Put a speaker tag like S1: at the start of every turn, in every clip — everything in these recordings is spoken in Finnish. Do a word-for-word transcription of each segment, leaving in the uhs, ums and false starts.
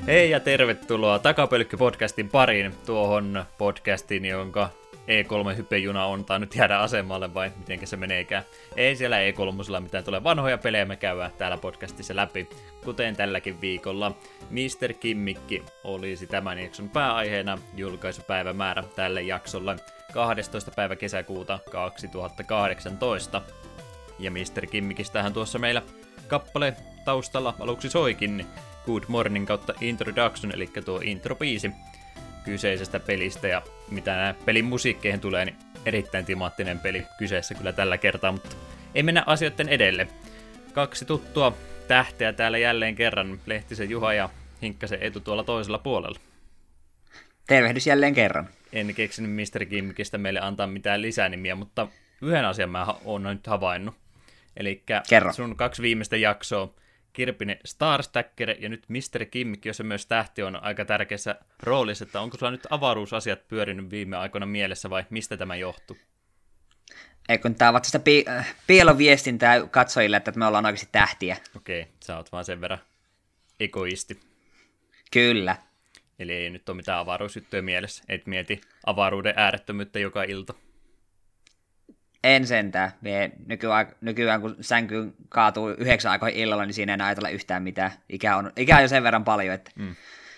S1: Hei ja tervetuloa Takapölkky-podcastin pariin, tuohon podcastiin, jonka E kolme-hypejuna on tainnut jäädä asemalle, vai mitenkä se meneekään. Ei siellä E kolme mitään tulee vanhoja pelejä, me käydään täällä podcastissa läpi, kuten tälläkin viikolla. mister Kimmikki olisi tämän jakson pääaiheena, julkaisupäivämäärä tälle jaksolle kahdestoista päivä kesäkuuta kaksituhattakahdeksantoista. Ja mister Kimmikistähän tuossa meillä kappale taustalla aluksi soikin, niin Good Morning kautta Introduction, eli tuo introbiisi kyseisestä pelistä, ja mitä nämä pelin musiikkeihin tulee, niin erittäin timaattinen peli kyseessä kyllä tällä kertaa, mutta ei mennä asioiden edelle. Kaksi tuttua tähteä täällä jälleen kerran, Lehtisen Juha ja Hinkkasen Eetu tuolla toisella puolella.
S2: Tervehdys jälleen kerran.
S1: En keksinyt mister Kimmikistä meille antaa mitään lisänimiä, mutta yhden asian mä oon nyt havainnut. Eli sun kaksi viimeistä jaksoa, Kirpinen Starstacker ja nyt mister Kimmikki, jossa myös tähti on aika tärkeässä roolissa, että onko sulla nyt avaruusasiat pyörinyt viime aikoina mielessä vai mistä tämä johtuu?
S2: Ei kun tää on sitä pi- piiloviestintää katsojille, että me ollaan oikeasti tähtiä.
S1: Okei, sä oot vaan sen verran egoisti.
S2: Kyllä.
S1: Eli ei nyt ole mitään avaruusjuttuja mielessä, et mieti avaruuden äärettömyyttä joka ilta.
S2: En sentään. Mie nykyään, nykyään kun sänkyyn kaatuu yhdeksän aikoihin illalla, niin siinä ei ajatella yhtään mitään. Ikä on, ikä on jo sen verran paljon, että mm.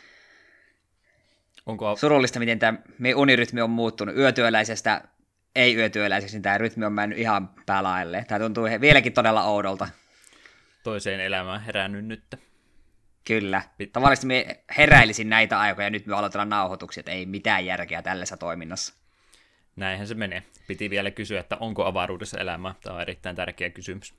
S2: Onko... surullista, miten tämä unirytmi on muuttunut yötyöläisestä ei-yötyöläiseksi, niin tämä rytmi on mennyt ihan päälaelleen. Tämä tuntuu vieläkin todella oudolta.
S1: Toiseen elämään herännyt nyt.
S2: Kyllä. Tavallisesti me heräilisin näitä aikoja, ja nyt me aloitellaan nauhoituksia, että ei mitään järkeä tällaisessa toiminnassa.
S1: Näinhän se menee. Piti vielä kysyä, että onko avaruudessa elämää. Tämä on erittäin tärkeä kysymys.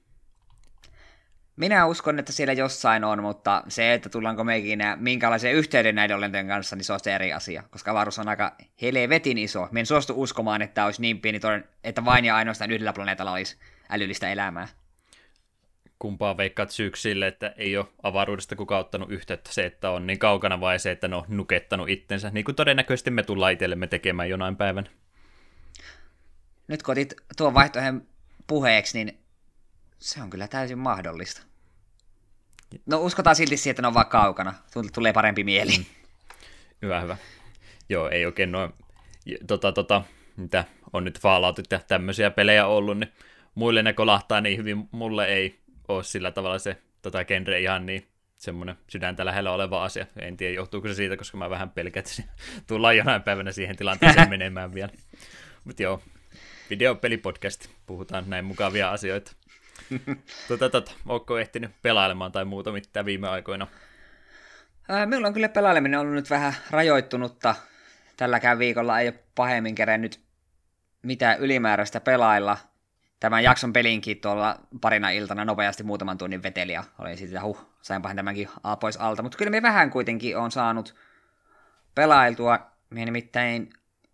S2: Minä uskon, että siellä jossain on, mutta se, että tullaanko meikin minkälaisen yhteyden näiden olentojen kanssa, niin se on se eri asia. Koska avaruus on aika helvetin iso. Me en suostu uskomaan, että olisi niin pieni, että vain ja ainoastaan yhdellä planeetalla olisi älyllistä elämää.
S1: Kumpaa veikkaat syyksi sille, että ei ole avaruudesta kukaan ottanut yhteyttä, se, että on niin kaukana, vai se, että ne on nukettanut itsensä, niin kuin todennäköisesti me tullaan itsellemme tekemään jonain päivänä.
S2: Nyt kun otit tuon vaihtoehden puheeksi, niin se on kyllä täysin mahdollista. No uskotaan silti siihen, että ne on vaan kaukana. Tulee parempi mieli. Mm.
S1: Hyvä, hyvä. Joo, ei oikein noin, tota, tota, mitä on nyt Falloutit ja tämmöisiä pelejä ollut, niin muille ne kolahtaa niin hyvin, mulle ei ole sillä tavalla se tota genre ihan niin semmoinen sydäntä lähellä oleva asia. En tiedä, johtuuko se siitä, koska mä vähän pelkään, että tullaan jonain päivänä siihen tilanteeseen menemään vielä. Mutta joo, videopelipodcast, puhutaan näin mukavia asioita. Tota, tota, ootko ehtinyt pelailemaan tai muuta mitään viime aikoina?
S2: Ää, minulla on kyllä pelaileminen ollut nyt vähän rajoittunutta. Tälläkään viikolla ei ole pahemmin kerennyt mitään ylimääräistä pelailla. Tämän jakson pelinkin tuolla parina iltana nopeasti muutaman tunnin veteli ja olin sitten, huh, sainpahan tämänkin pois alta. Mutta kyllä me vähän kuitenkin on saanut pelailtua. Minä nimittäin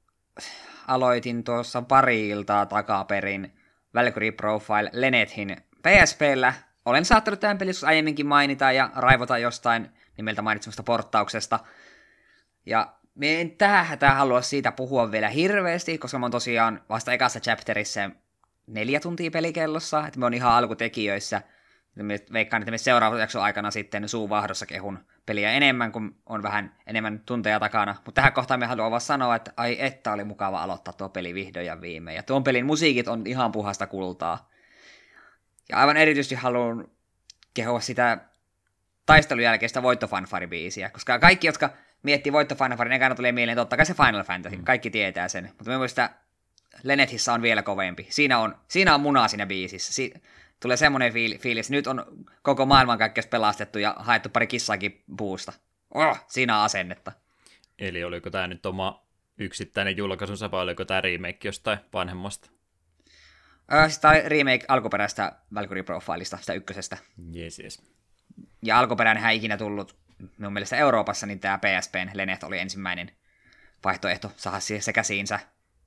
S2: aloitin tuossa pari iltaa takaperin Valkyrie Profile Lennethin P S P:llä. Olen saattanut tämän pelin aiemminkin mainita ja raivota jostain nimeltä mainitsemasta porttauksesta. Ja minä en tähän hätään halua siitä puhua vielä hirveästi, koska mä oon tosiaan vasta ekassa chapterissa neljä tuntia pelikellossa, että me on ihan alkutekijöissä. Veikkaan, että me seuraavan jakson aikana sitten suuvahdossa kehun peliä enemmän, kun on vähän enemmän tunteja takana. Mutta tähän kohtaan me haluan vaan sanoa, että ai että oli mukava aloittaa tuo peli vihdoin ja viimein. Ja tuon pelin musiikit on ihan puhasta kultaa. Ja aivan erityisesti haluan kehua sitä taistelun jälkeistä voittofanfari-biisiä, koska kaikki, jotka miettii voittofanfarin, ekana tulee mieleen totta kai se Final Fantasy. Kaikki tietää sen. Mutta mielestäni Lennethissä on vielä kovempi. Siinä on, siinä on munaa siinä biisissä. Si- tulee semmoinen fiil- fiilis. Nyt on koko maailmankaikkeus pelastettu ja haettu pari kissaakin puusta. Oh, siinä on asennetta.
S1: Eli oliko tämä nyt oma yksittäinen julkaisunsa vai oliko tämä remake jostain vanhemmasta?
S2: Öö, siis tämä remake alkuperäistä Valkyrie Profilesta, sitä ykkösestä.
S1: Yes, yes.
S2: Ja alkuperäinenhän ei ikinä tullut minun mielestä Euroopassa, niin tämä P S P:n Lenneth oli ensimmäinen vaihtoehto saada se käsiinsä.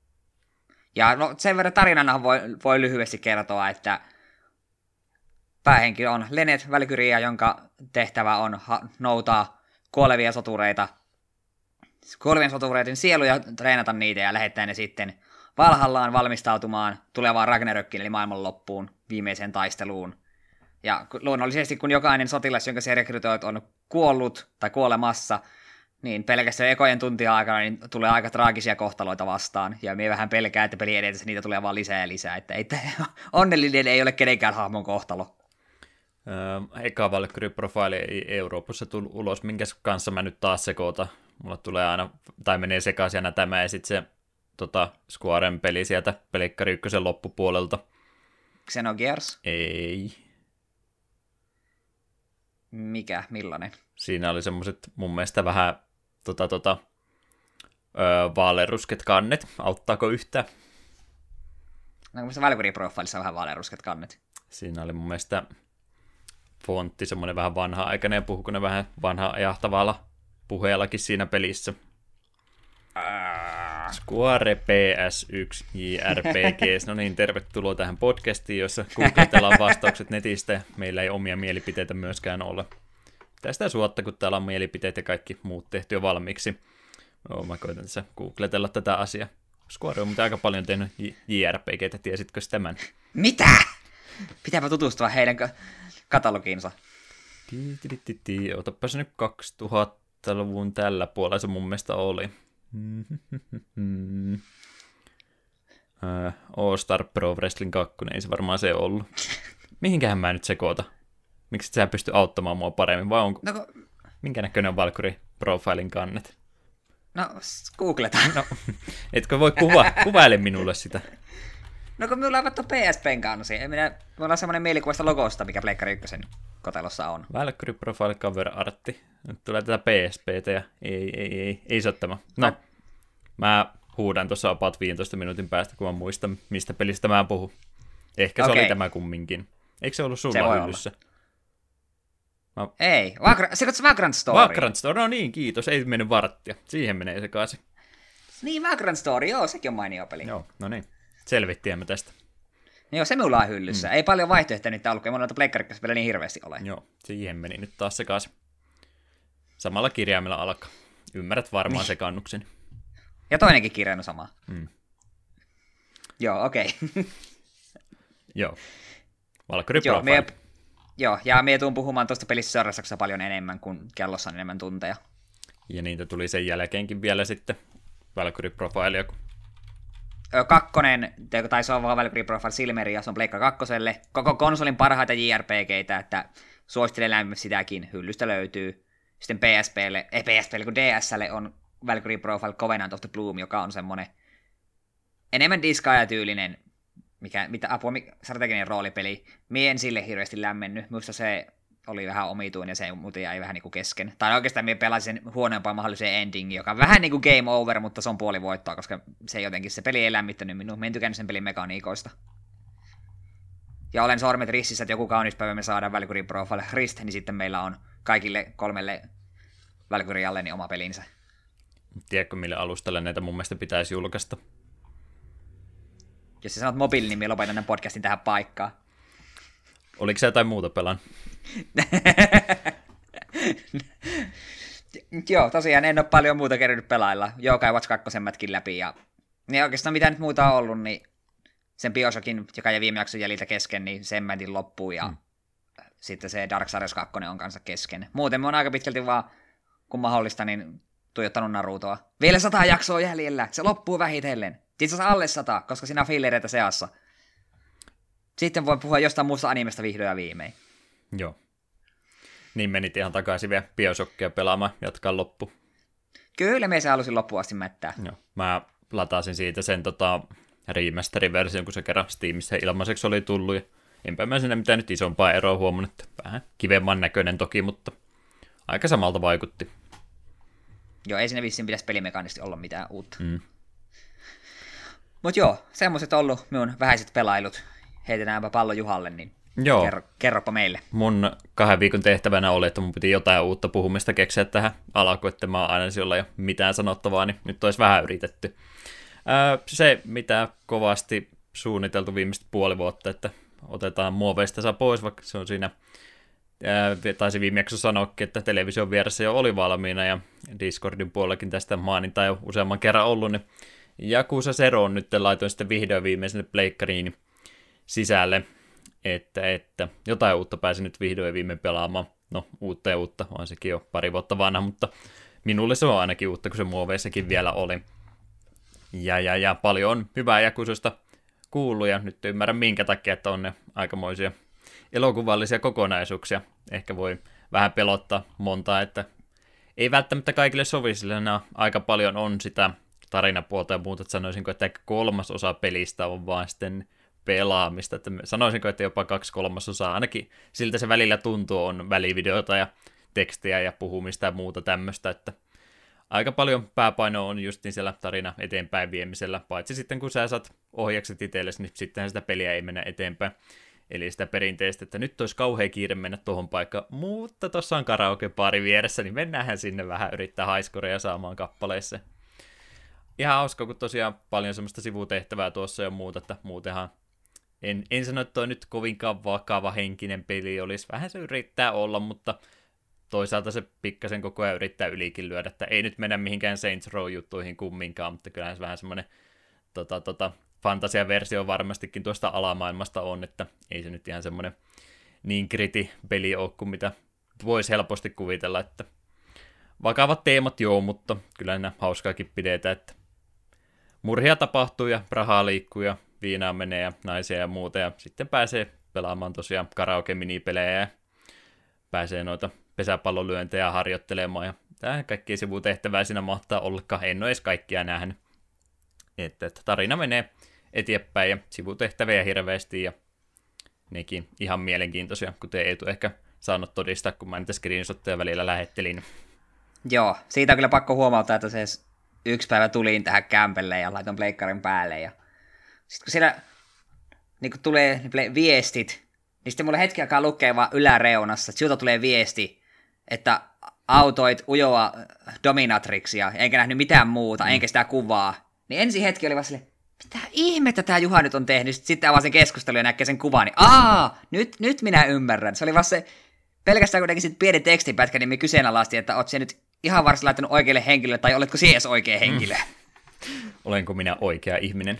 S2: Ja no, sen verran tarinana voi, voi lyhyesti kertoa, että päähenkilö on Lenneth Valkyria, jonka tehtävä on ha- noutaa kuolevia sotureita, kuolevien sotureiden sieluja, treenata niitä ja lähettää ne sitten Valhallaan valmistautumaan tulevaan Ragnarökkiin, eli maailmanloppuun, viimeiseen taisteluun. Ja luonnollisesti, kun jokainen sotilas, jonka se rekrytoit, on kuollut tai kuolemassa, niin pelkästään ekojen tuntia aikana niin tulee aika traagisia kohtaloita vastaan. Ja me vähän pelkää, että peli edetessä niitä tulee vaan lisää ja lisää. Että, että onnellinen ei ole kenenkään hahmon kohtalo.
S1: Öö, eka Valkyrie Profile ei Euroopassa tullut ulos, minkä kanssa mä nyt taas sekoitan. Mulla tulee aina, tai menee sekaisin aina tämä ja sitten se tota, Squaren peli sieltä Pelikkari ykkösen loppupuolelta.
S2: Xenogears?
S1: Ei.
S2: Mikä? Millainen?
S1: Siinä oli semmoiset mun mielestä vähän tota, tota, öö, vaaleanrusket kannet. Auttaako yhtään?
S2: No kun se Valkyrie Profilessa on vähän vaaleanrusket kannet.
S1: Siinä oli mun mielestä fontti semmoinen vähän vanha-aikainen ja puhuko ne vähän vanhaa ajahtavalla puheellakin siinä pelissä. Square P S yksi J R P G. No niin, tervetuloa tähän podcastiin, jossa googletellaan vastaukset netistä. Meillä ei omia mielipiteitä myöskään ole. Tästä suotta, kun täällä on mielipiteet ja kaikki muut tehty jo valmiiksi. No, mä koitan tässä googletella tätä asiaa. Square on muuten aika paljon tehnyt J R P G:tä, tiesitkö tämän?
S2: Mitä? Pitääpä tutustua heidän katalogiinsa.
S1: Otapas nyt kaksituhattaluvun tällä puolella se mun mielestä oli. All Star Pro Wrestling kaksi, ei se varmaan se ollut. Mihinkähän mä nyt sekoita? Miksi et sä pysty auttamaan mua paremmin, vai onko...
S2: No, kun...
S1: Minkä näköinen on Valkyrie Profilin kannet?
S2: No, googletaan.
S1: No, etkö voi kuva... kuvaile minulle sitä?
S2: No kun minulla on vattu P S P:n kansi. Minä... Mulla on semmoinen mielikuvasta logosta, mikä Pleikkari ykkösen kotelossa on.
S1: Valkyrie Profile cover artti. Nyt tulee tätä P S P:tä ja ei, ei, ei, ei se ole tämä. No, no. Mä huudan tuossa about viisitoista minuutin päästä, kun mä muistan, mistä pelistä mä puhun. Ehkä se okay. oli tämä kumminkin. Eikö se ollut sulla hyllyssä? Mä... Ei,
S2: Vagra... se on Vagrant Story.
S1: Vagrant Story, no niin, kiitos, ei mennyt varttia. Siihen menee sekaisin.
S2: Niin, Vagrant Story, joo, sekin on mainio peli.
S1: Joo, no niin, selvittiemme tästä.
S2: No joo, se minulla on hyllyssä. Mm. Ei paljon vaihtoehtoja nyt alkuun, ei mulla noita pleikkarikkaista vielä niin hirveästi ole.
S1: Joo, siihen meni nyt taas sekaisin. Samalla kirjaimella alkaa. Ymmärrät varmaan niin. Sekannuksen.
S2: Ja toinenkin kirjain on sama.
S1: Mm.
S2: Joo, okei. Okay.
S1: Joo. Valkyrie Profile.
S2: Joo, joo, ja me tuun puhumaan tuosta pelistä seuraavaksi paljon enemmän, kun kellossa on enemmän tunteja.
S1: Ja niitä tuli sen jälkeenkin vielä sitten Valkyrie Profile.
S2: Kakkonen, tai se on vaan Valkyrie Profile Silmeria, se on Pleikka kakkoselle. Koko konsolin parhaita J R P G:tä, että suosittelen lämmin sitäkin, hyllystä löytyy. Sitten P S P:lle, ei P S P:lle, kun D S:lle on Valkyrie Profile Covenant of the Bloom, joka on semmoinen enemmän Disgaea-tyylinen, mikä, mitä apua, strateginen roolipeli. Mie en sille hirveästi lämmennyt, minusta se oli vähän omituinen ja se muuten jäi vähän niin kuin kesken. Tai oikeastaan mie pelasin sen huonompaan mahdolliseen endingin, joka on vähän niin kuin game over, mutta se on puoli voittoa, koska se jotenkin se peli ei lämmittänyt minua. Mie en tykännyt sen pelin mekaniikoista. Ja olen sormet ristissä, että joku kaunis päivä me saadaan Valkyrie Profile Rist, niin sitten meillä on kaikille kolmelle Valkyrialle niin oma pelinsä.
S1: Tiedätkö, mille alustalle näitä mun mielestä pitäisi julkaista?
S2: Jos sä sanot mobiili, niin minä lopetan tämän podcastin tähän paikkaan.
S1: Oliko se jotain muuta pelan?
S2: Joo, tosiaan en ole paljon muuta kerännyt pelailla. Joo, kai Watch kaksi mätkin läpi. Ja niin oikeastaan mitä nyt muuta on ollut, niin sen Bioshockin, joka jäi viime jakson jäljiltä kesken, niin sen mätin loppuun. Ja hmm. sitten se Darksiders kaksi on kanssa kesken. Muuten mä oon aika pitkälti vaan, kun mahdollista, niin tuijottanut Narutoa. Vielä sata jaksoa jäljellä. Se loppuu vähitellen. Itse asiassa alle sata, koska siinä on fillereitä seassa. Sitten voin puhua jostain muusta animesta vihdoin ja viimein.
S1: Joo. Niin menit ihan takaisin vielä Bioshockia pelaamaan, jatkaa loppu.
S2: Kyllä, me se halusin loppuun asti mättää.
S1: Joo. Mä latasin siitä sen tota, remaster-version, kun se kerran Steamissa ilmaiseksi oli tullut. Ja enpä mä sinne mitään nyt isompaa eroa huomannut. Että vähän kivemman näköinen toki, mutta aika samalta vaikutti.
S2: Joo, ei sinne vissiin pitäisi pelimekaanisesti olla mitään uutta.
S1: Mm.
S2: Mut joo, semmoiset ollut minun vähäiset pelailut. Heitetäänpä pallo Juhalle, niin
S1: joo.
S2: Kerro, kerropa meille.
S1: Mun kahden viikon tehtävänä oli, että mun piti jotain uutta puhumista keksiä tähän alkuun, että mä aina sillä ei ole mitään sanottavaa, niin nyt olisi vähän yritetty. Öö, se, mitä kovasti suunniteltu viimeiset puoli vuotta, että otetaan muoveista saa pois, vaikka se on siinä, öö, taisi viime jaksossa sanoakin, että television vieressä jo oli valmiina, ja Discordin puolellakin tästä mainintaa jo useamman kerran ollut, niin Yakuza Zero on nyt laitoin sitten vihdoin viimeisen pleikkariin sisälle. Että, että jotain uutta pääsin nyt vihdoin ja viimein pelaamaan. No, uutta ja uutta, on sekin jo pari vuotta vanha, mutta minulle se on ainakin uutta, kun se muoveissakin vielä oli. Ja, ja, ja paljon on hyvää Yakuzosta kuullut, ja nyt ymmärrän minkä takia, että on ne aikamoisia elokuvallisia kokonaisuuksia. Ehkä voi vähän pelottaa montaa, että ei välttämättä kaikille sovi, sillä nämä aika paljon on sitä tarinapuolta ja muuta, että sanoisinko, että ehkä kolmas osa pelistä on vaan sitten pelaamista, että sanoisinko, että jopa kaksi kolmasosaa, ainakin siltä se välillä tuntuu, on välivideota ja tekstiä ja puhumista ja muuta tämmöistä, että aika paljon pääpaino on just niin siellä tarina eteenpäin viemisellä, paitsi sitten kun sä saat ohjakset itsellesi, niin sittenhän sitä peliä ei mennä eteenpäin. Eli sitä perinteistä, että nyt olisi kauhean kiire mennä tuohon paikkaan, mutta tuossa on karaoke-baari vieressä, niin mennäänhän sinne vähän yrittää haiskoreja saamaan kappaleissa. Ihan hauska, kun tosiaan paljon semmoista sivutehtävää tuossa ja muuta, että muutenhan en, en sano, että toi nyt kovinkaan vakava henkinen peli olisi. Vähän se yrittää olla, mutta toisaalta se pikkasen koko ajan yrittää ylikin lyödä, että ei nyt mennä mihinkään Saints Row-juttuihin kumminkaan, mutta kyllähän se vähän semmoinen tota, tota, fantasiaversio varmastikin tuosta alamaailmasta on, että ei se nyt ihan semmoinen niin kriti peli ole kuin mitä voisi helposti kuvitella, että vakavat teemat joo, mutta kyllä nämä hauskaakin pidetään, että murhia tapahtuu ja rahaa liikkuu ja viinaa menee ja naisia ja muuta ja sitten pääsee pelaamaan tosiaan karaoke-minipelejä ja pääsee noita pesäpallolyöntejä harjoittelemaan ja tähän kaikkia sivutehtävää siinä mahtaa ollakaan, en ole edes kaikkia nähnyt. Että, että tarina menee eteenpäin ja sivutehtäviä hirveästi ja nekin ihan mielenkiintoisia, kuten ei tule ehkä saanut todistaa, kun mä niitä screenshotteja välillä lähettelin.
S2: Joo, siitä on kyllä pakko huomauttaa, että se yksi päivä tulin tähän kämpelle ja laitoin pleikkarin päälle ja sitten kun siellä niin kun tulee viestit, niin sitten mulle hetki aikaa lukee vaan yläreunassa, että siltä tulee viesti, että autoit ujoa dominatrixia, enkä nähnyt mitään muuta, mm. enkä sitä kuvaa. Niin ensi hetki oli vaan silleen, mitä ihmettä tämä Juha nyt on tehnyt? Sitten avaa sen keskustelun ja näkee sen kuvan, niin aa, nyt, nyt minä ymmärrän. Se oli vaan se, pelkästään kuitenkin sitten pieni tekstipätkä, niin me kyseenalaistiin, että oot sä nyt ihan varsin laittanut oikealle henkilölle, tai oletko sinä edes oikea henkilö?
S1: Mm. Olenko minä oikea ihminen?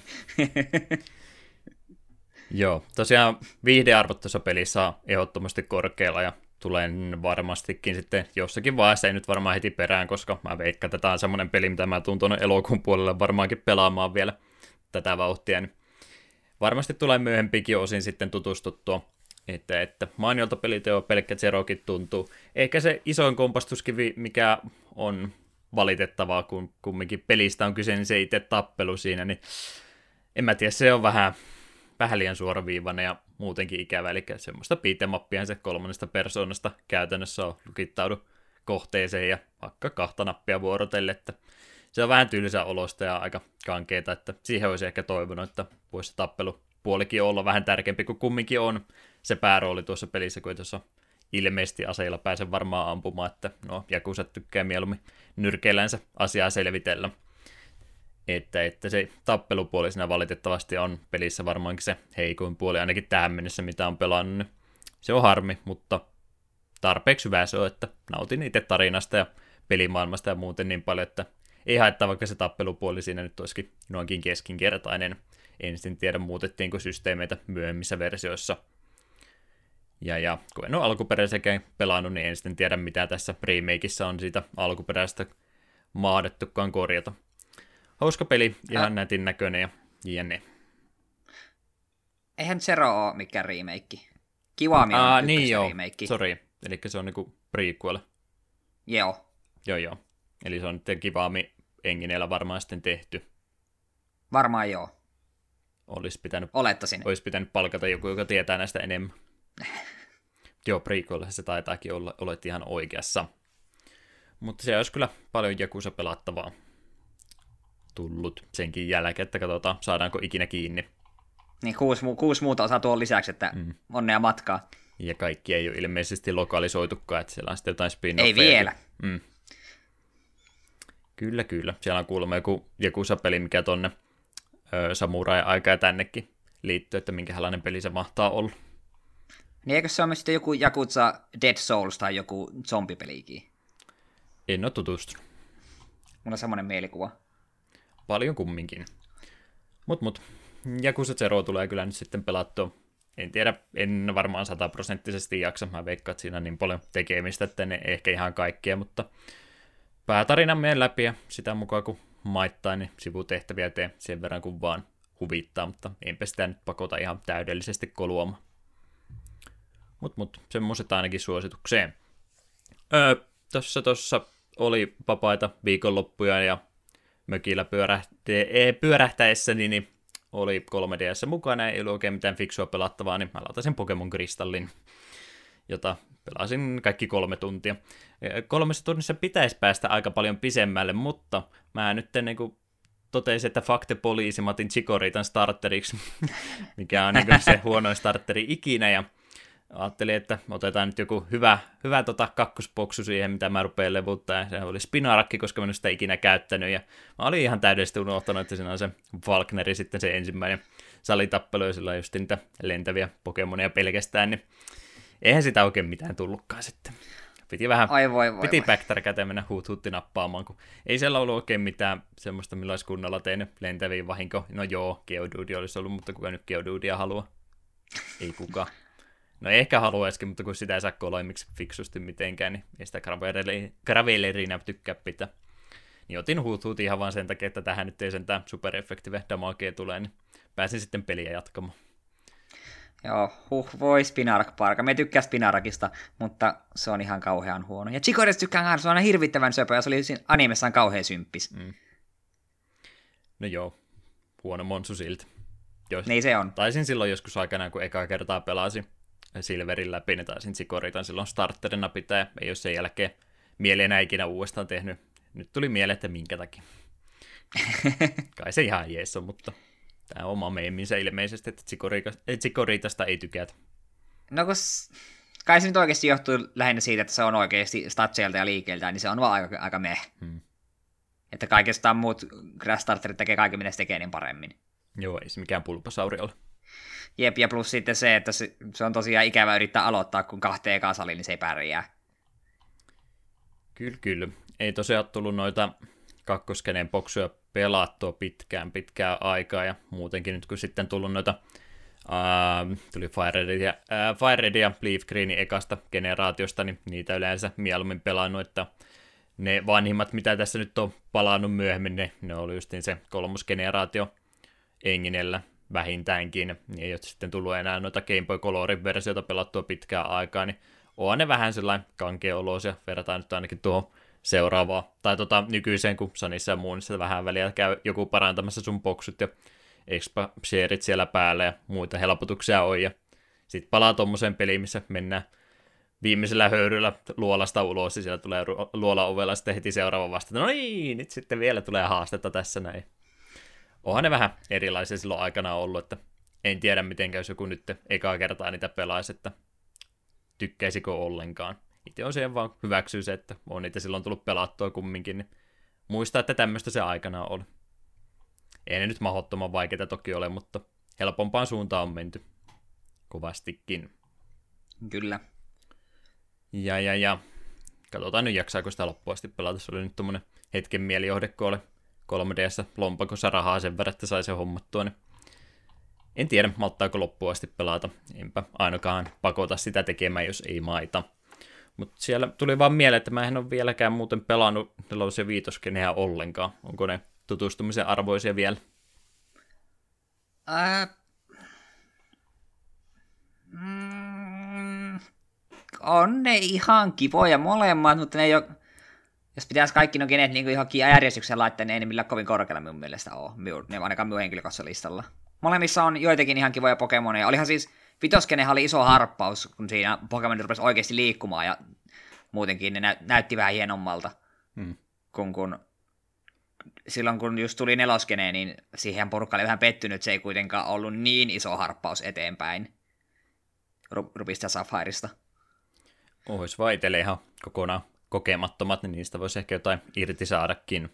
S1: Joo, tosiaan viihdearvot tuossa pelissä on ehdottomasti korkealla, ja tulen varmastikin sitten jossakin vaiheessa, ei nyt varmaan heti perään, koska mä veikkaan, että tämä on semmoinen peli, mitä mä tuun tuonne elokuun puolelle varmaankin pelaamaan vielä tätä vauhtia, niin varmasti tulee myöhempikin osin sitten tutustuttua, että, että mainiolta peliteo pelkkä Zerokin tuntuu. Ehkä se isoin kompastuskivi, mikä on valitettavaa, kun kumminkin pelistä on kyse, niin se itse tappelu siinä, niin en mä tiedä, se on vähän, vähän liian suoraviivainen ja muutenkin ikävä, eli semmoista beat'em-uppiahan se kolmannesta persoonasta käytännössä on lukittaudu kohteeseen ja vaikka kahta nappia vuorotelle, että se on vähän tylsä olosta ja aika kankeeta, että siihen olisi ehkä toivonut, että voisi se tappelupuolikin olla vähän tärkeämpi, kuin kumminkin on se päärooli tuossa pelissä, kun tuossa ilmeisesti aseilla pääsen varmaan ampumaan, että no, Yakuza tykkää mieluummin nyrkeillänsä asiaa selvitellä. Että, että se tappelupuoli siinä valitettavasti on pelissä varmaankin se heikoin puoli, ainakin tähän mennessä mitä on pelannut, niin se on harmi, mutta tarpeeksi hyvä se on, että nautin itse tarinasta ja pelimaailmasta ja muuten niin paljon, että ei haittaa, vaikka se tappelupuoli siinä nyt olisikin noinkin keskinkertainen. En sitten tiedä, muutettiinko systeemeitä myöhemmissä versioissa. Ja, ja kun en ole alkuperäisekään pelannut, niin en sitten tiedä, mitä tässä remakeissa on siitä alkuperäisestä mahdettukaan korjata. Hauska peli, ihan äh. nätin näköinen ja jne.
S2: Eihän Zero ole mikään remake. Kiwami on
S1: Aa,
S2: ykkös
S1: niin joo,
S2: remake.
S1: sori. Eli se on niinku prequel.
S2: Joo.
S1: Joo, joo. Eli se on nyt Kiwami Engineellä varmaan sitten tehty.
S2: Varmaan joo.
S1: Olisi pitänyt,
S2: Olettaisin.
S1: Olisi pitänyt palkata joku, joka tietää näistä enemmän. Joo, prequel se taitaakin olla, olet ihan oikeassa. Mutta se olisi kyllä paljon Yakuza pelattavaa tullut senkin jälkeen, että katsotaan, saadaanko ikinä kiinni.
S2: Niin, kuusi, mu- kuusi muuta osaa tuon lisäksi, että mm. onnea matkaa.
S1: Ja kaikki ei ole ilmeisesti lokalisoitukaan, että siellä on sitten jotain spin-offeja.
S2: Ei vielä.
S1: Mm. Kyllä, kyllä. Siellä on kuulemma joku Yakuza-peli, mikä tonne ö, samurai-aikaa tännekin liittyy, että minkälainen peli se mahtaa olla.
S2: Niin eikö se ole myös sitten joku Yakuza Dead Souls tai joku zombipelikin?
S1: En ole tutustunut.
S2: Mulla on semmoinen mielikuva.
S1: Paljon kumminkin. Mut mut, Yakuza Zero tulee kyllä nyt sitten pelattua en tiedä, en varmaan sataprosenttisesti jaksa. Mä veikkaan, että siinä on niin paljon tekemistä, että ne ehkä ihan kaikkea, mutta päätarinan menen läpi ja sitä mukaan kun maittaa, niin sivutehtäviä teen sen verran kun vaan huvittaa, mutta enpä sitä nyt pakota ihan täydellisesti koluamaan. Mut mut, semmoiset ainakin suositukseen. Öö, tossa tossa oli vapaita viikonloppuja ja mökillä pyörähtäessäni niin oli kolme D S mukana, ei ollut oikein mitään fiksua pelattavaa, niin mä latasin Pokemon Kristallin, jota pelasin kaikki kolme tuntia. Kolmessa tunnissa pitäisi päästä aika paljon pisemmälle, mutta mä nyt niin kuin totesin, että fakte poliisi, mä otin Chikoritan starteriksi, mikä on niin kuin se huonoin starteri ikinä, ja ajattelin, että otetaan nyt joku hyvä, hyvä tota kakkospoksu siihen, mitä mä rupean levuttaa, ja se oli Spinarakki, koska mä en ole sitä ikinä käyttänyt, ja mä olin ihan täydellisesti unohtanut, että siinä on se Falkneri sitten se ensimmäinen salitappelu, ja sillä on just niitä lentäviä Pokemonia pelkästään, niin eihän sitä oikein mitään tullutkaan sitten. Piti vähän,
S2: Ai voi, voi,
S1: piti
S2: voi.
S1: backtrackätä mennä huut huutti nappaamaan, kun ei siellä ollut oikein mitään semmoista, millä olisi kunnolla tehnyt lentäviin vahinko. No joo, Geodude olisi ollut, mutta kuka nyt Geodudea haluaa? Ei kukaan. No ehkä haluaisikin, mutta kun sitä ei saa koloimiksi fiksusti mitenkään, niin ei sitä Gravelerina tykkää pitää. Niin otin huut huut ihan vaan sen takia, että tähän nyt ei sentään super effective damagea tulee, niin pääsin sitten peliä jatkamaan.
S2: Joo, huh, voi Spinarak-parka. Me tykkää Spinarakista, mutta se on ihan kauhean huono. Ja Chikorista tykkään kanssa, se on aina hirvittävän söpö, ja se oli siinä animessaan kauhean symppis. Mm.
S1: No joo, huono monsu siltä. Jos...
S2: Niin se on.
S1: Taisin silloin joskus aikanaan, kun ekaa kertaa pelasin Silverin läpi, niin taisin Chikoritan silloin starterina pitää, ei ole sen jälkeen mieli enää ikinä uudestaan tehnyt. Nyt tuli mieleen, että minkä takia. Kai se ihan jees on, mutta tämä on oma meeminsä ilmeisesti, että Chikoritasta ei tykätä.
S2: No kun kai se nyt oikeasti johtuu lähinnä siitä, että se on oikeasti statseilta ja liikeiltään, niin se on vaan aika, aika meh. Hmm. Että kaikestaan muut Crash Starterit tekee kaiken, mitä se tekee niin paremmin.
S1: Joo, ei se mikään pulpasauri ole.
S2: Jep, ja plus sitten se, että se, se on tosiaan ikävä yrittää aloittaa, kun kahteen ekaan saliin, niin se ei pärjää.
S1: Kyllä, kyllä. Ei tosiaan tullut noita kakkoskeneen boksuja pelattua pitkään, pitkään aikaa, ja muutenkin nyt kun sitten tullut noita, uh, tuli Fire ja, uh, Fire ja Leaf Greenin ekasta generaatiosta, niin niitä yleensä mieluummin pelannut, että ne vanhimmat, mitä tässä nyt on palannut myöhemmin, ne, ne oli just se kolmosgeneraatio Enginellä vähintäänkin, niin ei ole sitten tullut enää noita Game Boy Colorin versioita pelattua pitkään aikaa, niin onhan ne vähän sellainen kankeoloisia, verrataan nyt ainakin tuohon seuraavaa, tai tota nykyiseen, kun Sunissa ja Moonissa vähän väliä käy joku parantamassa sun boksut ja expa-sharet siellä päällä ja muita helpotuksia on, ja sitten palaa tommoseen peliin, missä mennään viimeisellä höyryllä luolasta ulos, ja siellä tulee luola ovella sitten heti seuraava vasta. No niin, nyt sitten vielä tulee haastetta tässä näin. Onhan ne vähän erilaisia silloin aikana ollut, että en tiedä miten jos joku nyt ekaa kertaa niitä pelaisi, että tykkäisikö ollenkaan. Itse on siihen vaan hyväksyä se, että on niitä silloin tullut pelattua kumminkin, niin muistaa, että tämmöistä se aikana oli. Ei ne nyt mahdottoman vaikeita toki ole, mutta helpompaan suuntaan on menty kovastikin.
S2: Kyllä.
S1: Ja, ja, ja. Katsotaan nyt jaksaako sitä loppuun asti pelata. Se oli nyt tommonen hetken mielijohde, kun oli kolme D S lompakossa rahaa sen verran, että sai se hommattua. Niin en tiedä, malttaako loppuun asti pelata. Enpä ainakaan pakota sitä tekemään, jos ei maita. Mutta siellä tuli vaan mieleen, että mä en ole vieläkään muuten pelannut nelosen viitoskeneä ollenkaan. Onko ne tutustumisen arvoisia vielä?
S2: Ää... Mm... On ne ihan kivoja molemmat, mutta ne ei ole... Jos pitäisi kaikki nuo geneet niin johonkin järjestykseen laittaa, niin ei ne millään kovin korkealla minun mielestä ole. Ne on ainakaan minun henkilökohtaisella listalla. Molemmissa on joitakin ihan kivoja Pokemoneja. Olihan siis vitoskenehän oli iso harppaus, kun siinä Pokemon rupesi oikeasti liikkumaan ja muutenkin ne nä- näytti vähän hienommalta. Hmm. Kun, kun silloin kun just tuli neloskene, niin siihen porukka oli vähän pettynyt, se ei kuitenkaan ollut niin iso harppaus eteenpäin Rubista Saphiresta.
S1: Ois vaan itselle ihan kokonaan kokemattomat, niin niistä voisi ehkä jotain irti saadakin.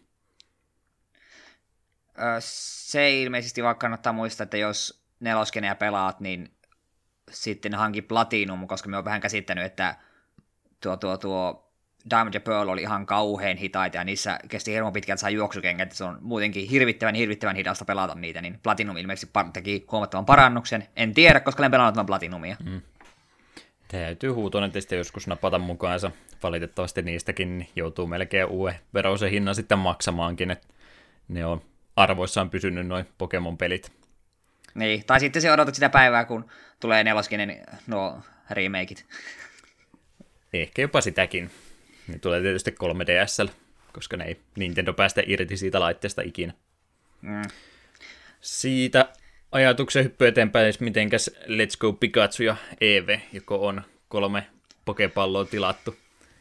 S2: Se ilmeisesti vaan kannattaa muistaa, että jos neloskeneä pelaat, niin sitten hanki Platinum, koska me on vähän käsittänyt, että tuo, tuo, tuo Diamond ja Pearl oli ihan kauhean hitaita, ja niissä kesti hirveän pitkään, että saa juoksukengät, se on muutenkin hirvittävän, hirvittävän hidasta pelata niitä, niin Platinum ilmeisesti teki huomattavan parannuksen. En tiedä, koska olen pelannut tämän Platinumia. Mm.
S1: Täytyy huutoinen tietysti joskus napata mukaansa. Valitettavasti niistäkin joutuu melkein uuden veroisen hinnan sitten maksamaankin, että ne on arvoissaan pysynyt noin Pokemon-pelit.
S2: Niin, tai sitten se odotat sitä päivää, kun tulee neloskinen nuo remakeit.
S1: Ehkä jopa sitäkin. Ne tulee tietysti kolme D S L, koska ne ei Nintendo päästä irti siitä laitteesta ikinä. Mm. Siitä ajatuksen hyppy eteenpäin, mitenkäs Let's Go Pikachu ja Eevee, joko on kolme pokepalloa tilattu.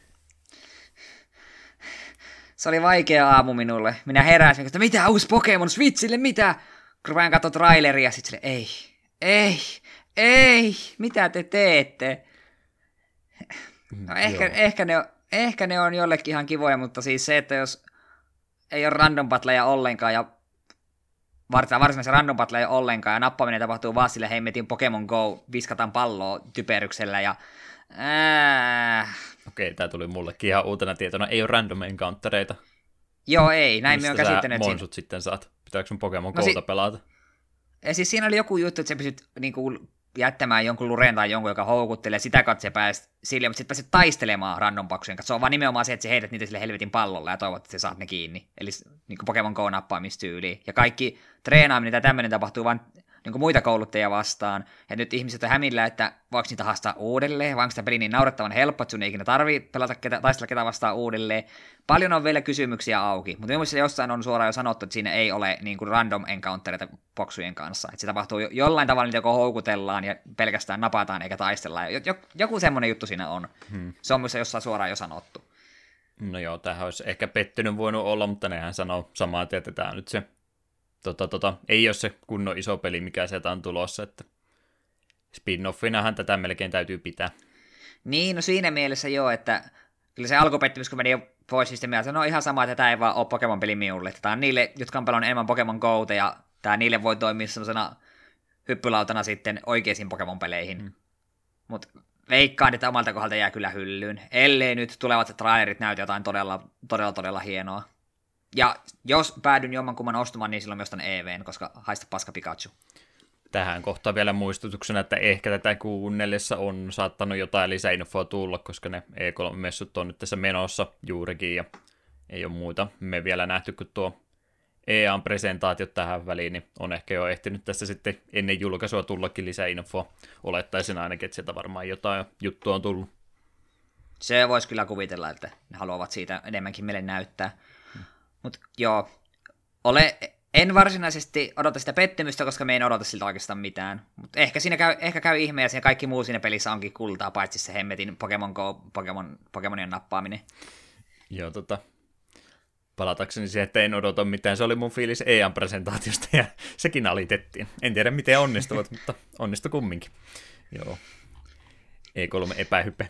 S2: Se oli vaikea aamu minulle. Minä heräsin, että mitä uusi Pokemon Switchille, mitä? Kun rupean katsoa traileria, ja sitten ei, ei, ei, mitä te teette? No ehkä, ehkä, ne, ehkä ne on jollekin ihan kivoja, mutta siis se, että jos ei ole random battleja ollenkaan, ja varsinaisia random battleja ollenkaan, ja nappaaminen tapahtuu vaan sille heimmetin Pokemon Go, viskataan palloa typeryksellä, ja Äh.
S1: Okei, tää tuli mullekin ihan uutena tietona. Ei ole random encountereita.
S2: Joo, ei. Näin me on käsittänyt.
S1: Mistä sä monsut sitten saat? Pitääkö sun Pokemon no, Golta si- pelata?
S2: Ja siis siinä oli joku juttu, että sä pysyt niinku jättämään jonkun luren tai jonkun, joka houkuttelee. Sitä kautta sä pääst sille, mutta sit pääset taistelemaan random paksujen kanssa. Se on vaan nimenomaan se, että sä heität niitä sille helvetin pallolla ja toivot, että sä saat ne kiinni. Eli niinku Pokemon Go-nappaamistyyliin. Ja kaikki treenaaminen tai tämmöinen tapahtuu vaan niin kuin muita kouluttajia vastaan, ja nyt ihmiset on hämillä, että voiko niitä haastaa uudelleen, vai onko sitä peli niin naurettavan helppo, että sun ei ikinä tarvii pelata ketä, taistella ketään vastaan uudelleen. Paljon on vielä kysymyksiä auki, mutta mielestäni jossain on suoraan jo sanottu, että siinä ei ole niin kuin random encountereita boksujen kanssa, että se tapahtuu jollain tavalla, niitä joko houkutellaan ja pelkästään napataan eikä taistella, joku semmoinen juttu siinä on. Hmm. Se on myös jossain suoraan jo sanottu.
S1: No joo, tämähän olisi ehkä pettynyt voinut olla, mutta nehän sanoo samaa, että tämä on nyt se Tota, tota, ei ole se kunnon iso peli, mikä sieltä on tulossa, että spin-offinahan tätä melkein täytyy pitää.
S2: Niin, no siinä mielessä joo, että kyllä se alkupettymys, kun meni jo pois, niin mieltä, no ihan sama, että tämä ei vaan ole Pokemon-peli minulle. Tämä on niille, jotka on pelannut enemmän Pokemon Go'ta, ja tämä niille voi toimia sellaisena hyppylautana sitten oikeisiin Pokemon-peleihin. Hmm. Mutta veikkaan, että omalta kohdalta jää kyllä hyllyyn, ellei nyt tulevat trailerit näytä jotain todella, todella, todella hienoa. Ja jos päädyn jommankumman ostamaan, niin silloin myös ostan Eeveen, koska haista paska Pikachu.
S1: Tähän kohtaan vielä muistutuksena, että ehkä tätä kuunnellessa on saattanut jotain lisäinfoa tulla, koska ne E kolme-messut on nyt tässä menossa juurikin, ja ei ole muuta me vielä nähty kuin tuo E A-presentaatio tähän väliin, niin on ehkä jo ehtinyt tässä sitten ennen julkaisua tullakin lisäinfoa. Olettaisin ainakin, että sieltä varmaan jotain juttua on tullut.
S2: Se voisi kyllä kuvitella, että ne haluavat siitä enemmänkin meille näyttää. Mutta joo, ole, en varsinaisesti odota sitä pettymystä, koska me en odota siltä oikeastaan mitään. Mutta ehkä siinä käy, ehkä käy ihme, ja siinä kaikki muu siinä pelissä onkin kultaa, paitsi se hemmetin Pokemon Go, Pokemon, Pokemonien nappaaminen.
S1: Joo, tota, palatakseni siihen, että en odota mitään. Se oli mun fiilis E A-presentaatiosta, ja sekin alitettiin. En tiedä, miten onnistuvat, mutta onnistu kumminkin. Joo, E kolme epähype.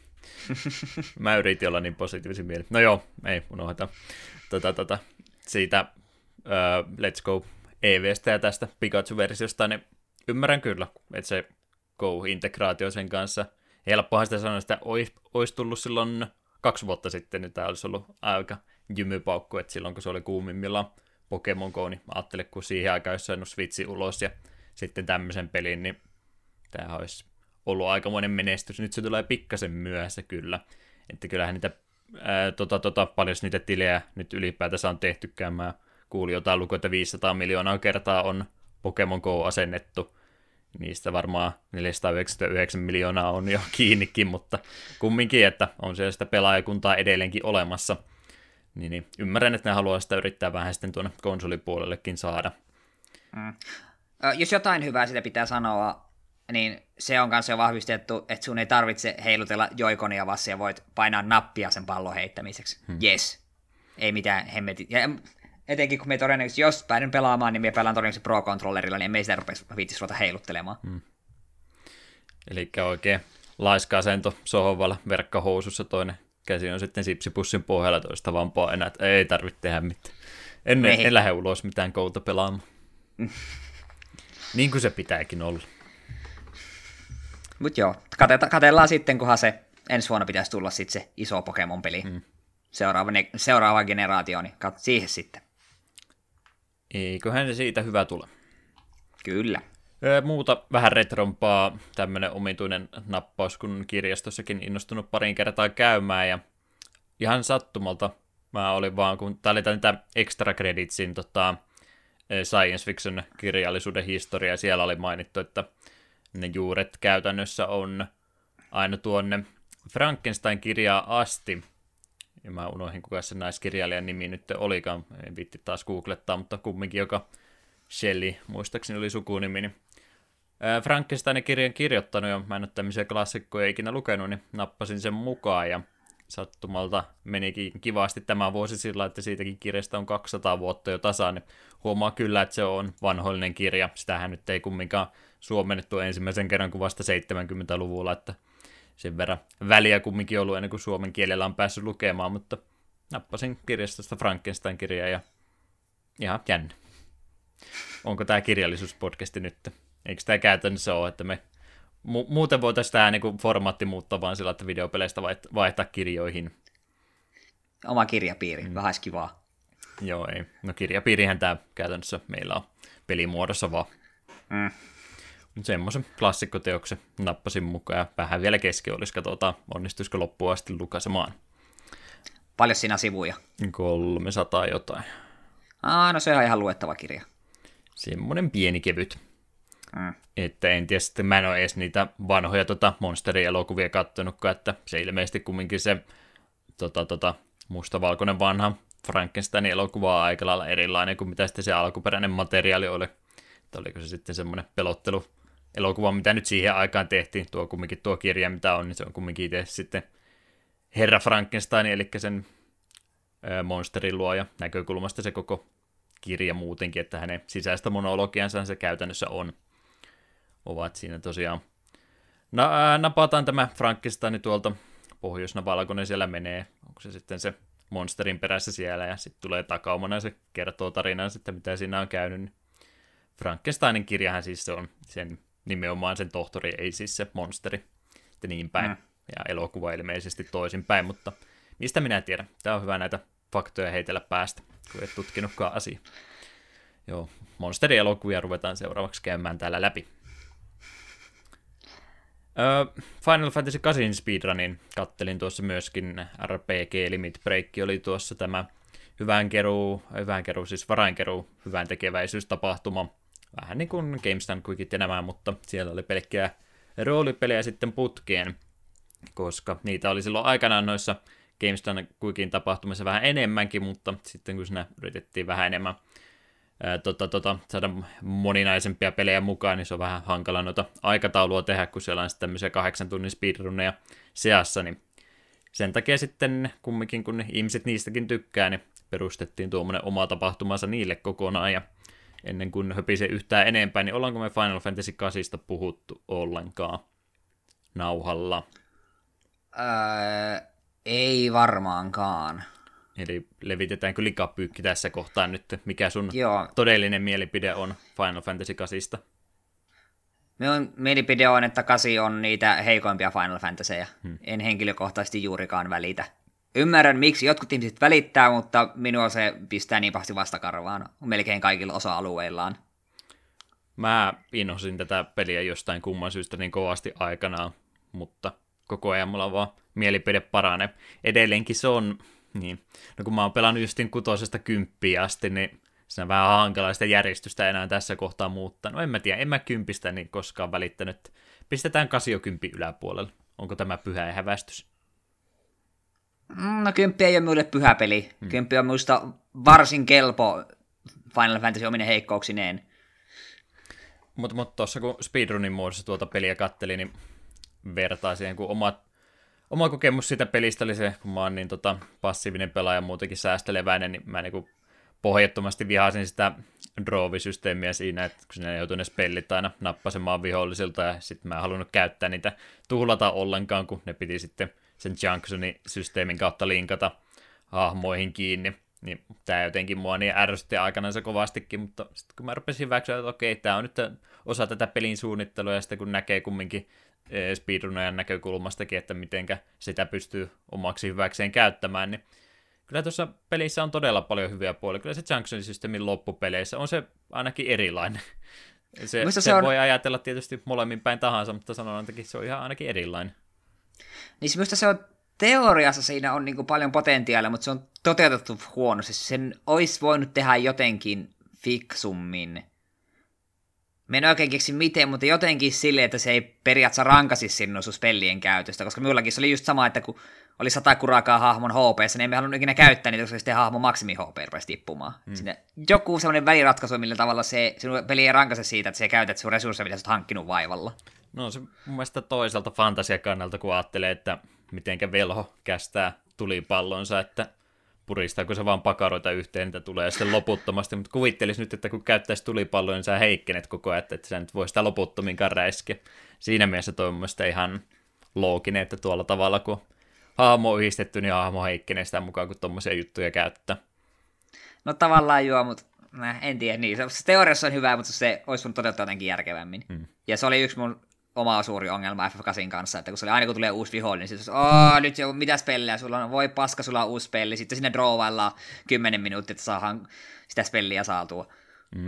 S1: Mä yritin olla niin positiivisen mieli. No joo, ei unohda. Tota, tota, siitä uh, Let's Go Eeveestä ja tästä Pikachu-versiosta, niin ymmärrän kyllä, että se Go-integraatio sen kanssa. Helppohan sitä sanoa, että olisi, olisi tullut silloin kaksi vuotta sitten, niin tämä olisi ollut aika jymypaukku, että silloin kun se oli kuumimmillaan Pokemon Go, niin mä ajattelin, kun siihen aikaan olisi saanut Switchi ulos ja sitten tämmöisen pelin, niin tämä olisi ollut aikamoinen menestys. Nyt se tulee pikkasen myöhässä kyllä, että kyllähän niitä Ää, tota, tota, paljon niitä tilejä nyt ylipäätänsä on tehtykään. Mä kuulin jotain lukua, että viisisataa miljoonaa kertaa on Pokemon Go asennettu. Niistä varmaan neljäsataayhdeksänkymmentäyhdeksän miljoonaa on jo kiinnikin, mutta kumminkin, että on siellä sitä pelaajakuntaa edelleenkin olemassa. Niin, niin ymmärrän, että ne haluaa sitä yrittää vähän sitten tuonne konsolipuolellekin saada.
S2: Mm. Jos jotain hyvää sitä pitää sanoa, niin se on kanssa jo vahvistettu, että sun ei tarvitse heilutella joikonia, vaan ja voit painaa nappia sen pallon heittämiseksi. Hmm. Yes. Ei mitään hemmetin. Ja etenkin kun me todennäköisesti, jos päädyn pelaamaan, niin me pelaan todennäköisesti Pro-controllerilla, niin me sitä rupeisi viittis ruveta heiluttelemaan. Hmm.
S1: Eli oikein laiska asento sohvalla verkkahousussa, toinen käsi on sitten sipsipussin pohjalla, toista vaan painaa, että ei tarvitse tehdä mitään. En, en lähde ulos mitään kouta pelaamaan. Niin kuin se pitääkin olla.
S2: Mutta joo, kateta, katellaan sitten, kunhan se ensi vuonna pitäisi tulla sitten se iso Pokemon-peli. Mm. Seuraava, ne, seuraava generaatio, niin katso siihen sitten.
S1: Eiköhän se siitä hyvä tule.
S2: Kyllä.
S1: Muuta vähän retrompaa, tämmöinen omituinen nappaus, kun kirjastossakin innostunut parin kertaa käymään, ja ihan sattumalta mä olin vaan, kun tää oli niitä extra creditsin tota, science fiction kirjallisuuden historia, siellä oli mainittu, että ne juuret käytännössä on aina tuonne Frankenstein-kirjaa asti, ja mä unohdin, kuka se naiskirjailijan nimi nyt olikaan, en viitti taas googlettaa, mutta kumminkin joka Shelley, muistaakseni oli sukunimi, niin Frankensteinin kirjan kirjoittanut, ja mä en ole tämmöisiä klassikkoja ikinä lukenut, niin nappasin sen mukaan, ja sattumalta menikin kivasti tämä vuosi sillä, että siitäkin kirjasta on kaksisataa vuotta jo tasan, niin huomaa kyllä, että se on vanhoillinen kirja, sitähän nyt ei kumminkaan suomennettu ensimmäisen kerran kuin vasta seitsemänkymmentäluvulla, että sen verran väliä kumminkin ollut ennen kuin suomen kielellä on päässyt lukemaan, mutta nappasin kirjastosta Frankenstein-kirjaa, ja ihan jännä. Onko tämä kirjallisuuspodcasti nyt? Eikö tämä käytännössä ole, että me mu- muuten voitaisiin tämä niinku formaatti muuttaa vaan sillä, että videopeleistä vaihtaa kirjoihin?
S2: Oma kirjapiiri, mm. vähän kivaa.
S1: Joo, ei. No kirjapiirihän tämä käytännössä meillä on pelimuodossa vaan. Mm. Mutta semmoisen klassikkoteoksen nappasin mukaan ja vähän vielä kesken olisi, katsotaan onnistuisiko loppuun asti lukaisemaan.
S2: Paljon siinä sivuja?
S1: kolmesataa jotain.
S2: Aa, no se on ihan luettava kirja.
S1: Semmoinen pieni kevyt. Mm. Että en tiedä, sitten mä en ole edes niitä vanhoja tota, monsteri-elokuvia kattonutkaan, että se ilmeisesti kumminkin se tota, tota, mustavalkoinen vanha Frankensteinin elokuva on aika lailla erilainen kuin mitä sitten se alkuperäinen materiaali oli. Että oliko se sitten semmoinen pelotteluelokuva, mitä nyt siihen aikaan tehtiin, tuo kumminkin tuo kirja, mitä on, niin se on kumminkin itse sitten Herra Frankenstein, eli sen ää, monsterin luoja näkökulmasta se koko kirja muutenkin, että hänen sisäistä monologiansa se käytännössä on. Ovat siinä tosiaan. Na, ää, napataan tämä Frankenstein tuolta pohjoisnavalla, kun ne siellä menee. Onko se sitten se monsterin perässä siellä, ja sitten tulee takaumana ja se kertoo tarinaa sitten, mitä siinä on käynyt. Niin Frankensteinin kirjahan siis se on sen nimenomaan sen tohtori, ei siis se monsteri. Ja niin päin. Mm. Ja elokuva ilmeisesti toisinpäin, mutta mistä minä tiedän. Tämä on hyvä näitä faktoja heitellä päästä, kun et tutkinutkaan asiaa. Joo, monsteri-elokuvia ruvetaan seuraavaksi käymään täällä läpi. Öö, Final Fantasy kahdeksan speedrunin kattelin tuossa myöskin. R P G Limit Break oli tuossa tämä hyvän keruu, hyvän keruu, siis varainkeruu, hyvän tekeväisyystapahtuma. Vähän niin kuin GameStop Quickit ja nämä, mutta siellä oli pelkkiä roolipelejä sitten putkeen, koska niitä oli silloin aikanaan noissa GameStop Quickin tapahtumissa vähän enemmänkin, mutta sitten kun siinä yritettiin vähän enemmän ää, tota, tota, saada moninaisempia pelejä mukaan, niin se on vähän hankala noita aikataulua tehdä, kun siellä on sitten tämmöisiä kahdeksan tunnin speedrunneja seassa, niin sen takia sitten kumminkin, kun ihmiset niistäkin tykkää, niin perustettiin tuommoinen oma tapahtumansa niille kokonaan, ja ennen kuin höpisee yhtään enempää, niin ollaanko me Final Fantasy kahdeksan puhuttu ollenkaan nauhalla?
S2: Öö, ei varmaankaan.
S1: Eli levitetäänkö likapyykki tässä kohtaa nyt? Mikä sun
S2: Joo.
S1: todellinen mielipide on Final Fantasy kahdeksan?
S2: Minun mielipide on, että kasi on niitä heikoimpia Final Fantasyjä. Hmm. En henkilökohtaisesti juurikaan välitä. Ymmärrän, miksi jotkut ihmiset välittää, mutta minua se pistää niin pahasti vastakarvaan melkein kaikilla osa-alueillaan.
S1: Mä inhosin tätä peliä jostain kumman syystä niin kovasti aikanaan, mutta koko ajan mulla vaan mielipide paranee. Edelleenkin se on, niin, no kun mä oon pelannut justin kutosesta kymppiä asti, niin se on vähän hankalaa sitä järjestystä enää tässä kohtaa muuttaa. No en mä tiedä, en mä kympistä niin koskaan välittänyt. Pistetään kasiokymppi yläpuolelle. Onko tämä pyhä ja hävästys?
S2: No kymppi ei ole minulle pyhä peli. Hmm. Kymppi on minusta varsin kelpo Final Fantasy omine heikkouksineen.
S1: Mutta mut tuossa kun speedrunin muodossa tuota peliä kattelin, niin vertaa siihen, kun oma, oma kokemus siitä pelistä oli se, kun mä oon niin tota, passiivinen pelaaja muutenkin säästeleväinen, niin mä niinku pohjattomasti vihasin sitä droovisysteemiä siinä, että kun sinne joutui ne spellit aina nappasemaan vihollisilta, ja sitten mä en halunnut käyttää niitä tuhlata ollenkaan, kun ne piti sitten sen Junctionin systeemin kautta linkata hahmoihin kiinni. Niin tämä jotenkin mua niin ärsytti aikanaan se kovastikin, mutta sitten kun mä rupesin hyväksyä, että okei, tämä on nyt osa tätä pelin suunnittelua, ja sitten kun näkee kumminkin speedrunajan näkökulmastakin, että mitenkä sitä pystyy omaksi hyväkseen käyttämään, niin kyllä tuossa pelissä on todella paljon hyviä puolia. Kyllä se Junction-systeemin loppupeleissä on se ainakin erilainen. Se, se, se on... voi ajatella tietysti molemmin päin tahansa, mutta sanon että se on ihan ainakin erilainen.
S2: Niin minusta se on teoriassa siinä on niin kuin paljon potentiaalia, mutta se on toteutettu huonosti. Sen olisi voinut tehdä jotenkin fiksummin. Mä en oikein keksi miten, mutta jotenkin silleen, että se ei periaatteessa rankasi sinun spellien käytöstä, koska minullakin se oli just sama, että kun oli sata kurakaa hahmon H P:ssä, niin emme halunnut ikinä käyttää niitä, koska sitten hahmon maksimi H P rupesi tippumaan. Hmm. Sinne joku sellainen väliratkaisu, millä tavalla se, sinun peli ei rankase siitä, että se käytät sun resursseja, mitä sä oot hankkinut vaivalla.
S1: No se mun mielestä toisaalta fantasiakannalta, kun ajattelee, että mitenkä velho kästää tulipallonsa, että puristaako se vaan pakaroita yhteen, niitä tulee sitten loputtomasti, mutta kuvittelisi nyt, että kun käyttäisi tulipalloa, niin sä heikkenet koko ajan, että sä nyt voi sitä loputtominkaan räiskiä. Siinä mielessä toi on mun mielestä ihan looginen, että tuolla tavalla, kun hahmo on yhdistetty, niin hahmo heikkenee sitä mukaan, kun tommosia juttuja käyttää.
S2: No tavallaan joo, mutta en tiedä niin. Se teoriassa on hyvä, mutta se olisi voinut toteuttaa jotenkin järkevämmin. Hmm. Ja se oli yksi mun oma suuri ongelma F F kahdeksan kanssa, että kun se oli aina kun tulee uusi vihollinen, niin sitten aah, nyt jo mitä spelliä sulla on, voi paska, sulla on uusi spelli, sitten sinne droovaillaan kymmenen minuuttia, että saadaan sitä spelliä saatua. Mm.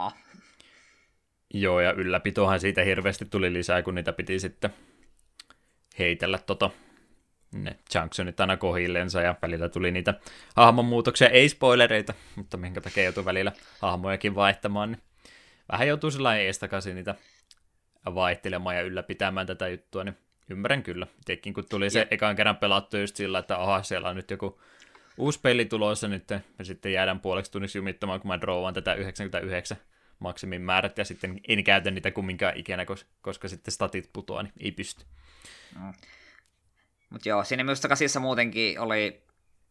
S1: Joo, ja ylläpitohan siitä hirveästi tuli lisää, kun niitä piti sitten heitellä tota, ne junctionit aina kohillensa, ja välillä tuli niitä hahmonmuutoksia, ei spoilereita, mutta minkä takia joutui välillä hahmojakin vaihtamaan, niin vähän joutuu sellainen eestakaisin niitä vaihtelemaan ja ylläpitämään tätä juttua, niin ymmärrän kyllä. Tekin kun tuli se ja. ekan kerran pelattu just sillä, että aha, siellä on nyt joku uusi peli tulossa nyt, ja sitten jäädään puoleksi tunniksi jumittamaan, kun mä droovaan tätä yhdeksänkymmentäyhdeksän maksimin määrät, ja sitten en käytä niitä kumminkaan ikinä, koska, koska sitten statit putoaa, niin ei pysty.
S2: No. Mutta joo, siinä minusta kasissa muutenkin oli,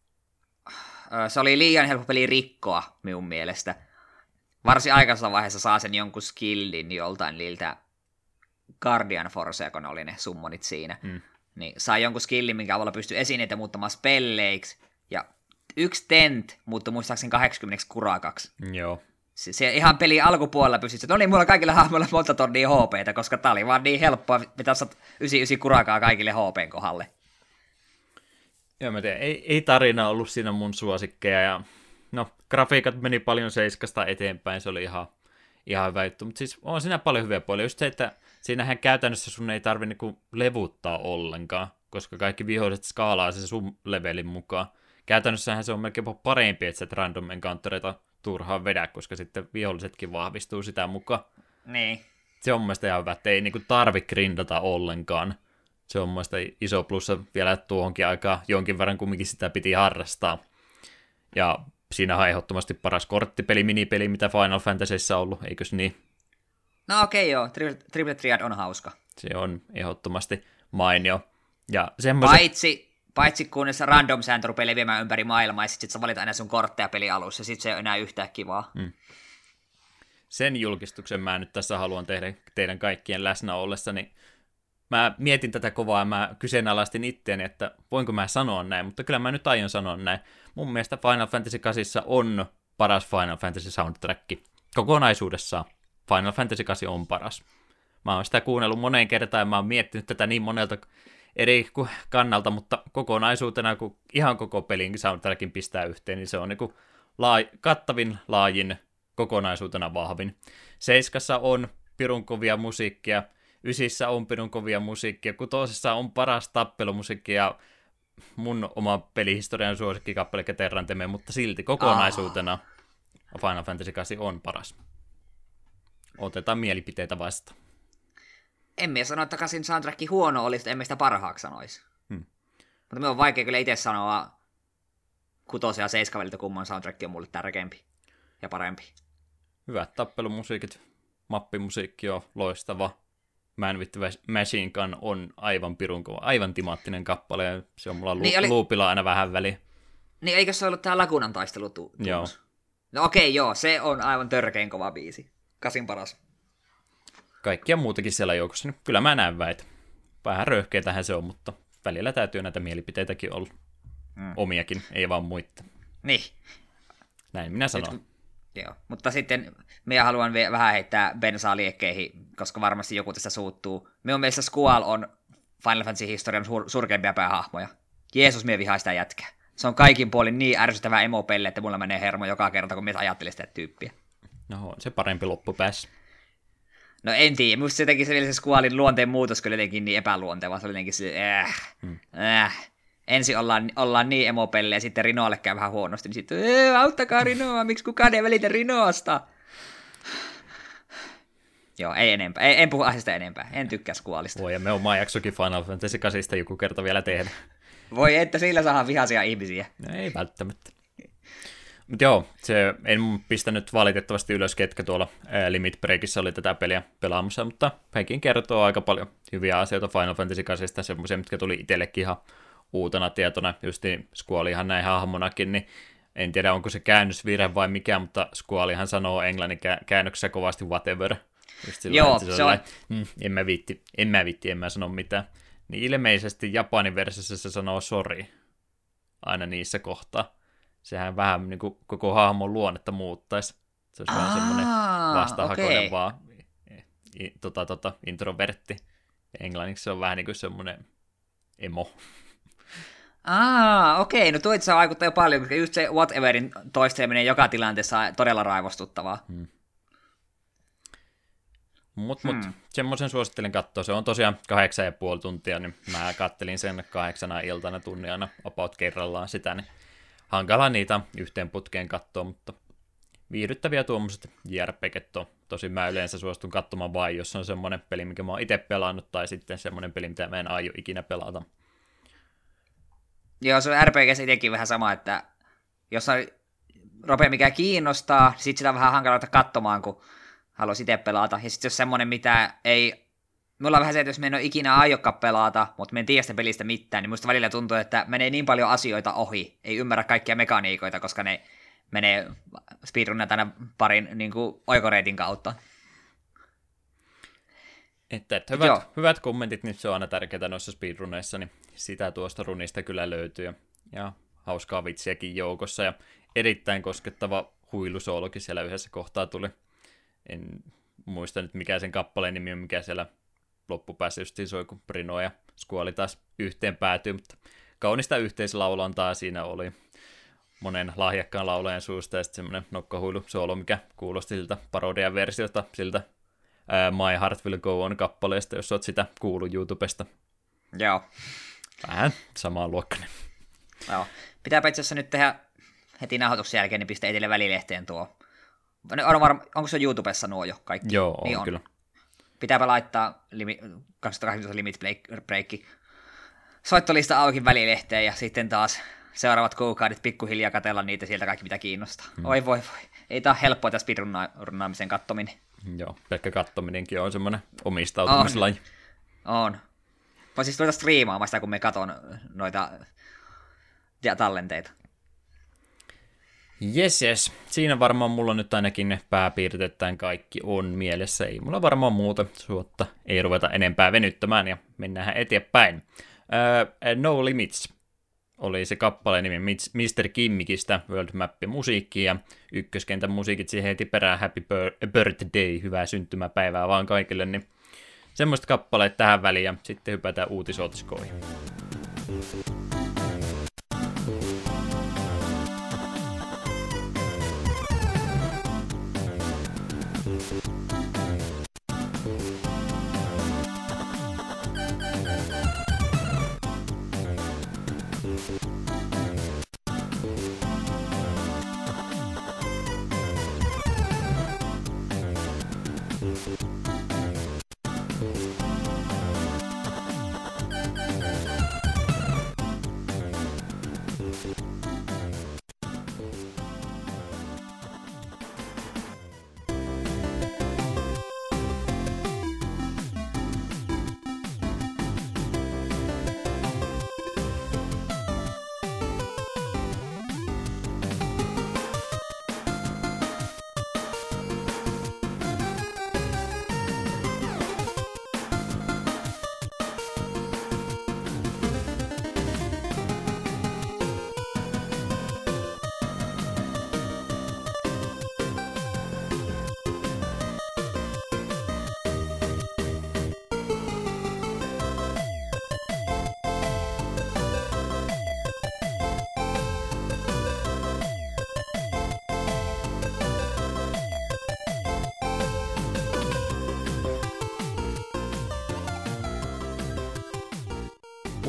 S2: se oli liian helppo peli rikkoa minun mielestä. Varsin aikaisessa vaiheessa saa sen jonkun skillin joltain niiltä Guardian Force, kun ne oli ne summonit siinä, mm. niin sai jonkun skillin, minkä avulla pystyi esineitä muuttamaan spelleiksi, ja yksi tent muuttui muistaakseni kahdeksankymmentä kurakaksi.
S1: Joo.
S2: Se, se ihan peli alkupuolella pystyi, että no niin, mulla on kaikilla hahmoilla monta tonnia H P:tä, koska tää oli vaan niin helppoa, mitä sä yhdeksänkymmentäyhdeksän kurakaa kaikille H P:n kohdalle.
S1: Joo, mä tiedän, ei, ei tarina ollut siinä mun suosikkeja, ja no, grafiikat meni paljon seiskasta eteenpäin, se oli ihan, ihan hyvä juttu, mutta siis on siinä paljon hyviä puolia, just se, että siinähän käytännössä sun ei tarvitse niinku levuttaa ollenkaan, koska kaikki viholliset skaalaa sen sun levelin mukaan. Käytännössähän se on melkein parempi, että sä et random encountereita turhaan vedä, koska sitten vihollisetkin vahvistuu sitä mukaan.
S2: Niin.
S1: Se on mun mielestä ihan hyvä, että ei niinku tarvi grindata ollenkaan. Se on mun mielestä iso plussa vielä tuohonkin aikaan, jonkin verran kumminkin sitä piti harrastaa. Ja siinä on ehdottomasti paras korttipeli, minipeli, mitä Final Fantasyssä on ollut, eikös niin?
S2: No okei okay, joo, Triple, Triple Triad on hauska.
S1: Se on ehdottomasti mainio. Ja semmoisen...
S2: Paitsi, paitsi kun se random sääntö rupeaa leviämään ympäri maailmaa, ja sitten sä valitaan aina sun kortteja peli alussa, ja sitten se ei ole enää yhtään kivaa. Hmm.
S1: Sen julkistuksen mä nyt tässä haluan tehdä teidän kaikkien läsnä ollessa, niin mä mietin tätä kovaa, ja mä kyseenalaistin itteeni, että voinko mä sanoa näin, mutta kyllä mä nyt aion sanoa näin. Mun mielestä Final Fantasy kahdeksan on paras Final Fantasy soundtrack. Kokonaisuudessaan Final Fantasy kahdeksan on paras. Mä oon sitä kuunnellut moneen kertaan, ja mä oon miettinyt tätä niin monelta eri kannalta, mutta kokonaisuutena, kun ihan koko pelin soundtrackin pistää yhteen, niin se on niin kuin laa- kattavin, laajin, kokonaisuutena vahvin. Seiskassa on pirun kovia musiikkia, Ysissä on pirun kovia musiikkia, Kutosessa on paras tappelumusiikki ja mun oma pelihistorian suosikkikappale Terranteme, mutta silti kokonaisuutena oh. Final Fantasy kahdeksan on paras. Otetaan mielipiteitä vasta.
S2: Emme sano, että kasin soundtrack huono olisi, että emme sitä parhaaksi sanoisi. Hmm. Mutta me on vaikea kyllä itse sanoa kutosen ja seiskan väliltä, kumman soundtrack on mulle tärkeämpi ja parempi.
S1: Hyvät tappelumusiikit, mappimusiikki on loistava. Man with the Machine Gun on aivan pirun kova, aivan timaattinen kappale, ja se on mulla lu- niin oli... luupilla aina vähän väliä.
S2: Niin eikö se ollut tää Lagunan taistelu tu-
S1: Joo.
S2: No okei, okay, joo, se on aivan törkein kova biisi. Kasin paras.
S1: Kaikkia muutakin siellä joukossa, niin kyllä mä näen väitä. Vähän röyhkeitähän se on, mutta välillä täytyy näitä mielipiteitäkin olla. Mm. Omiakin, ei vaan muita.
S2: Niin.
S1: Näin minä sanon.
S2: Nyt, Joo, mutta sitten minä haluan vielä vähän heittää bensaa liekkeihin, koska varmasti joku tästä suuttuu. Minun mielestä Squall on Final Fantasy-historian sur- surkeimpia päähahmoja. Jeesus, minä vihaan sitä jätkää. Se on kaikin puolin niin ärsyttävä emopelle, että mulla menee hermo joka kerta, kun minä ajattelin sitä tyyppiä.
S1: No, on se parempi loppupäässä.
S2: No en tiedä, minusta se teki se, se Squallin luonteen muutos kyllä jotenkin niin epäluonteva. Se oli jotenkin se, äh, hmm. äh. Ensin ollaan, ollaan niin emopelle ja sitten Rinoalle käy vähän huonosti, niin sitten auttakaa Rinoa, miksi kukaan ei välitä Rinoasta? Joo, ei enempää. En, en puhu asiasta enempää. En tykkää Squallista.
S1: Voi, ja me oma jaksokin Final Fantasy kahdeksan joku kerta vielä tehdä.
S2: Voi, että sillä saadaan vihaisia ihmisiä.
S1: No, ei välttämättä. Mutta joo, se, en pistänyt valitettavasti ylös, ketkä tuolla ää, Limit Breakissä oli tätä peliä pelaamassa, mutta hekin kertoo aika paljon hyviä asioita Final Fantasy kahdeksan, semmoisia, mitkä tuli itsellekin ihan uutena tietona, justiin Squallihan näin hahmonakin, niin en tiedä onko se käännösvirhe vai mikä, mutta Squallihan sanoo englannin käännöksessä kovasti whatever.
S2: Joo, se on.
S1: Mm, en mä viitti, en mä viitti, en mä sano mitään. Niin ilmeisesti Japanin versiossa se sanoo sorry aina niissä kohtaa. Sehän vähän niin kuin koko hahmon luonnetta muuttaisi. Se olisi vähän semmoinen vastahakoinen okay. vaan i, tota, tota, introvertti. Englanniksi se on vähän niin kuin semmoinen emo.
S2: Aa, okei, no tuo itse vaikuttaa jo paljon, koska just se whateverin toisteleminen joka tilanteessa on todella raivostuttavaa. Hmm.
S1: Mut, mut, hmm. semmoisen suosittelen katsoa. Se on tosiaan kahdeksan ja puoli tuntia, niin mä kattelin sen kahdeksana iltana tunnin aina about kerrallaan sitä, niin hankala niitä yhteen putkeen katsoa, mutta viihdyttäviä tuommoiset J R P G:t on. Tosin mä yleensä suostun katsomaan vain, jos on semmoinen peli, mikä mä oon itse pelannut, tai sitten semmoinen peli, mitä mä en aio ikinä pelata.
S2: Joo, se on R P G:ssä itsekin vähän sama, että jos on ropea mikä kiinnostaa, niin sit sitä on vähän hankala katsomaan, kun haluaisi itse pelata. Ja sitten jos semmoinen, mitä ei... Mulla on vähän se, että jos me en ole ikinä aiokkaan pelata, mutta me en tiedä sitä pelistä mitään, niin musta välillä tuntuu, että menee niin paljon asioita ohi. Ei ymmärrä kaikkia mekaniikoita, koska ne menee speedrunnat aina parin niin kuin oikoreitin kautta.
S1: Että, että hyvät, hyvät kommentit, niin se on aina tärkeää noissa speedruneissa, niin sitä tuosta runista kyllä löytyy. Ja hauskaa vitsiäkin joukossa, ja erittäin koskettava huilusoolokin siellä yhdessä kohtaa tuli. En muista nyt mikä sen kappaleen nimi on, mikä siellä loppupäässä just soi, kun Brino ja Squall taas yhteen päätyy, mutta kaunista yhteislaulantaa siinä oli monen lahjakkaan laulajan suusta, ja sitten semmoinen nokkahuilusoolo, mikä kuulosti siltä parodian versiota, siltä ää, My Heart Will Go On -kappaleesta, jos oot sitä kuullut YouTubesta.
S2: Joo.
S1: Vähän samaa luokkainen.
S2: Joo. Pitääpä itse asiassa nyt tehdä heti nauhoituksen jälkeen, niin pistä itselle välilehteen tuo. On varma, onko se YouTubessa nuo jo kaikki?
S1: Joo, on,
S2: niin on.
S1: Kyllä.
S2: Pitääpä laittaa limi, kaksituhattakahdeksantoista Limit Break soittolista auki välilehteen ja sitten taas seuraavat kuukaudet pikkuhiljaa katsella niitä sieltä kaikki mitä kiinnostaa. Hmm. Oi voi voi. Ei tää ole helppoa tässä speedrunnaamisen kattominen.
S1: Joo, pelkkä kattominenkin on semmoinen omistautumislaji.
S2: On. on. Voin siis ruveta striimaamaan sitä, kun me katon noita ja tallenteita.
S1: Jes, jes. Siinä varmaan mulla nyt ainakin pääpiirteittäin kaikki on mielessä. Ei mulla varmaan muuta suotta. Ei ruveta enempää venyttämään ja mennään eteenpäin. Uh, No Limits oli se kappaleen nimi mister Kimmikistä, World Map musiikki ja ykköskentän musiikit siihen heti perään Happy Birthday, hyvää syntymäpäivää vaan kaikille. Niin semmoista kappaleet tähän väliin ja sitten hypätään uutisotiskoihin.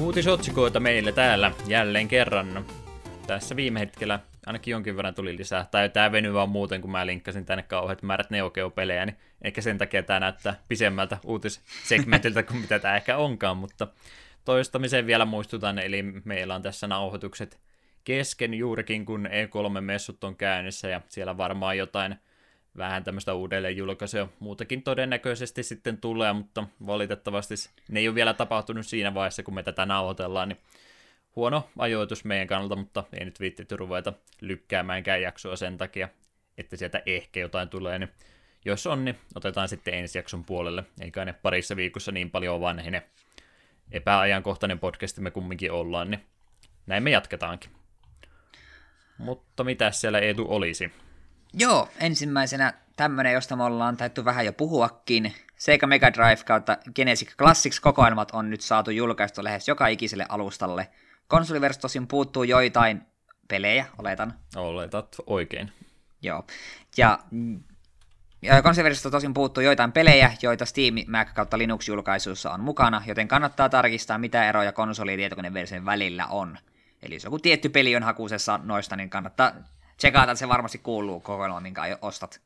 S1: Uutisotsikoita meille täällä jälleen kerran. Tässä viime hetkellä ainakin jonkin verran tuli lisää. Tai tää venyy vaan muuten, kun mä linkkasin tänne kauheat määrät Neo Geo-pelejä, niin ehkä sen takia tää näyttää pisemmältä uutissegmentiltä kuin mitä tää ehkä onkaan, mutta toistamiseen vielä muistutan, eli meillä on tässä nauhoitukset kesken juurikin, kun E kolme -messut on käynnissä, ja siellä varmaan jotain vähän tämmöistä uudelleen julkaisua muutakin todennäköisesti sitten tulee, mutta valitettavasti ne ei ole vielä tapahtunut siinä vaiheessa, kun me tätä nauhoitellaan, niin huono ajoitus meidän kannalta, mutta ei nyt viittitty ruveta lykkäämäänkään jaksoa sen takia, että sieltä ehkä jotain tulee, niin jos on, niin otetaan sitten ensi jakson puolelle, eikä ne parissa viikossa niin paljon vanhene epäajankohtainen podcast me kumminkin ollaan, niin näin me jatketaankin. Mutta mitä siellä Eetu olisi?
S2: Joo, ensimmäisenä tämmönen, josta me ollaan taittu vähän jo puhuakin. Sega Mega Drive kautta Genesis Classics-kokoelmat on nyt saatu julkaistu lähes joka ikiselle alustalle. Konsoliversiosta tosin puuttuu joitain pelejä, oletan.
S1: Oletat oikein.
S2: Joo, ja, ja konsoliversiosta tosin puuttuu joitain pelejä, joita Steam Mac kautta Linux-julkaisuissa on mukana, joten kannattaa tarkistaa, mitä eroja konsoli- ja tietokoneversion välillä on. Eli jos joku tietty peli on hakusessa noista, niin kannattaa tsekata, että se varmasti kuuluu kokoelmaan, minkä ostat.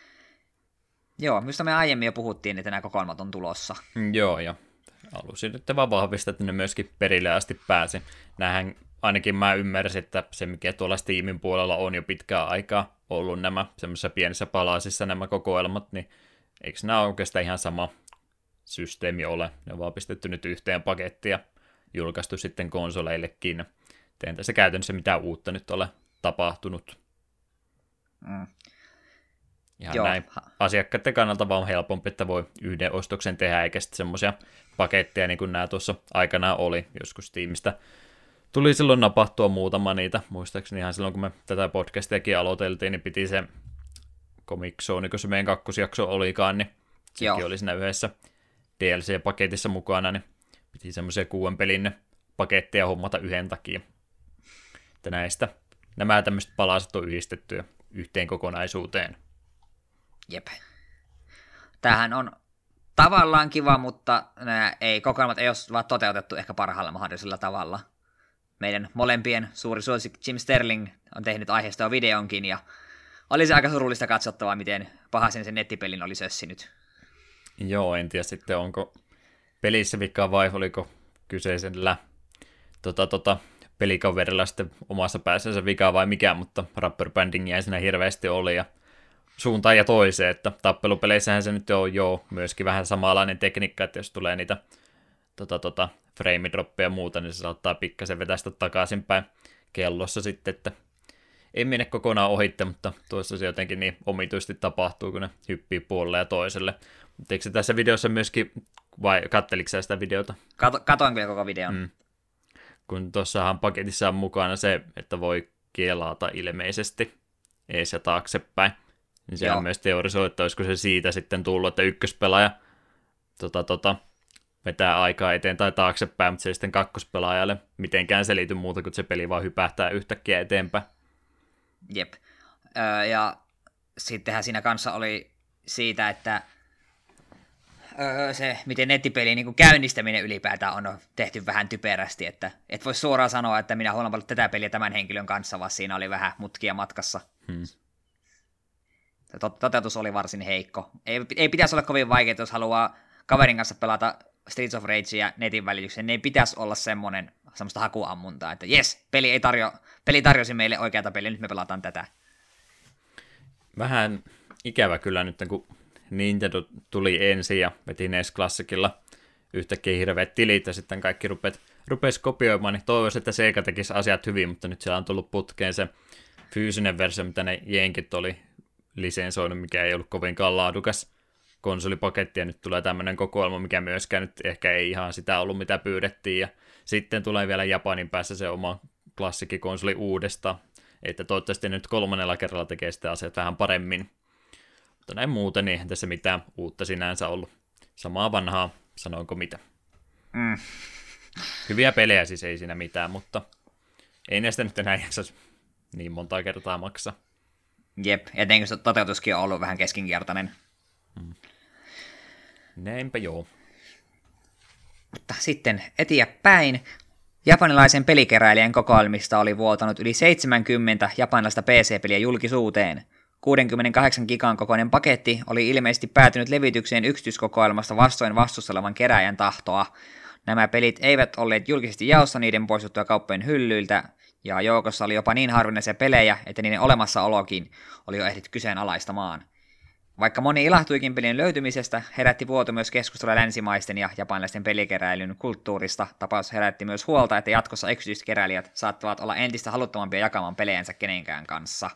S2: Joo, mistä me aiemmin jo puhuttiin, että nämä kokoelmat on tulossa.
S1: Joo, ja halusin nyt vaan vahvistaa, että ne myöskin perille asti pääsi. Nämähän, ainakin mä ymmärsin, että se mikä tuolla Steamin puolella on jo pitkään aikaa ollut nämä semmoisissa pienissä palasissa nämä kokoelmat, niin eikö nämä oikeastaan ihan sama systeemi ole? Ne on vaan pistetty nyt yhteen pakettiin ja julkaistu sitten konsoleillekin. Tein tässä käytännössä mitään uutta nyt ole tapahtunut.
S2: Mm.
S1: Ihan Joo. Näin asiakkaiden kannalta vaan helpompi, että voi yhden ostoksen tehdä, eikä sitten semmoisia paketteja, niin kuin nämä tuossa aikanaan oli. Joskus Steamista tuli silloin napahtua muutama niitä. Muistaakseni ihan silloin, kun me tätä podcastiakin aloiteltiin, niin piti se Comic Zone, kun se meidän kakkosjakso olikaan, niin sekin Joo. oli siinä yhdessä D L C-paketissa mukana, niin piti semmoisia kuuden pelin paketteja hommata yhden takia. Että näistä nämä tämmöiset palaset on yhdistetty yhteen kokonaisuuteen.
S2: Jep. Tämähän on tavallaan kiva, mutta nämä ei, kokoelmat ei ole vaan toteutettu ehkä parhaalla mahdollisella tavalla. Meidän molempien suuri suosikki Jim Sterling on tehnyt aiheesta jo videonkin, ja oli se aika surullista katsottavaa, miten pahasen sen nettipelin oli sössinyt.
S1: Joo, en tiedä sitten onko pelissä vikaa vai oliko kyseisellä tota, tota, pelikaverilla sitten omassa päässänsä vikaa vai mikä, mutta Rubber Bandingia siinä hirveästi oli, ja suuntaan ja toiseen, että tappelupeleissähän se nyt on joo, myöskin vähän samanlainen tekniikka, että jos tulee niitä tota, tota, frame-droppeja ja muuta, niin se saattaa pikkasen vetästä takaisinpäin kellossa sitten, että ei mene kokonaan ohitte, mutta tuossa se jotenkin niin omituisesti tapahtuu, kun ne hyppii puolelle ja toiselle. Mutta eikö se tässä videossa myöskin, vai katteliko sä sitä videota?
S2: Kato, katoin kyllä koko videon. Mm.
S1: Kun tuossahan paketissa on mukana se, että voi kelata ilmeisesti ees ja taaksepäin. Niin siellä on myös teorisoi, että olisiko se siitä sitten tullut, että ykköspelaaja tota, tota, vetää aikaa eteen tai taaksepäin, mutta se ei sitten kakkospelaajalle mitenkään selity muuta, kun se peli vaan hypähtää yhtäkkiä eteenpäin.
S2: Jep. Öö, ja sittenhän siinä kanssa oli siitä, että öö, se, miten nettipelin niin käynnistäminen ylipäätään on tehty vähän typerästi, että et voi suoraan sanoa, että minä haluan paljon tätä peliä tämän henkilön kanssa, vaan siinä oli vähän mutkia matkassa. Hmm. Toteutus oli varsin heikko. Ei, ei pitäisi olla kovin vaikeaa, jos haluaa kaverin kanssa pelata Streets of Ragea netin välitykseen. Ne ei pitäisi olla semmoinen, semmoista hakuammuntaa, että jes, peli, ei tarjo, peli tarjosi meille oikeata peliä, nyt me pelataan tätä.
S1: Vähän ikävä kyllä nyt, kun Nintendo tuli ensin ja veti N E S Classicilla yhtäkkiä hirveät tilit ja sitten kaikki rupes, rupes kopioimaan, niin toivoisin, että Sega tekisi asiat hyvin, mutta nyt siellä on tullut putkeen se fyysinen versio, mitä ne jenkit oli lisensoinut, mikä ei ollut kovinkaan laadukas konsolipaketti, ja nyt tulee tämmöinen kokoelma, mikä myöskään nyt ehkä ei ihan sitä ollut, mitä pyydettiin, ja sitten tulee vielä Japanin päässä se oma klassikkikonsoli uudestaan, että toivottavasti nyt kolmannella kerralla tekee sitä asiat vähän paremmin, mutta näin muuten, niin eihän tässä mitään uutta sinänsä ollut, samaa vanhaa, sanoinko mitä. Mm. Hyviä pelejä siis ei siinä mitään, mutta ei näistä nyt enää jaksaisi niin montaa kertaa maksaa.
S2: Jep, etenkin se toteutuskin on ollut vähän keskinkertainen.
S1: Hmm. Näinpä joo.
S2: Mutta sitten eteenpäin. Japanilaisen pelikeräilijän kokoelmista oli vuotanut yli seitsemänkymmentä japanilaista P C-peliä julkisuuteen. kuusikymmentäkahdeksan gigan kokoinen paketti oli ilmeisesti päätynyt levitykseen yksityiskokoelmasta vastoin vastustelevan keräjän tahtoa. Nämä pelit eivät olleet julkisesti jaossa niiden poistuttua kauppojen hyllyiltä, ja joukossa oli jopa niin harvinaisia pelejä, että niiden olemassaolokin oli jo ehditty kyseenalaistamaan. Vaikka moni ilahtuikin pelin löytymisestä, herätti vuoto myös keskustelua länsimaisten ja japanilaisten pelikeräilyn kulttuurista. Tapaus herätti myös huolta, että jatkossa yksityiset keräilijät saattavat olla entistä haluttomampia jakamaan pelejänsä kenenkään kanssa.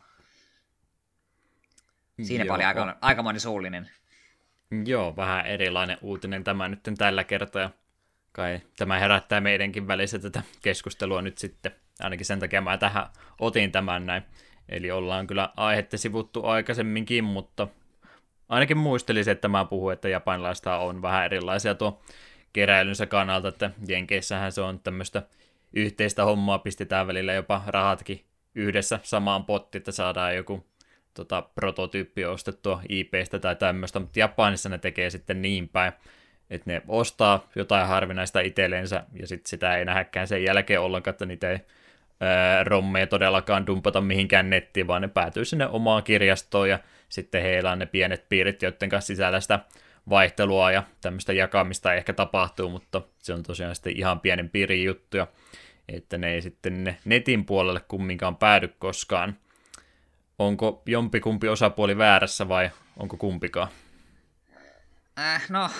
S2: Siinäpä oli aika, aikamoinen suullinen.
S1: Joo, vähän erilainen uutinen tämä nyt tällä kertaa. Kai tämä herättää meidänkin välissä tätä keskustelua nyt sitten. Ainakin sen takia mä tähän otin tämän näin. Eli ollaan kyllä aihetta sivuttu aikaisemminkin, mutta ainakin muistelisin, että mä puhun, että japanilaista on vähän erilaisia tuo keräilynsä kannalta, että Jenkeissähän se on tämmöistä yhteistä hommaa, pistetään välillä jopa rahatkin yhdessä samaan pottiin, että saadaan joku tota, prototyyppi ostettua I P:stä tai tämmöistä, mutta Japanissa ne tekee sitten niin päin, että ne ostaa jotain harvinaista itselleensä, ja sitten sitä ei nähdäkään sen jälkeen ollenkaan, että niitä ei ää, rommeja todellakaan dumpata mihinkään nettiin, vaan ne päätyy sinne omaan kirjastoon, ja sitten heillä on ne pienet piirit, joiden kanssa sisällä sitä vaihtelua ja tämmöistä jakamista ehkä tapahtuu, mutta se on tosiaan sitten ihan pienen piirin juttuja, että ne ei sitten ne netin puolelle kumminkaan päädy koskaan. Onko jompikumpi osapuoli väärässä vai onko kumpikaan?
S2: Äh, no,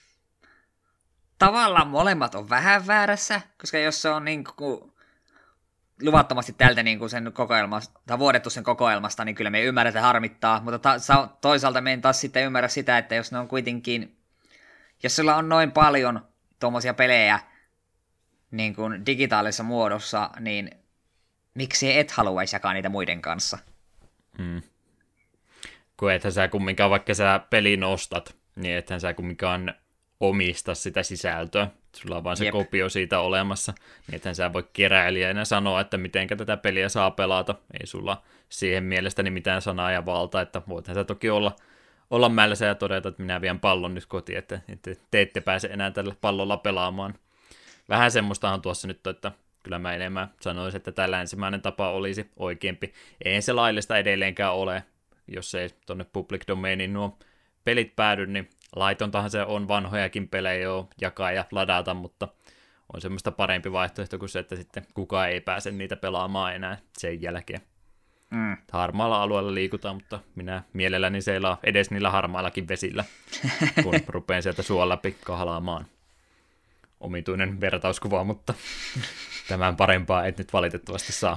S2: tavallaan molemmat on vähän väärässä, koska jos se on niin kuin luvattomasti tältä niin kuin sen kokoelmasta, tai vuodettu sen kokoelmasta, niin kyllä me ymmärretään harmittaa, mutta ta- toisaalta me en taas sitten ymmärrä sitä, että jos ne on kuitenkin, jos sulla on noin paljon tuommoisia pelejä niin kuin digitaalisessa muodossa, niin miksi et haluaisi jakaa niitä muiden kanssa?
S1: Hmm. Kun ethän sä kumminkaan, vaikka sä pelin ostat, niin ethän sä kumminkaan omista sitä sisältöä. Sulla on vaan se Jep. kopio siitä olemassa, niin ethän sä voi keräilijänä sanoa, että mitenkä tätä peliä saa pelata. Ei sulla siihen mielestäni mitään sanaa ja valta, että voithan sä toki olla, olla mälsä ja todeta, että minä vien pallon nyt kotiin, että, että te ette pääse enää tällä pallolla pelaamaan. Vähän semmoistahan tuossa nyt, että kyllä mä enemmän sanoisin, että tämä länsimäinen tapa olisi oikeampi. Eihän se laillista edelleenkään ole, jos ei tuonne public domainiin nuo pelit päädy, niin laitontahan se on, vanhojakin pelejä jo jakaa ja ladata, mutta on semmoista parempi vaihtoehto kuin se, että sitten kukaan ei pääse niitä pelaamaan enää sen jälkeen. Mm. Harmaalla alueella liikutaan, mutta minä mielelläni seilaa edes niillä harmaillakin vesillä, kun rupean sieltä suon läpi kahlaamaan. Omituinen vertauskuva, mutta tämän parempaa et nyt valitettavasti saa.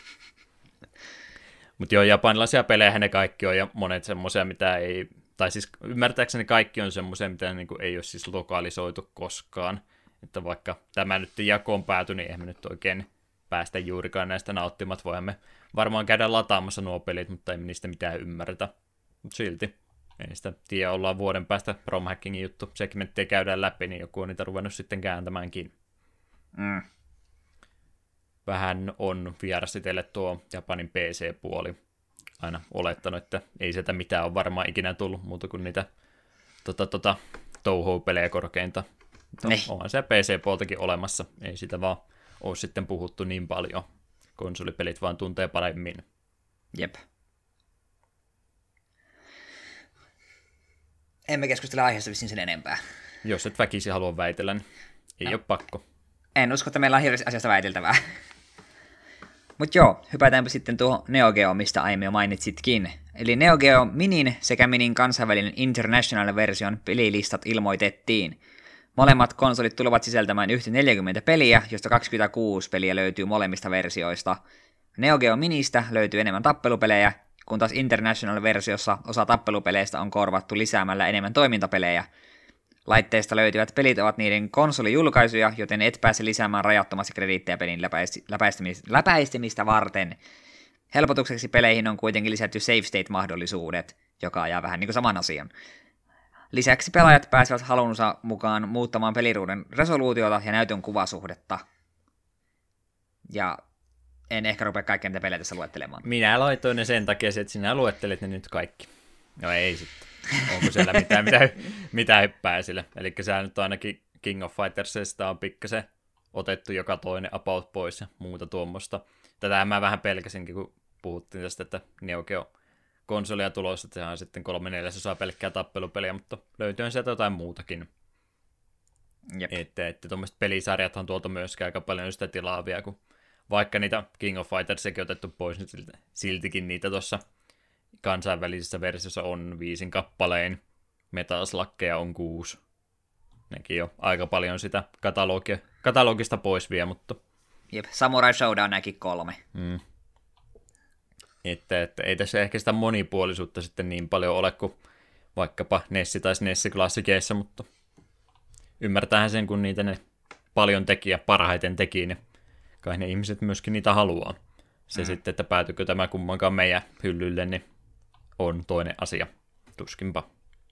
S1: Mutta joo, japanilaisia pelejä ne kaikki on, ja monet semmoisia, mitä ei, tai siis ymmärtääkseni kaikki on semmoisia, mitä niin kuin ei ole siis lokalisoitu koskaan. Että vaikka tämä nyt jakoon päätyi, niin eihän me nyt oikein päästä juurikaan näistä nauttimat. Voihan me varmaan käydä lataamassa nuo pelit, mutta ei niistä mitään ymmärretä. Mutta silti, ei sitä tiedä, ollaan vuoden päästä romhackingin juttu. Segmenttiä käydään läpi, niin joku on niitä ruvennut sitten kääntämäänkin. Mm. Vähän on vieras itselle tuo Japanin P C-puoli. Aina olettanut, että ei sieltä mitään ole varmaan ikinä tullut muuta kuin niitä tota, tota, touhou-pelejä korkeinta. No, onhan se P C-puoltakin olemassa, ei sitä vaan ole sitten puhuttu niin paljon. Konsolipelit vaan tuntee paremmin.
S2: Jep. Emme keskustele aiheesta vissiin sen enempää.
S1: Jos et väkisi halua väitellä, niin ei no. ole pakko.
S2: En usko, että meillä on hirveästi asiasta väiteltävää. Mutta joo, hypätäänpä sitten tuohon Neo Geo, mistä aiemmin jo mainitsitkin. Eli Neo Geo Minin sekä Minin kansainvälinen International-version pelilistat ilmoitettiin. Molemmat konsolit tulevat sisältämään yhtä neljäkymmentä peliä, josta kaksikymmentäkuusi peliä löytyy molemmista versioista. Neo Geo Ministä löytyy enemmän tappelupelejä, kun taas International-versiossa osa tappelupeleistä on korvattu lisäämällä enemmän toimintapelejä. Laitteesta löytyvät pelit ovat niiden konsolijulkaisuja, joten et pääse lisäämään rajattomasti krediittejä pelin läpäistemistä varten. Helpotukseksi peleihin on kuitenkin lisätty save state-mahdollisuudet, joka ajaa vähän niin kuin saman asian. Lisäksi pelaajat pääsevät halunsa mukaan muuttamaan peliruuden resoluutiota ja näytön kuvasuhdetta. Ja en ehkä rupea kaikkea mitä pelejä tässä luettelemaan.
S1: Minä laitoin ne sen takia, että sinä luettelet ne nyt kaikki. No ei sitten. Onko siellä mitään, mitä, mitä hyppää sille. Eli sehän nyt ainakin King of Fightersista on pikkasen otettu joka toinen about pois ja muuta tuommoista. Tätä mä vähän pelkäsinkin, kun puhuttiin tästä, että Neo Geo konsolia tulossa, että sehän on sitten kolme neljäsosaa pelkkää tappelupeliä, mutta löytyy sieltä jotain muutakin. Jep. Että, että tuommoiset pelisarjathan tuolta myöskään aika paljon sitä tilaavia, kun vaikka niitä King of Fightersiakin otettu pois, niin siltikin niitä tuossa kansainvälisessä versiossa on viisin kappaleen, Metal Sluggeja on kuusi. Nekin jo aika paljon sitä katalogia, katalogista pois vie, mutta...
S2: Jep, Samurai Showdown näkin kolme.
S1: Mm. Että, että ei tässä ehkä sitä monipuolisuutta sitten niin paljon ole kuin vaikkapa Nessi tai Nessi-klassikeissa, mutta ymmärtäähän sen, kun niitä ne paljon teki ja parhaiten teki, niin kai ne ihmiset myöskin niitä haluaa. Se mm. sitten, että päätykö tämä kummankaan meidän hyllylle, niin on toinen asia. Tuskinpa.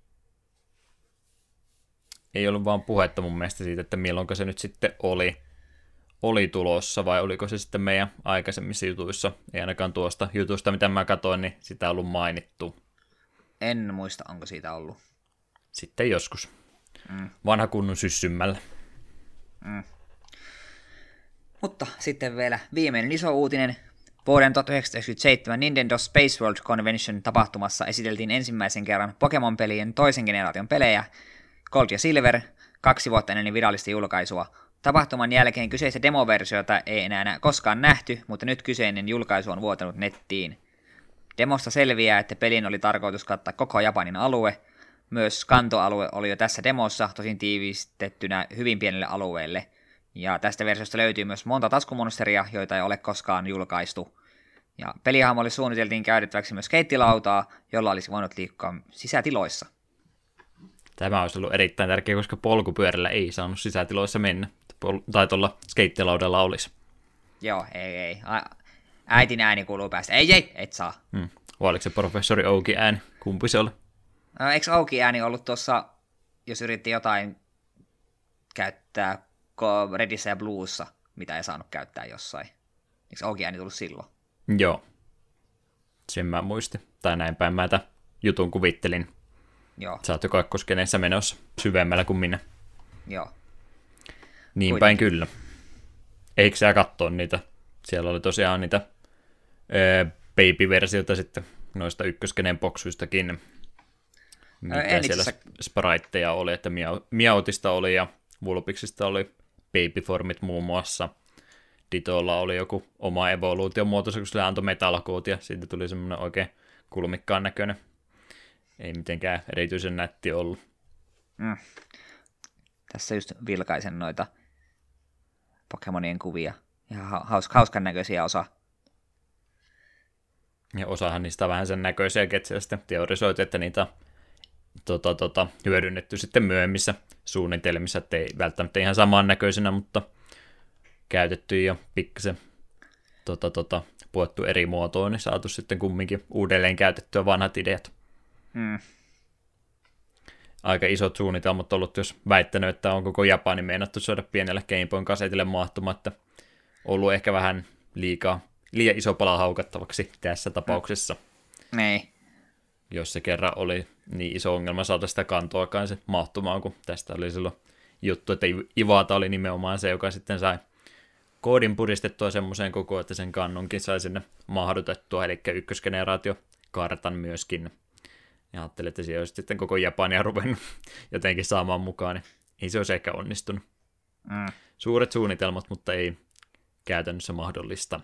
S1: Ei ollut vaan puhetta mun mielestä siitä, että milloinko se nyt sitten oli, oli tulossa, vai oliko se sitten meidän aikaisemmissa jutuissa. Ei ainakaan tuosta jutusta, mitä mä katsoin, niin sitä on ollut mainittu.
S2: En muista, onko siitä ollut.
S1: Sitten joskus.
S2: Mm.
S1: Vanha kunnon syssymmällä.
S2: Mm. Mutta sitten vielä viimeinen iso uutinen. Vuoden tuhatyhdeksänsataayhdeksänkymmentäseitsemän Nintendo Space World Convention tapahtumassa esiteltiin ensimmäisen kerran Pokemon-pelien toisen generaation pelejä, Gold ja Silver, kaksi vuotta ennen virallista julkaisua. Tapahtuman jälkeen kyseistä demoversiota ei enää koskaan nähty, mutta nyt kyseinen julkaisu on vuotanut nettiin. Demosta selviää, että pelin oli tarkoitus kattaa koko Japanin alue. Myös kantoalue oli jo tässä demossa, tosin tiivistettynä hyvin pienelle alueelle. Ja tästä versiosta löytyy myös monta taskumonsteria, joita ei ole koskaan julkaistu. Ja pelihahmolle suunniteltiin käytettäväksi myös skeittilautaa, jolla olisi voinut liikkua sisätiloissa.
S1: Tämä olisi ollut erittäin tärkeä, koska polkupyörällä ei saanut sisätiloissa mennä. Tai tuolla skeittilaudalla olisi.
S2: Joo, ei, ei. Äitin ääni kuuluu päästä. Ei, ei, et saa.
S1: Hmm. Vai oliko se professori Ouki ääni? Kumpi se oli?
S2: Eikö Ouki ääni ollut tuossa, jos yritti jotain käyttää Redissä ja Bluessa, mitä ei saanut käyttää jossain? Eikö Ouki ääni tullut silloin?
S1: Joo. Sen mä muistin. Tai näin päin mä tämän jutun kuvittelin.
S2: Joo.
S1: Sä oot jo kakkoskeneessä menossa syvemmällä kuin minä.
S2: Joo.
S1: Niin
S2: Kuitenkin.
S1: päin kyllä. Eikö sä katsoa niitä? Siellä oli tosiaan niitä öö, baby-versioita sitten noista ykköskeneen boksuistakin. Mitä
S2: en
S1: siellä
S2: itse...
S1: spriteja oli, että Miautista oli ja Vulpixista oli babyformit muun muassa. Ditolla oli joku oma evoluution muotoisa, kun sille antoi metalkoot ja siitä tuli semmoinen oikein kulmikkaan näköinen. Ei mitenkään erityisen nätti ollut.
S2: Mm. Tässä just vilkaisen noita Pokemonien kuvia. Ihan haus- hauskan näköisiä osa.
S1: Ja osahan niistä on vähän sen näköisiä, että siellä sitten teorisoitu, että niitä on tota, tota, hyödynnetty sitten myöhemmissä suunnitelmissa, että ei välttämättä ihan samannäköisenä, mutta käytetty ja pikkasen tota, tota, puettu eri muotoon, niin saatu sitten kumminkin uudelleen käytettyä vanhat ideat.
S2: Mm.
S1: Aika isot suunnitelmat ollut, jos väittänyt, että on koko Japani meinattu saada pienellä Game Boyn kasetille mahtumatta. Ollut ehkä vähän liikaa, liian iso pala haukattavaksi tässä tapauksessa.
S2: Mm. Niin.
S1: Jos se kerran oli niin iso ongelma saada sitä kantoakaan se mahtumaan, kun tästä oli silloin juttu, että Iwata oli nimenomaan se, joka sitten sai koodin puristettua semmoiseen kokoon, että sen kannonkin sai sinne mahdutettua, eli ykkösgeneraatio kartan myöskin. Ja ajattelin, että siellä olisi sitten koko Japania ruvennut jotenkin saamaan mukaan, niin ei se olisi ehkä onnistunut.
S2: Mm.
S1: Suuret suunnitelmat, mutta ei käytännössä mahdollista.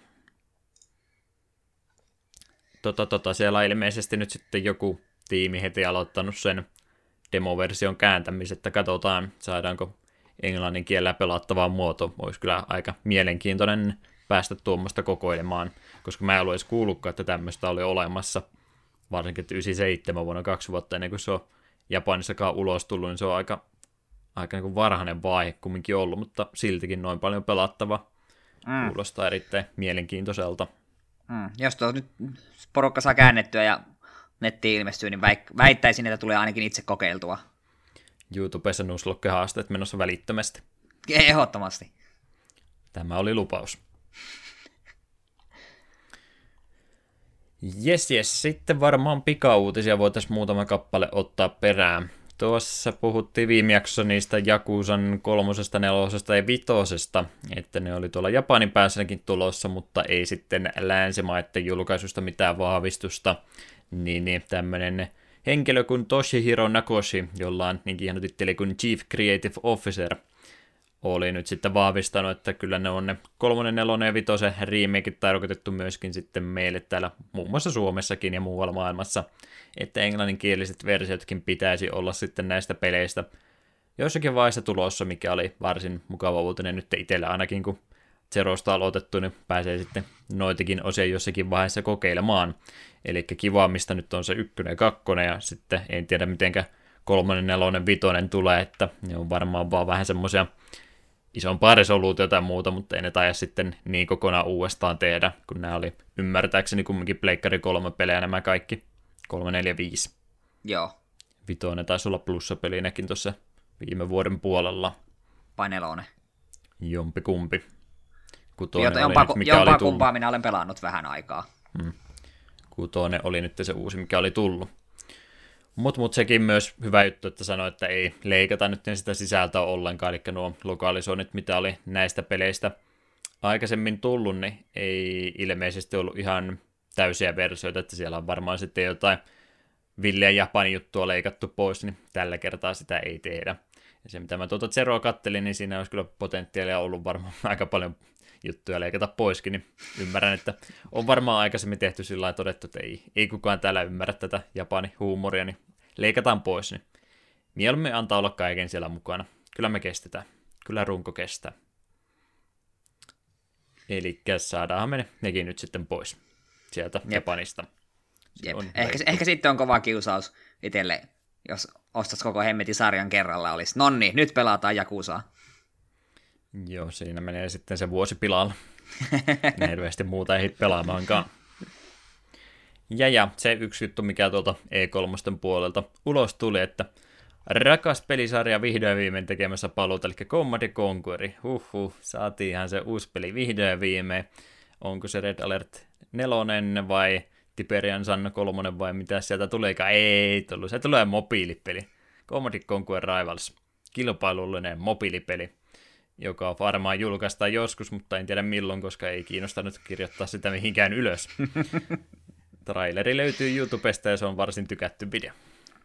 S1: Tota, tota, siellä on ilmeisesti nyt sitten joku tiimi heti aloittanut sen demoversion kääntämisen, että katsotaan, saadaanko englannin kielellä pelattavaa muoto. Olisi kyllä aika mielenkiintoinen päästä tuommoista kokoilemaan, koska mä en ollut edes kuullutkaan, että tämmöistä oli olemassa. Varsinkin, että yhdeksänkymmentäseitsemän vuonna kaksi vuotta ennen kuin se on Japanissakaan ulos tullut, niin se on aika, aika niin kuin varhainen vaihe kumminkin ollut, mutta siltikin noin paljon pelattava. Mm. Kuulostaa erittäin mielenkiintoiselta.
S2: Mm. Jos tuo nyt porukka saa käännettyä ja nettiin ilmestyy, niin väittäisin, että tulee ainakin itse kokeiltua.
S1: YouTubessa Nuzlocke-haasteet menossa välittömästi.
S2: Ehdottomasti.
S1: Tämä oli lupaus. Jes, jes. Sitten varmaan pikauutisia voitaisiin muutama kappale ottaa perään. tuossa puhuttiin viime jaksossa niistä Jakusan kolmosesta, nelosesta ja vitosesta, että ne oli tuolla Japanin päässäkin tulossa, mutta ei sitten länsimaiden julkaisusta mitään vahvistusta, niin, niin tämmöinen henkilö kuin Toshihiro Nakoshi, jolla on niin hieno titteli kuin Chief Creative Officer, oli nyt sitten vahvistanut, että kyllä ne on ne kolmonen, nelonen ja vitosen remakeit tarkoitettu myöskin sitten meille täällä muun muassa Suomessakin ja muualla maailmassa, että englanninkieliset versiotkin pitäisi olla sitten näistä peleistä jossakin vaiheessa tulossa, mikä oli varsin mukava uutinen nyt itsellä ainakin, kun Zerosta aloitettu, niin pääsee sitten noitakin osia jossakin vaiheessa kokeilemaan. Eli kivaa, mistä nyt on se ykkönen ja kakkonen, ja sitten en tiedä mitenkä kolmonen, nelonen, vitonen tulee, että ne on varmaan vaan vähän semmoisia isompaa resoluutiota ja muuta, mutta ei ne taida sitten niin kokonaan uudestaan tehdä, kun nämä oli ymmärtääkseni kumminkin Pleikkari kolme pelejä nämä kaikki, kolme, neljä, viisi.
S2: Joo.
S1: Vitonen taisi olla plussapelinäkin tuossa viime vuoden puolella.
S2: Vai nelonen?
S1: Jompikumpi. Kutonen
S2: Jota,
S1: oli
S2: jompaa,
S1: nyt, mikä
S2: jompaa
S1: oli tullut.
S2: kumpaa minä olen pelannut vähän aikaa.
S1: Hmm. Kutonen oli nyt se uusi, mikä oli tullut. Mutta mut sekin myös hyvä juttu, että sanoi, että ei leikata nyt sitä sisältöä ollenkaan, eli nuo lokalisoinnit, mitä oli näistä peleistä aikaisemmin tullut, niin ei ilmeisesti ollut ihan täysiä versioita, että siellä on varmaan sitten jotain Ville ja Japanin juttua leikattu pois, niin tällä kertaa sitä ei tehdä. Ja se, mitä mä tuota Zeroa kattelin, niin siinä olisi kyllä potentiaalia ollut varmaan aika paljon juttuja leikata poiskin, niin ymmärrän, että on varmaan aikaisemmin tehty sillä lailla todettu, että ei, ei kukaan täällä ymmärrä tätä Japanin huumoria, niin leikataan pois, niin mieluummin antaa olla kaiken siellä mukana. Kyllä me kestetään. Kyllä runko kestää. Eli saadaanhan me nekin nyt sitten pois sieltä Jep. Japanista.
S2: Jep. Ehkä, ehkä sitten on kova kiusaus itselle, jos ostat koko hemmetin sarjan kerralla, olisi nonni, nyt pelataan Jakusaa.
S1: Joo, siinä menee sitten se vuosi pilalla. Hirveästi muuta ei pelaamaankaan. Ja, ja se yksi juttu, mikä tuolta E kolme puolelta ulos tuli, että rakas pelisarja vihdoin viimein tekemässä paluuta, eli Command and Conquer. Huhhuh, saatiinhan se uusi peli vihdoin viimein. Onko se Red Alert nelonen vai Tiberian Sun kolmonen vai mitä sieltä tuleekaan? Ei tullut, se tulee mobiilipeli. Command and Conquer Rivals, kilpailullinen mobiilipeli, joka varmaan julkaistaan joskus, mutta en tiedä milloin, koska ei kiinnostanut kirjoittaa sitä mihinkään ylös. Traileri löytyy YouTubesta ja se on varsin tykätty video.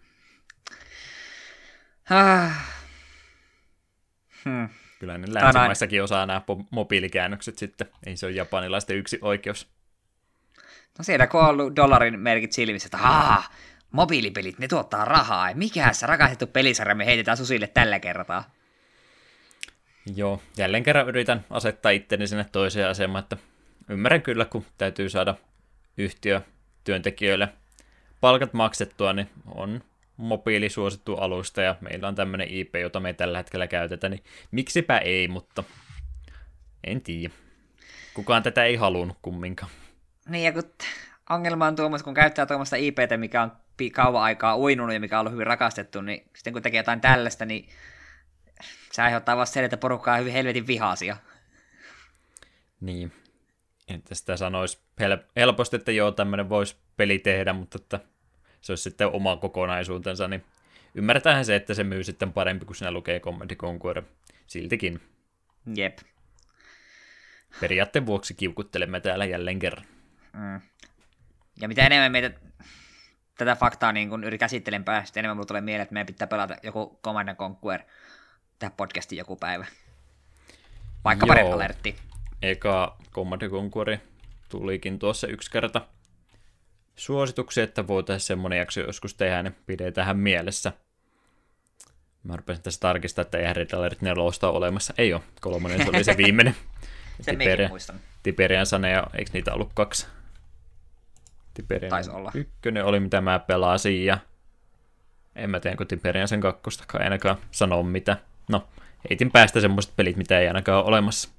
S2: Ah. Hmm.
S1: Kyllä ne länsimaissakin osaa nämä mobiilikäännökset sitten. Ei se ole japanilaisten yksi oikeus.
S2: No siellä kun on ollut dollarin merkit silmissä, että haa, mobiilipelit, ne tuottaa rahaa. Mikähän se rakastettu pelisarja me heitetään susille tällä kertaa.
S1: Joo, jälleen kerran yritän asettaa itteni sinne toiseen asemaan, että ymmärrän kyllä, kun täytyy saada yhtiö työntekijöille palkat maksettua, niin on mobiilisuosittu alusta ja meillä on tämmöinen I P, jota me ei tällä hetkellä käytetä, niin miksipä ei, mutta en tiedä. Kukaan tätä ei halunnut kumminkaan.
S2: Niin ja kun ongelma on tuommoista, kun käyttää tuommoista I P:tä, mikä on kauan aikaa uinunut ja mikä on ollut hyvin rakastettu, niin sitten kun tekee jotain tällaista, niin se aiheuttaa vasta sen, että porukkaa on hyvin helvetin vihaisia.
S1: Niin, että sitä sanoisi helposti, että joo, tämmöinen voisi peli tehdä, mutta että se olisi sitten oma kokonaisuutensa, niin ymmärretään se, että se myy sitten parempi, kun siinä lukee Command and Conquer siltikin.
S2: Jep.
S1: Periaatteen vuoksi kiukuttelemme täällä jälleen kerran.
S2: Mm. Ja mitä enemmän meitä tätä faktaa niin kun yritän käsittelempää, sitten enemmän mulle tulee mieleen, että meidän pitää pelata joku Command and Conquer tähän podcastiin joku päivä. Vaikka Red Alertti.
S1: Eka Command and Conquer tulikin tuossa yksi kerta suosituksia, että voitaisiin semmoinen jakso joskus tehdä, niin pidetään mielessä. Mä rupesin tässä tarkistaa, että ei Red Alert neljä ole olemassa. Ei ole, kolmonen se oli se viimeinen.
S2: Sen mekin muistan.
S1: Tiberian Sun, ja eikö niitä ollut kaksi? Tiberian
S2: taisi olla.
S1: Ykkönen oli, mitä mä pelasin, ja en mä tiedä, kun Tiberian sen kakkostakaan ainakaan sanoa mitä. No, heitin päästä semmoiset pelit, mitä ei ainakaan ole olemassa.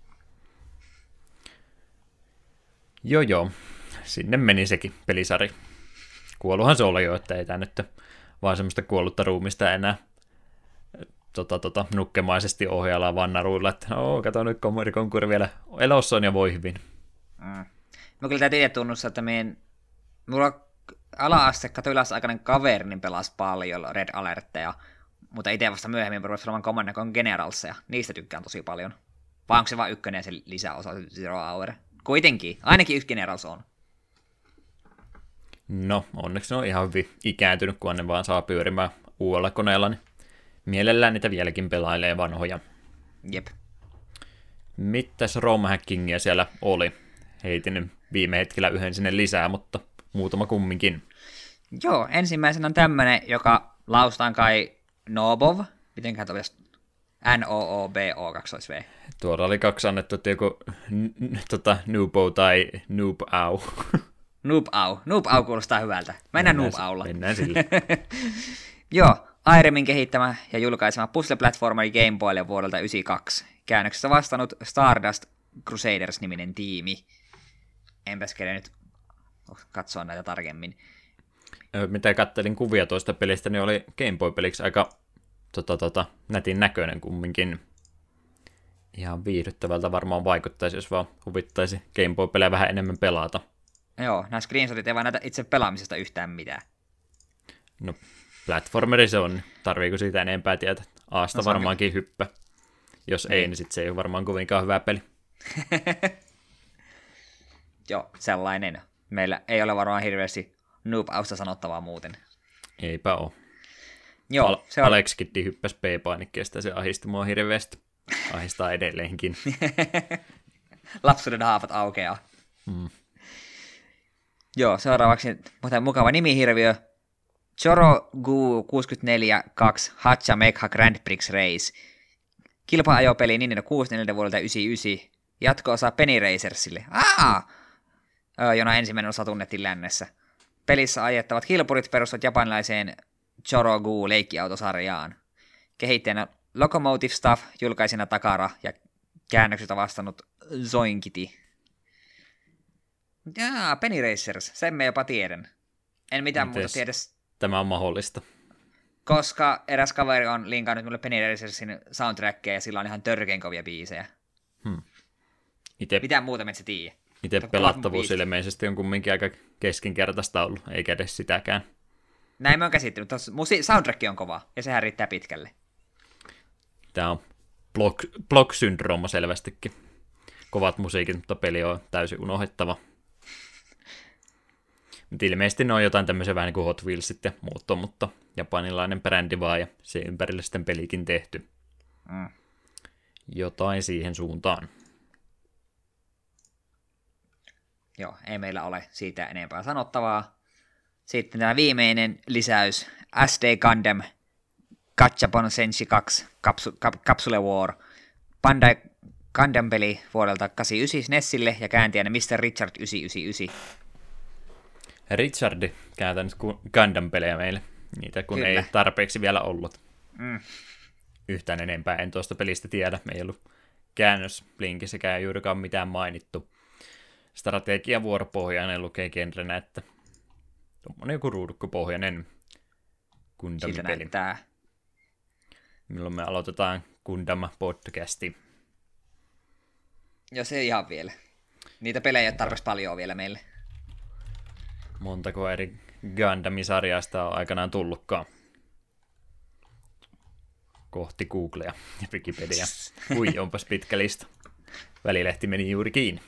S1: Joo joo, sinne meni sekin pelisari. Kuolluhan se oli jo, että ei tää nyt vaan semmoista kuollutta ruumista enää tota, tota, nukkemaisesti ohjaillaan vannaruilla, että no, kato nyt Command and Conquer vielä elossa on ja voi hyvin.
S2: Mm. Mä kyllä täytyy itse tunnustaa, että meidän, mulla ala-aste, kato yläasteaikainen kaveri, niin pelasi paljon Red Alertteja mutta itse vasta myöhemmin ruvennut pelaamaan Command and Conquer Generalsia. Niistä tykkään tosi paljon. Vai onko se vain ykkönen se lisäosa Zero Hour? Kuitenkin, ainakin yksi Generals on.
S1: No, onneksi ne on ihan hyvin ikääntynyt, kun ne vaan saa pyörimään uudella koneella, niin mielellään niitä vieläkin pelailee vanhoja.
S2: Jep.
S1: Mitäs ROM-hackingia siellä oli? Heitin viime hetkellä yhden sinne lisää, mutta muutama kumminkin.
S2: Joo, ensimmäisenä on tämmönen, joka laustaan kai Nobov. Mitenköhän toivoisi? N O O B O kaksi V.
S1: Tuolla oli kaksi annettu, että joku n- n- tota, Noobo tai Noob Au.
S2: Noob Au. Noob Au kuulostaa hyvältä. Mennään Noob Aulla.
S1: Mennään sille.
S2: Joo, Iremin kehittämä ja julkaisema puzzle-platformeri Game Boylle vuodelta yhdeksänkymmentäkaksi. Käännöksessä vastannut Stardust Crusaders-niminen tiimi. Enpäs kere nyt katsoa näitä tarkemmin.
S1: Mitä kattelin kuvia tuosta pelistä, niin oli Game Boy-peliksi aika tota, tota, nätin näköinen kumminkin. Ihan viihdyttävältä varmaan vaikuttaisi, jos vaan huvittaisi Game Boy-pelejä vähän enemmän pelata.
S2: Joo, nämä screenshotit ei vaan näytä itse pelaamisesta yhtään mitään.
S1: No, platformeri se on. Tarviiko siitä enempää tietää? Aasta no, varmaankin hyppä. Jos ei, niin, niin sitten se ei ole varmaan kovinkaan hyvä peli.
S2: Joo, sellainen. Meillä ei ole varmaan hirveästi Noob Austa sanottavaa muuten.
S1: Eipä ole.
S2: Joo,
S1: Al-
S2: se on...
S1: Alex Kitti hyppäsi P-painikkeesta ja se ahisti mua hirveästi. Ahistaa edelleenkin.
S2: Lapsuuden haavat aukeaa.
S1: Mm.
S2: Joo, seuraavaksi mukava nimihirviö. Chorogu kuusikymmentäneljä kaksi Hacha Mekha Grand Prix Race. Kilpa-ajopeli Nintendo kuusikymmentäneljä vuodelta yhdeksänkymmentäyhdeksän. Jatko-osa Penny Racersille. Aa! Jona ensimmäinen osa tunnettiin lännessä. Pelissä ajettavat kilpurit perustuvat japanilaiseen Chorogu-leikkiautosarjaan. Kehittäjänä Locomotive Stuff, julkaisina Takara ja käännökset vastannut Zoinkiti. Jaa, Penny Racers, sen me jopa tiedän. En mitään
S1: Mites
S2: muuta tiedä.
S1: Tämä on mahdollista.
S2: Koska eräs kaveri on linkannut mulle Penny Racersin soundtrackia ja sillä on ihan törkeän kovia biisejä.
S1: Hmm. Ite,
S2: mitään muuta me et se tiedä.
S1: Itse pelattavuus ilmeisesti on kumminkin aika keskinkertaista ollut, eikä edes sitäkään.
S2: Näin mä oon käsittänyt. Musi- soundtrack on kova ja sehän riittää pitkälle.
S1: Tämä on block, block-syndrooma selvästikin. Kovat musiikit, mutta peli on täysin unohdettava. Mutta ilmeisesti ne on jotain tämmöisiä vähän niin kuin Hot Wheelsit ja muut on, mutta japanilainen brändi vaan ja se ympärille sitten pelikin tehty.
S2: Mm.
S1: Jotain siihen suuntaan.
S2: Joo, ei meillä ole siitä enempää sanottavaa. Sitten tämä viimeinen lisäys, S D Gundam Gachapon Senshi kaksi Capsule, Capsule War. Bandai Gundam-peli vuodelta kahdeksankymmentäyhdeksän Nessille ja kääntäjänä mister Richard yhdeksänsataayhdeksänkymmentäyhdeksän.
S1: Richardi kääntänyt Gundam-pelejä meille. Niitä kun
S2: Kyllä.
S1: ei tarpeeksi vielä ollut.
S2: Mm.
S1: Yhtään enempää en tuosta pelistä tiedä. Me ei ollut käännöslinkissä ei juurikaan mitään mainittu. Strategia vuoropohjainen lukee genrenä, että tuommoinen joku ruudukkopohjainen Gundam-peli. Milloin me aloitetaan Gundam-podcasti?
S2: Joo, se ihan vielä. Niitä pelejä ei ole tarpeeksi paljon vielä meille.
S1: Montako eri Gundam-sarjasta on aikanaan tullutkaan? Kohti Googlea ja Wikipedia. Ui, onpas pitkä lista. Välilehti meni juuri kiinni.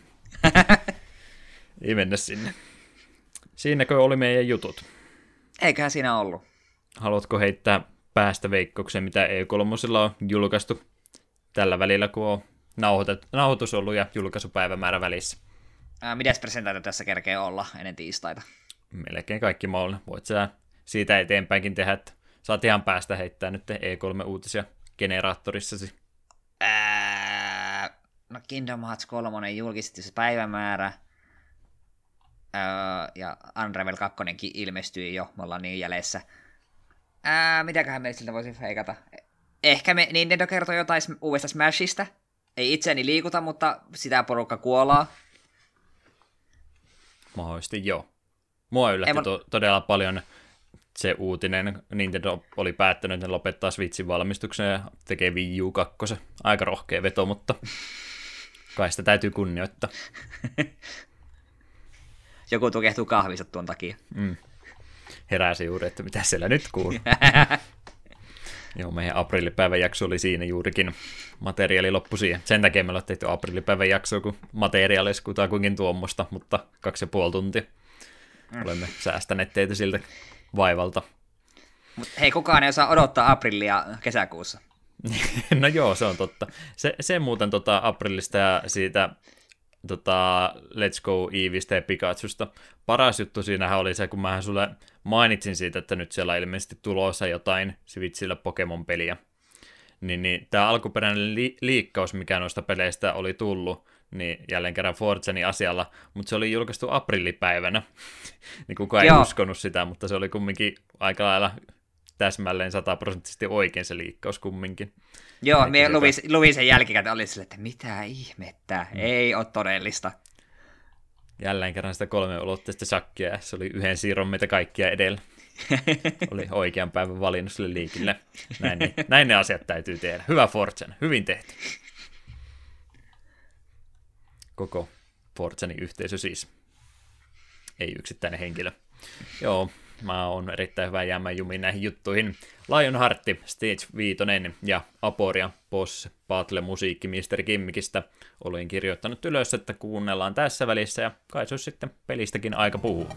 S1: Ei mennä sinne. Siinäkö oli meidän jutut?
S2: Eiköhän siinä ollut.
S1: Haluatko heittää päästä veikkaukseen, mitä E kolme on julkaistu tällä välillä, kun on nauhoitet, nauhoitus ollut ja julkaisupäivämäärä välissä?
S2: Ää, mitäs presentaatio tässä kerkee olla ennen tiistaita?
S1: Melkein kaikki mahdollinen. Voit sä siitä eteenpäinkin tehdä, että saat ihan päästä heittää nyt E kolme-uutisia generaattorissasi.
S2: Ää, no Kingdom Hearts kolme julkistettiin se päivämäärä. Ää, ja Unravel kaksi ilmestyi jo, me ollaan niin jäljessä. Ää, mitäköhän me siltä voisi feikata? Ehkä me Nintendo kertoo jotain uudesta Smashista. Ei itseäni liikuta, mutta sitä porukka kuolaa.
S1: Mahdollisesti joo. Mua yllätti
S2: Ei,
S1: to- todella paljon se uutinen. Nintendo oli päättänyt, että ne lopettaa Switchin valmistuksen ja tekee Wii U kaksi. Aika rohkea veto, mutta kai sitä täytyy kunnioittaa.
S2: Joku tukehtuu kahvissa tuon takia.
S1: Mm. Heräsi juuri, että mitä siellä nyt kuuluu. Joo, meidän aprillipäivän jakso oli siinä juurikin. Materiaali loppui siihen. Sen takia me ollaan tehty aprillipäivän jaksoa, kun materiaali kutakuinkin tuommoista, mutta kaksi ja puoli tuntia. Mm. Olemme säästäneet teitä siltä vaivalta.
S2: Mut hei, kukaan ei osaa odottaa aprillia kesäkuussa.
S1: No joo, se on totta. Se, se muuten tota, aprillista ja siitä tota, Let's Go Eeveestä ja Pikachusta. Paras juttu siinähän oli se, kun mä sulle mainitsin siitä, että nyt siellä on ilmeisesti tulossa jotain Switchillä Pokemon-peliä. Niin, niin tämä alkuperäinen li- liikkaus, mikä noista peleistä oli tullut, niin jälleen kerran Forzanin asialla, mutta se oli julkaistu aprillipäivänä. Niin kukaan ei uskonut sitä, mutta se oli kumminkin aika lailla täsmälleen sataprosenttisesti oikein se liikkaus kumminkin.
S2: Joo, minä luin, luin sen jälkikäteen, oli sille, että mitä ihmettä, mm. ei ole todellista.
S1: Jälleen kerran sitä kolmeulotteista shakkia, ja se oli yhden siirron meitä kaikkia edellä. Oli oikean päivän valinnut sille liikille. Näin, niin, näin ne asiat täytyy tehdä. Hyvä Forzen, hyvin tehty. Koko Forzenin yhteisö siis. Ei yksittäinen henkilö. Joo, mä oon erittäin hyvä jäämään jumiin näihin juttuihin. Lionheart, Stage viisi ja Aporia, Boss Battle musiikki mister Gimmikistä. Olin kirjoittanut ylös, että kuunnellaan tässä välissä ja kai se olisi sitten pelistäkin aika puhua.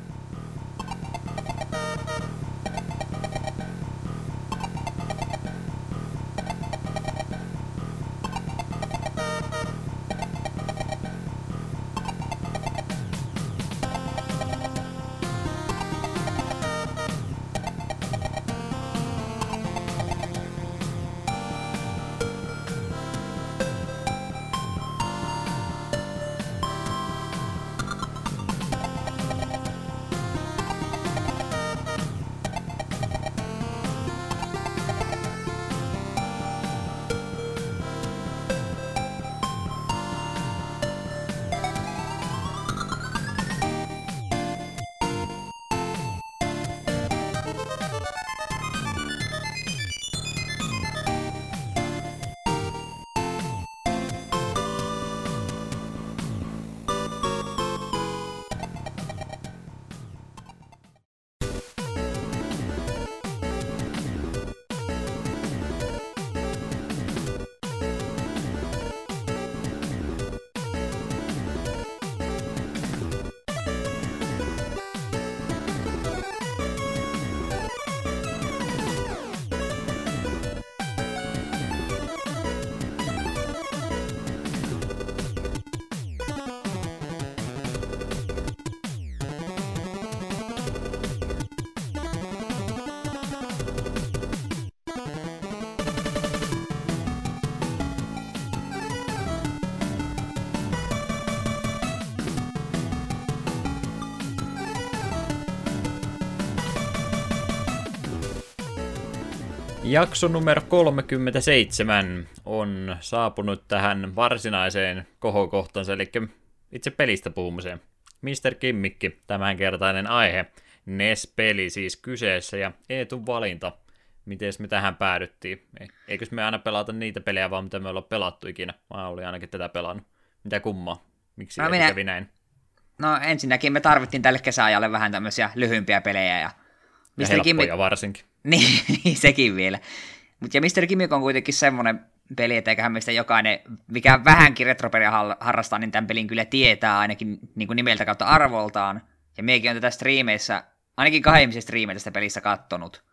S1: Jakso numero kolmekymmentäseitsemän on saapunut tähän varsinaiseen kohokohtansa, eli itse pelistä puhumiseen. mister Kimmikki, tämänkertainen aihe. N E S-peli siis kyseessä ja Eetun valinta. Miten me tähän päädyttiin? Eikös me aina pelata niitä pelejä vaan, mitä me ollaan pelattu ikinä? Mä olin ainakin tätä pelannut. Mitä kummaa? Miksi no, minä... kävi näin?
S2: No ensinnäkin me tarvittiin tälle kesäajalle vähän tämmöisiä lyhyempiä pelejä. Ja,
S1: ja helppoja Kimmi... varsinkin.
S2: Niin, sekin vielä. Mutta ja mister Kimmik on kuitenkin semmoinen peli, että eiköhän meistä jokainen, mikä vähänkin retropelia harrastaa, niin tämän pelin kyllä tietää ainakin niin kuin nimeltä kautta arvoltaan. Ja miekin on tätä striimeissä, ainakin kahden ihmisen striimejä tästä pelistä kattonut.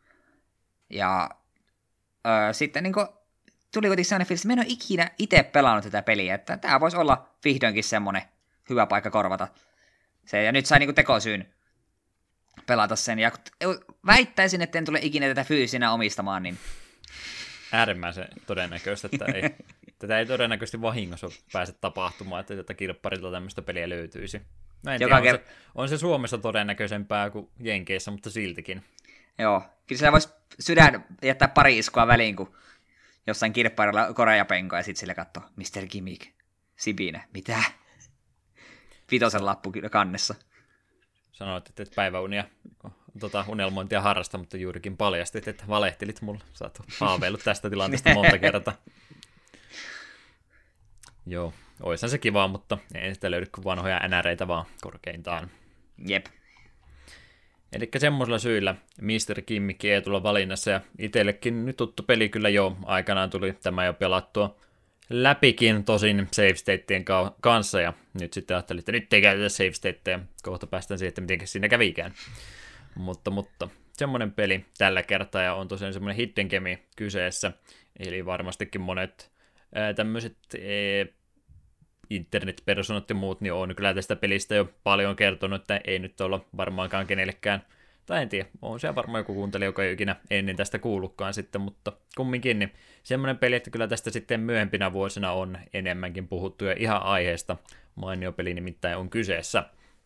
S2: Ja öö, sitten niin kuin, tuli kuitenkin sellainen fiilis, että mä en ole ikinä itse pelannut tätä peliä, että tämä voisi olla vihdoinkin semmoinen hyvä paikka korvata se. Ja nyt sai niin kuin tekosyyn pelata sen. Ja väittäisin, että en tule ikinä tätä fyysinä omistamaan, niin...
S1: Äärimmäisen todennäköistä, että ei, tätä ei todennäköisesti vahingossa pääse tapahtumaan, että tätä kirpparilta tämmöistä peliä löytyisi. Mä en tiedä, on, se, on se Suomessa todennäköisempää kuin Jenkeissä, mutta siltikin.
S2: Joo, kyllä siellä voisi sydän jättää pari iskua väliin, kun jossain kirpparilla koreapenko ja sitten sille katsoo, mister Kimmik, Sibinä, mitä? Vitosen lappu kannessa.
S1: Sanoit, että et päiväunia, tota, unelmointia harrasta, mutta juurikin paljastit, että valehtelit mulle. Sä oot haaveillut tästä tilanteesta monta kertaa. Joo, oishan se kiva, mutta ei sitä löydy kuin vanhoja änäreitä vaan korkeintaan.
S2: Jep.
S1: Eli semmoisella syillä mister Kimmikki ei tulla valinnassa, ja itsellekin nyt tuttu peli kyllä jo aikanaan tuli tämä jo pelattua läpikin tosin save stateien kanssa, ja nyt sitten ajattelin, että nyt ei käytetä save stateja, kohta päästään siihen, että miten siinä kävikään. Mutta, mutta semmoinen peli tällä kertaa, ja on tosiaan semmoinen hidden gemi kyseessä, eli varmastikin monet ää, tämmöiset ää, internet-personat ja muut, niin on kyllä tästä pelistä jo paljon kertonut, että ei nyt olla varmaankaan kenellekään, tai en tiedä, on siellä varmaan joku kuuntelija, joka ei ikinä ennen tästä kuullutkaan sitten, mutta kumminkin, niin semmoinen peli, että kyllä tästä sitten myöhempinä vuosina on enemmänkin puhuttu ja ihan aiheesta, mainio peli nimittäin on kyseessä.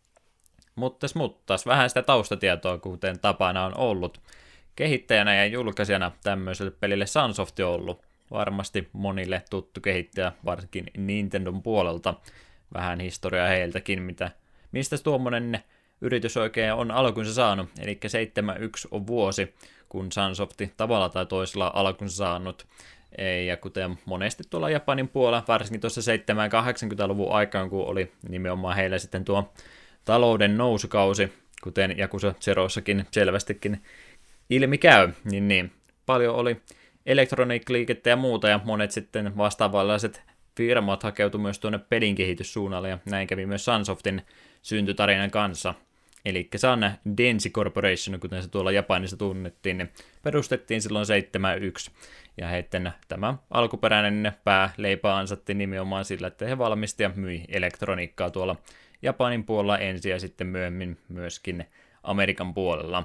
S1: Mutta mutta vähän sitä taustatietoa, kuten tapana on ollut. Kehittäjänä ja julkaisijana tämmöiselle pelille Sunsoft on ollut varmasti monille tuttu kehittäjä, varsinkin Nintendon puolelta. Vähän historiaa heiltäkin, mitä, mistä tuommoinen yritys oikein on alkunsa saanut. Eli seitsemänkymmentäyksi on vuosi, kun Sunsofti tavalla tai toisella alkunsa saanut. Ja kuten monesti tuolla Japanin puolella, varsinkin tuossa seitsemänkymmentä-kahdeksankymmentäluvun aikaan, kun oli nimenomaan heillä sitten tuo talouden nousukausi, kuten Yakuza Zerossakin selvästikin ilmi käy, niin, niin paljon oli elektroniikkaliikettä ja muuta, ja monet sitten vastaavanlaiset firmat hakeutui myös tuonne pelin kehityssuunnalle, ja näin kävi myös Sunsoftin syntytarinan kanssa. Eli Sun Densi Corporation, kuten se tuolla Japanissa tunnettiin, niin perustettiin silloin seitsemänkymmentäyksi, ja heidän tämä alkuperäinen pääleipä ansattiin nimenomaan sillä, että he valmisti ja myi elektroniikkaa tuolla Japanin puolella ensin ja sitten myöhemmin myöskin Amerikan puolella.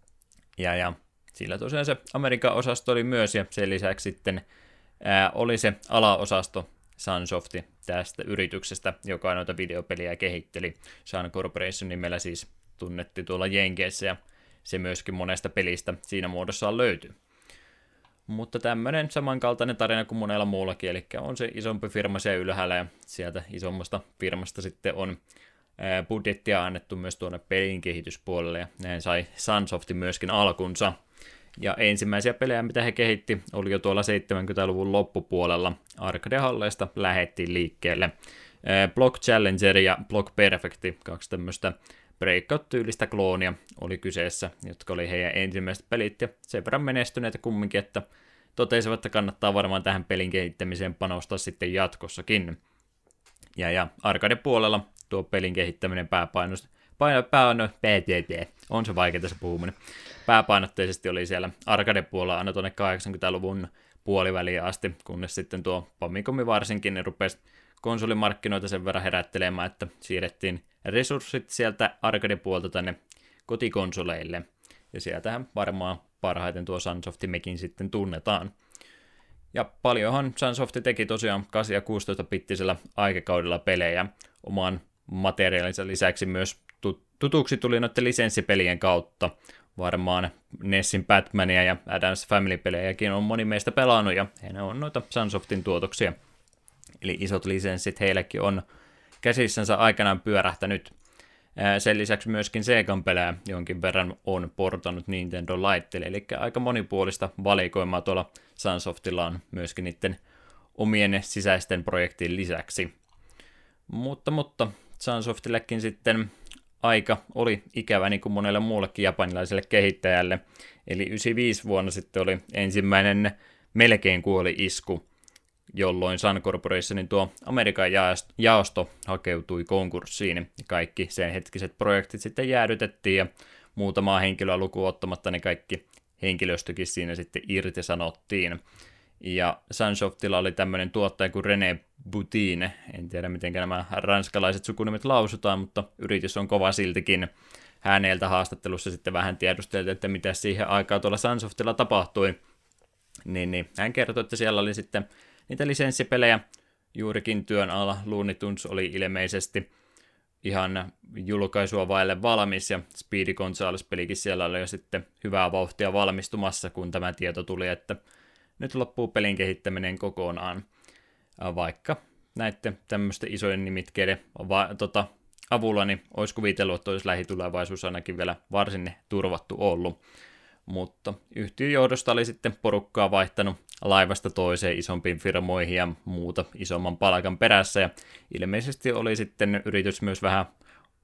S1: Ja, ja sillä tosiaan se Amerikan osasto oli myös, ja sen lisäksi sitten ää, oli se alaosasto Sunsofti tästä yrityksestä, joka noita videopeliä kehitteli. Sun Corporation nimellä siis tunnettiin tuolla Jenkeissä, ja se myöskin monesta pelistä siinä muodossaan löytyy. Mutta tämmöinen samankaltainen tarina kuin monella muullakin, eli on se isompi firma siellä ylhäällä, ja sieltä isommasta firmasta sitten on budjettia annettu myös tuonne pelin kehityspuolelle, ja näin sai Sunsofti myöskin alkunsa. Ja ensimmäisiä pelejä, mitä he kehitti, oli jo tuolla seitsemänkymmentäluvun loppupuolella. Arcade-halleista lähettiin liikkeelle. Block Challenger ja Block Perfect, kaksi tämmöistä Breakout-tyylistä kloonia oli kyseessä, jotka oli heidän ensimmäiset pelit, ja sen verran menestyneitä kumminkin, että totesivat, että kannattaa varmaan tähän pelin kehittämiseen panostaa sitten jatkossakin. Ja, ja arcade-puolella tuo pelin kehittäminen pääpainos, paino, paino, P T T, on se vaikea tässä puhuminen, pääpainotteisesti oli siellä arcade-puolella aina tuonne kahdeksankymmentäluvun puoliväliin asti, kunnes sitten tuo Famicom varsinkin niin rupesi konsolimarkkinoita sen verran herättelemään, että siirrettiin resurssit sieltä arcade-puolta tänne kotikonsoleille, ja sieltähän varmaan parhaiten tuo Sunsoftin mekin sitten tunnetaan. Ja paljonhan Sunsofti teki tosiaan kahdeksan- ja kuusitoista-bittisellä aikakaudella pelejä oman materiaalinsa lisäksi myös tutuksi tuli noiden lisenssipelien kautta. Varmaan Nessin Batmania ja Addams Family-pelejäkin on moni meistä pelannut, ja ne on noita Sunsoftin tuotoksia. Eli isot lisenssit heillekin on käsissänsä aikanaan pyörähtänyt. Sen lisäksi myöskin Segan pelejä jonkin verran on portannut Nintendo-laitteille, eli aika monipuolista valikoimaa tuolla Sunsoftilla on myöskin niiden omien sisäisten projektien lisäksi. Mutta, mutta Sunsoftillekin sitten aika oli ikävä niin kuin monelle muullekin japanilaiselle kehittäjälle, eli yhdeksänkymmentäviisi vuonna sitten oli ensimmäinen melkein kuoli isku, jolloin Sun Corporationin tuo Amerikan jaosto hakeutui konkurssiin. Kaikki sen hetkiset projektit sitten jäädytettiin, ja muutamaa henkilöä lukuun ottamatta ne kaikki henkilöstökin siinä sitten irtisanottiin. Ja Sunsoftilla oli tämmöinen tuottaja kuin René Boutine, en tiedä miten nämä ranskalaiset sukunimet lausutaan, mutta yritys on kova siltikin. Häneltä haastattelussa sitten vähän tiedusteltiin, että mitä siihen aikaan tuolla Sunsoftilla tapahtui. Niin, niin hän kertoi, että siellä oli sitten niitä lisenssipelejä juurikin työn alla. Looney Tunes oli ilmeisesti ihan julkaisua vaille valmis, ja Speedy Gonzales-pelikin siellä oli jo sitten hyvää vauhtia valmistumassa, kun tämä tieto tuli, että nyt loppuu pelin kehittäminen kokonaan. Vaikka näiden tämmöisten isojen nimitkeiden va- tota, avulla, niin olisi kuvitellut, että olisi lähitulevaisuus ainakin vielä varsin turvattu ollut. Mutta yhtiön johdosta oli sitten porukkaa vaihtanut laivasta toiseen isompiin firmoihin ja muuta isomman palkan perässä, ja ilmeisesti oli sitten yritys myös vähän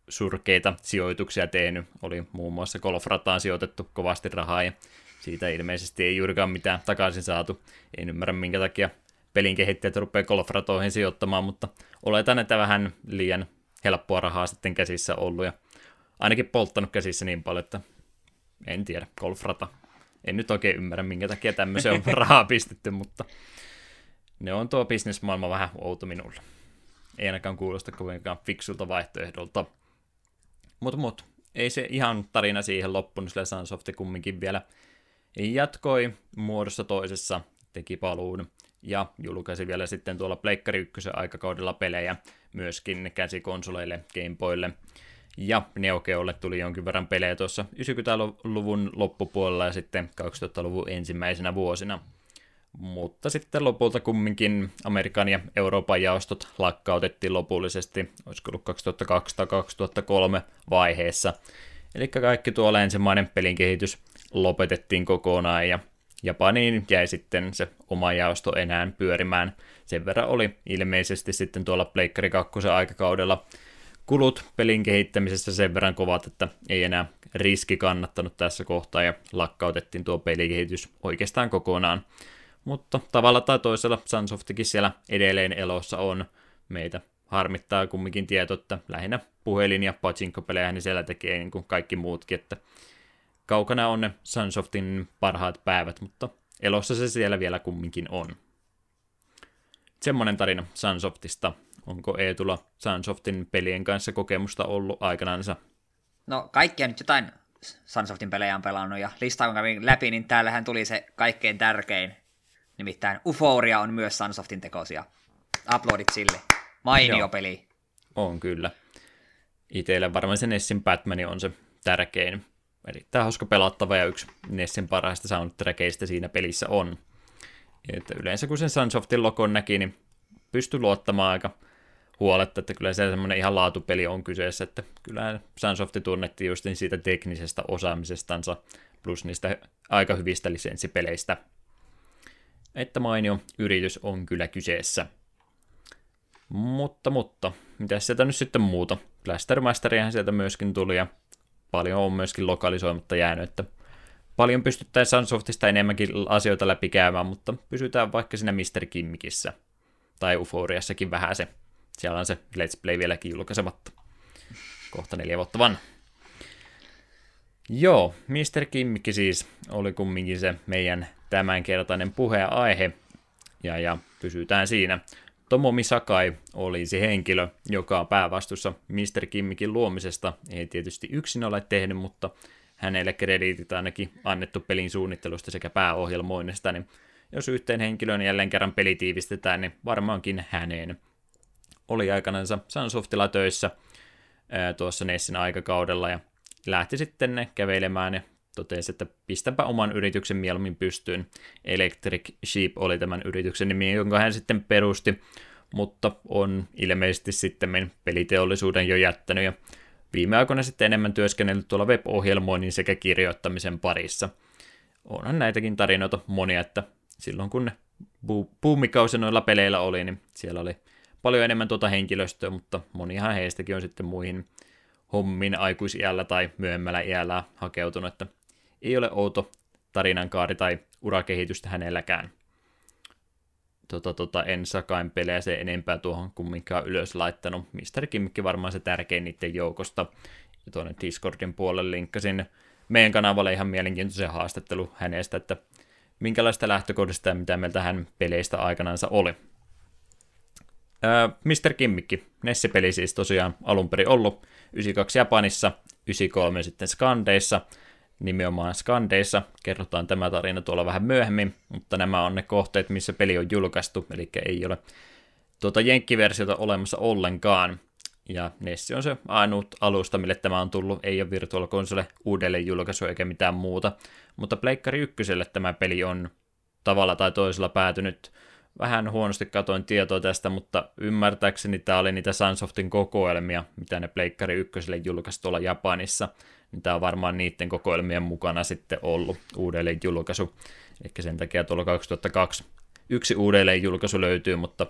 S1: surkeita sijoituksia tehnyt. Oli muun muassa Golfrataan sijoitettu kovasti rahaa, ja siitä ilmeisesti ei juurikaan mitään takaisin saatu. En ymmärrä, minkä takia pelin kehittäjät rupeaa Golfratoihin sijoittamaan, mutta oletan, että vähän liian helppoa rahaa sitten käsissä ollut, ja ainakin polttanut käsissä niin paljon, että en tiedä, Golfrata. En nyt oikein ymmärrä, minkä takia tämmöisen on rahaa pistetty, mutta ne on tuo bisnesmaailma vähän outo minulle. Ei ainakaan kuulosta kovinkaan fiksulta vaihtoehdolta. Mutta mut, ei se ihan tarina siihen loppunut, sillä Sunsoft kumminkin vielä jatkoi muodossa toisessa, teki paluun ja julkaisi vielä sitten tuolla Pleikkari ykkösen aikakaudella pelejä myöskin käsikonsoleille, Gameboylle ja Neo Geolle tuli jonkin verran pelejä tuossa yhdeksänkymmentäluvun loppupuolella ja sitten kaksituhattaluvun ensimmäisenä vuosina. Mutta sitten lopulta kumminkin Amerikan ja Euroopan jaostot lakkautettiin lopullisesti, olisiko ollut kaksituhattakaksi tai kaksituhattakolme vaiheessa. Eli kaikki tuo länsimainen pelin kehitys lopetettiin kokonaan ja Japaniin jäi sitten se oma jaosto enää pyörimään. Sen verran oli ilmeisesti sitten tuolla Pleikkari kakkosen aikakaudella kulut pelin kehittämisessä sen verran kovat, että ei enää riski kannattanut tässä kohtaa ja lakkautettiin tuo pelikehitys oikeastaan kokonaan. Mutta tavalla tai toisella Sunsoftikin siellä edelleen elossa on. Meitä harmittaa kumminkin tieto, että lähinnä puhelin- ja pachinko-pelejä niin siellä tekee niin kuin kaikki muutkin, että kaukana on ne Sunsoftin parhaat päivät, mutta elossa se siellä vielä kumminkin on. Semmoinen tarina Sunsoftista. Onko Eetulla Sunsoftin pelien kanssa kokemusta ollut aikanaansa?
S2: No kaikkia nyt jotain Sunsoftin pelejä on pelannut ja listaa kun kävin läpi, niin täällähän tuli se kaikkein tärkein. Nimittäin Euphoria on myös Sunsoftin tekosia. Uploadit sille. Mainio Joo. peli.
S1: On kyllä. Itselle varmaan se Nessin Batman on se tärkein. Erittäin hauska pelattava ja yksi Nessin parhaista soundtrackeista siinä pelissä on. Että yleensä kun sen Sunsoftin logon näki, niin pystyi luottamaan aika huoletta, että kyllä se semmoinen ihan laatupeli on kyseessä, että kyllä Sunsofti tunnettiin just siitä teknisestä osaamisestansa plus niistä aika hyvistä lisenssipeleistä. Että mainio yritys on kyllä kyseessä. Mutta, mutta, mitäs sieltä nyt sitten muuta? Blastermasteriahan sieltä myöskin tuli ja paljon on myöskin lokalisoimatta jäänyt, että paljon pystyttäisiin Sunsoftista enemmänkin asioita läpi käymään, mutta pysytään vaikka siinä mister Kimmikissä. Tai Euphoriassakin vähän se. Siellä on se Let's Play vieläkin julkaisematta. Kohta neljä vuotta vanha. Joo, mister Kimmikki siis oli kumminkin se meidän tämänkertainen puheenaihe. Ja, ja pysytään siinä. Tomomi Sakai oli se henkilö, joka on päävastuussa mister Kimmikin luomisesta. Ei tietysti yksin ole tehnyt, mutta hänelle krediitit ainakin annettu pelin suunnittelusta sekä pääohjelmoinnista. Niin jos yhteen henkilön jälleen kerran peli tiivistetään, niin varmaankin häneen. Oli aikanansa Sunsoftilla töissä ää, tuossa Nessin aikakaudella ja lähti sitten ne kävelemään ja totesi, että pistänpä oman yrityksen mieluummin pystyyn. Electric Sheep oli tämän yrityksen nimi, jonka hän sitten perusti, mutta on ilmeisesti sitten peliteollisuuden jo jättänyt ja viime aikoina sitten enemmän työskennellyt tuolla web-ohjelmoinnin sekä kirjoittamisen parissa. Onhan näitäkin tarinoita monia, että silloin kun ne buumikausi noilla peleillä oli, niin siellä oli paljon enemmän tuota henkilöstöä, mutta monihan heistäkin on sitten muihin hommiin aikuisiällä tai myöhemmällä iällä hakeutunut, että ei ole outo tarinankaari tai urakehitystä hänelläkään. Tota, tota, en Sakain pelejä se enempää tuohon kumminkaan ylös laittanut. mister Kimmikki varmaan se tärkein niiden joukosta. Ja tuonne Discordin puolelle linkkasin meidän kanavalle ihan mielenkiintoisen haastattelu hänestä, että minkälaista lähtökohdista ja mitä meiltä hän peleistä aikanaansa oli. Öö, mister Kimmikki, Nessi-peli siis tosiaan alun perin ollut, yhdeksänkymmentäkaksi Japanissa, yhdeksänkymmentäkolme sitten Skandeissa, nimenomaan Skandeissa, kerrotaan tämä tarina tuolla vähän myöhemmin, mutta nämä on ne kohteet, missä peli on julkaistu, eli ei ole tuota jenkkiversiota olemassa ollenkaan, ja Nessi on se ainut alusta, mille tämä on tullut, ei ole Virtual Console uudelleen julkaisu eikä mitään muuta, mutta Pleikkari ykköselle tämä peli on tavalla tai toisella päätynyt. Vähän huonosti katoin tietoa tästä, mutta ymmärtääkseni tämä oli niitä Sunsoftin kokoelmia, mitä ne Pleikkari ykköselle julkaisi tuolla Japanissa. Niin tämä on varmaan niiden kokoelmien mukana sitten ollut uudelleen julkaisu. Eli sen takia tuolla kaksituhattakaksi yksi uudelleen julkaisu löytyy, mutta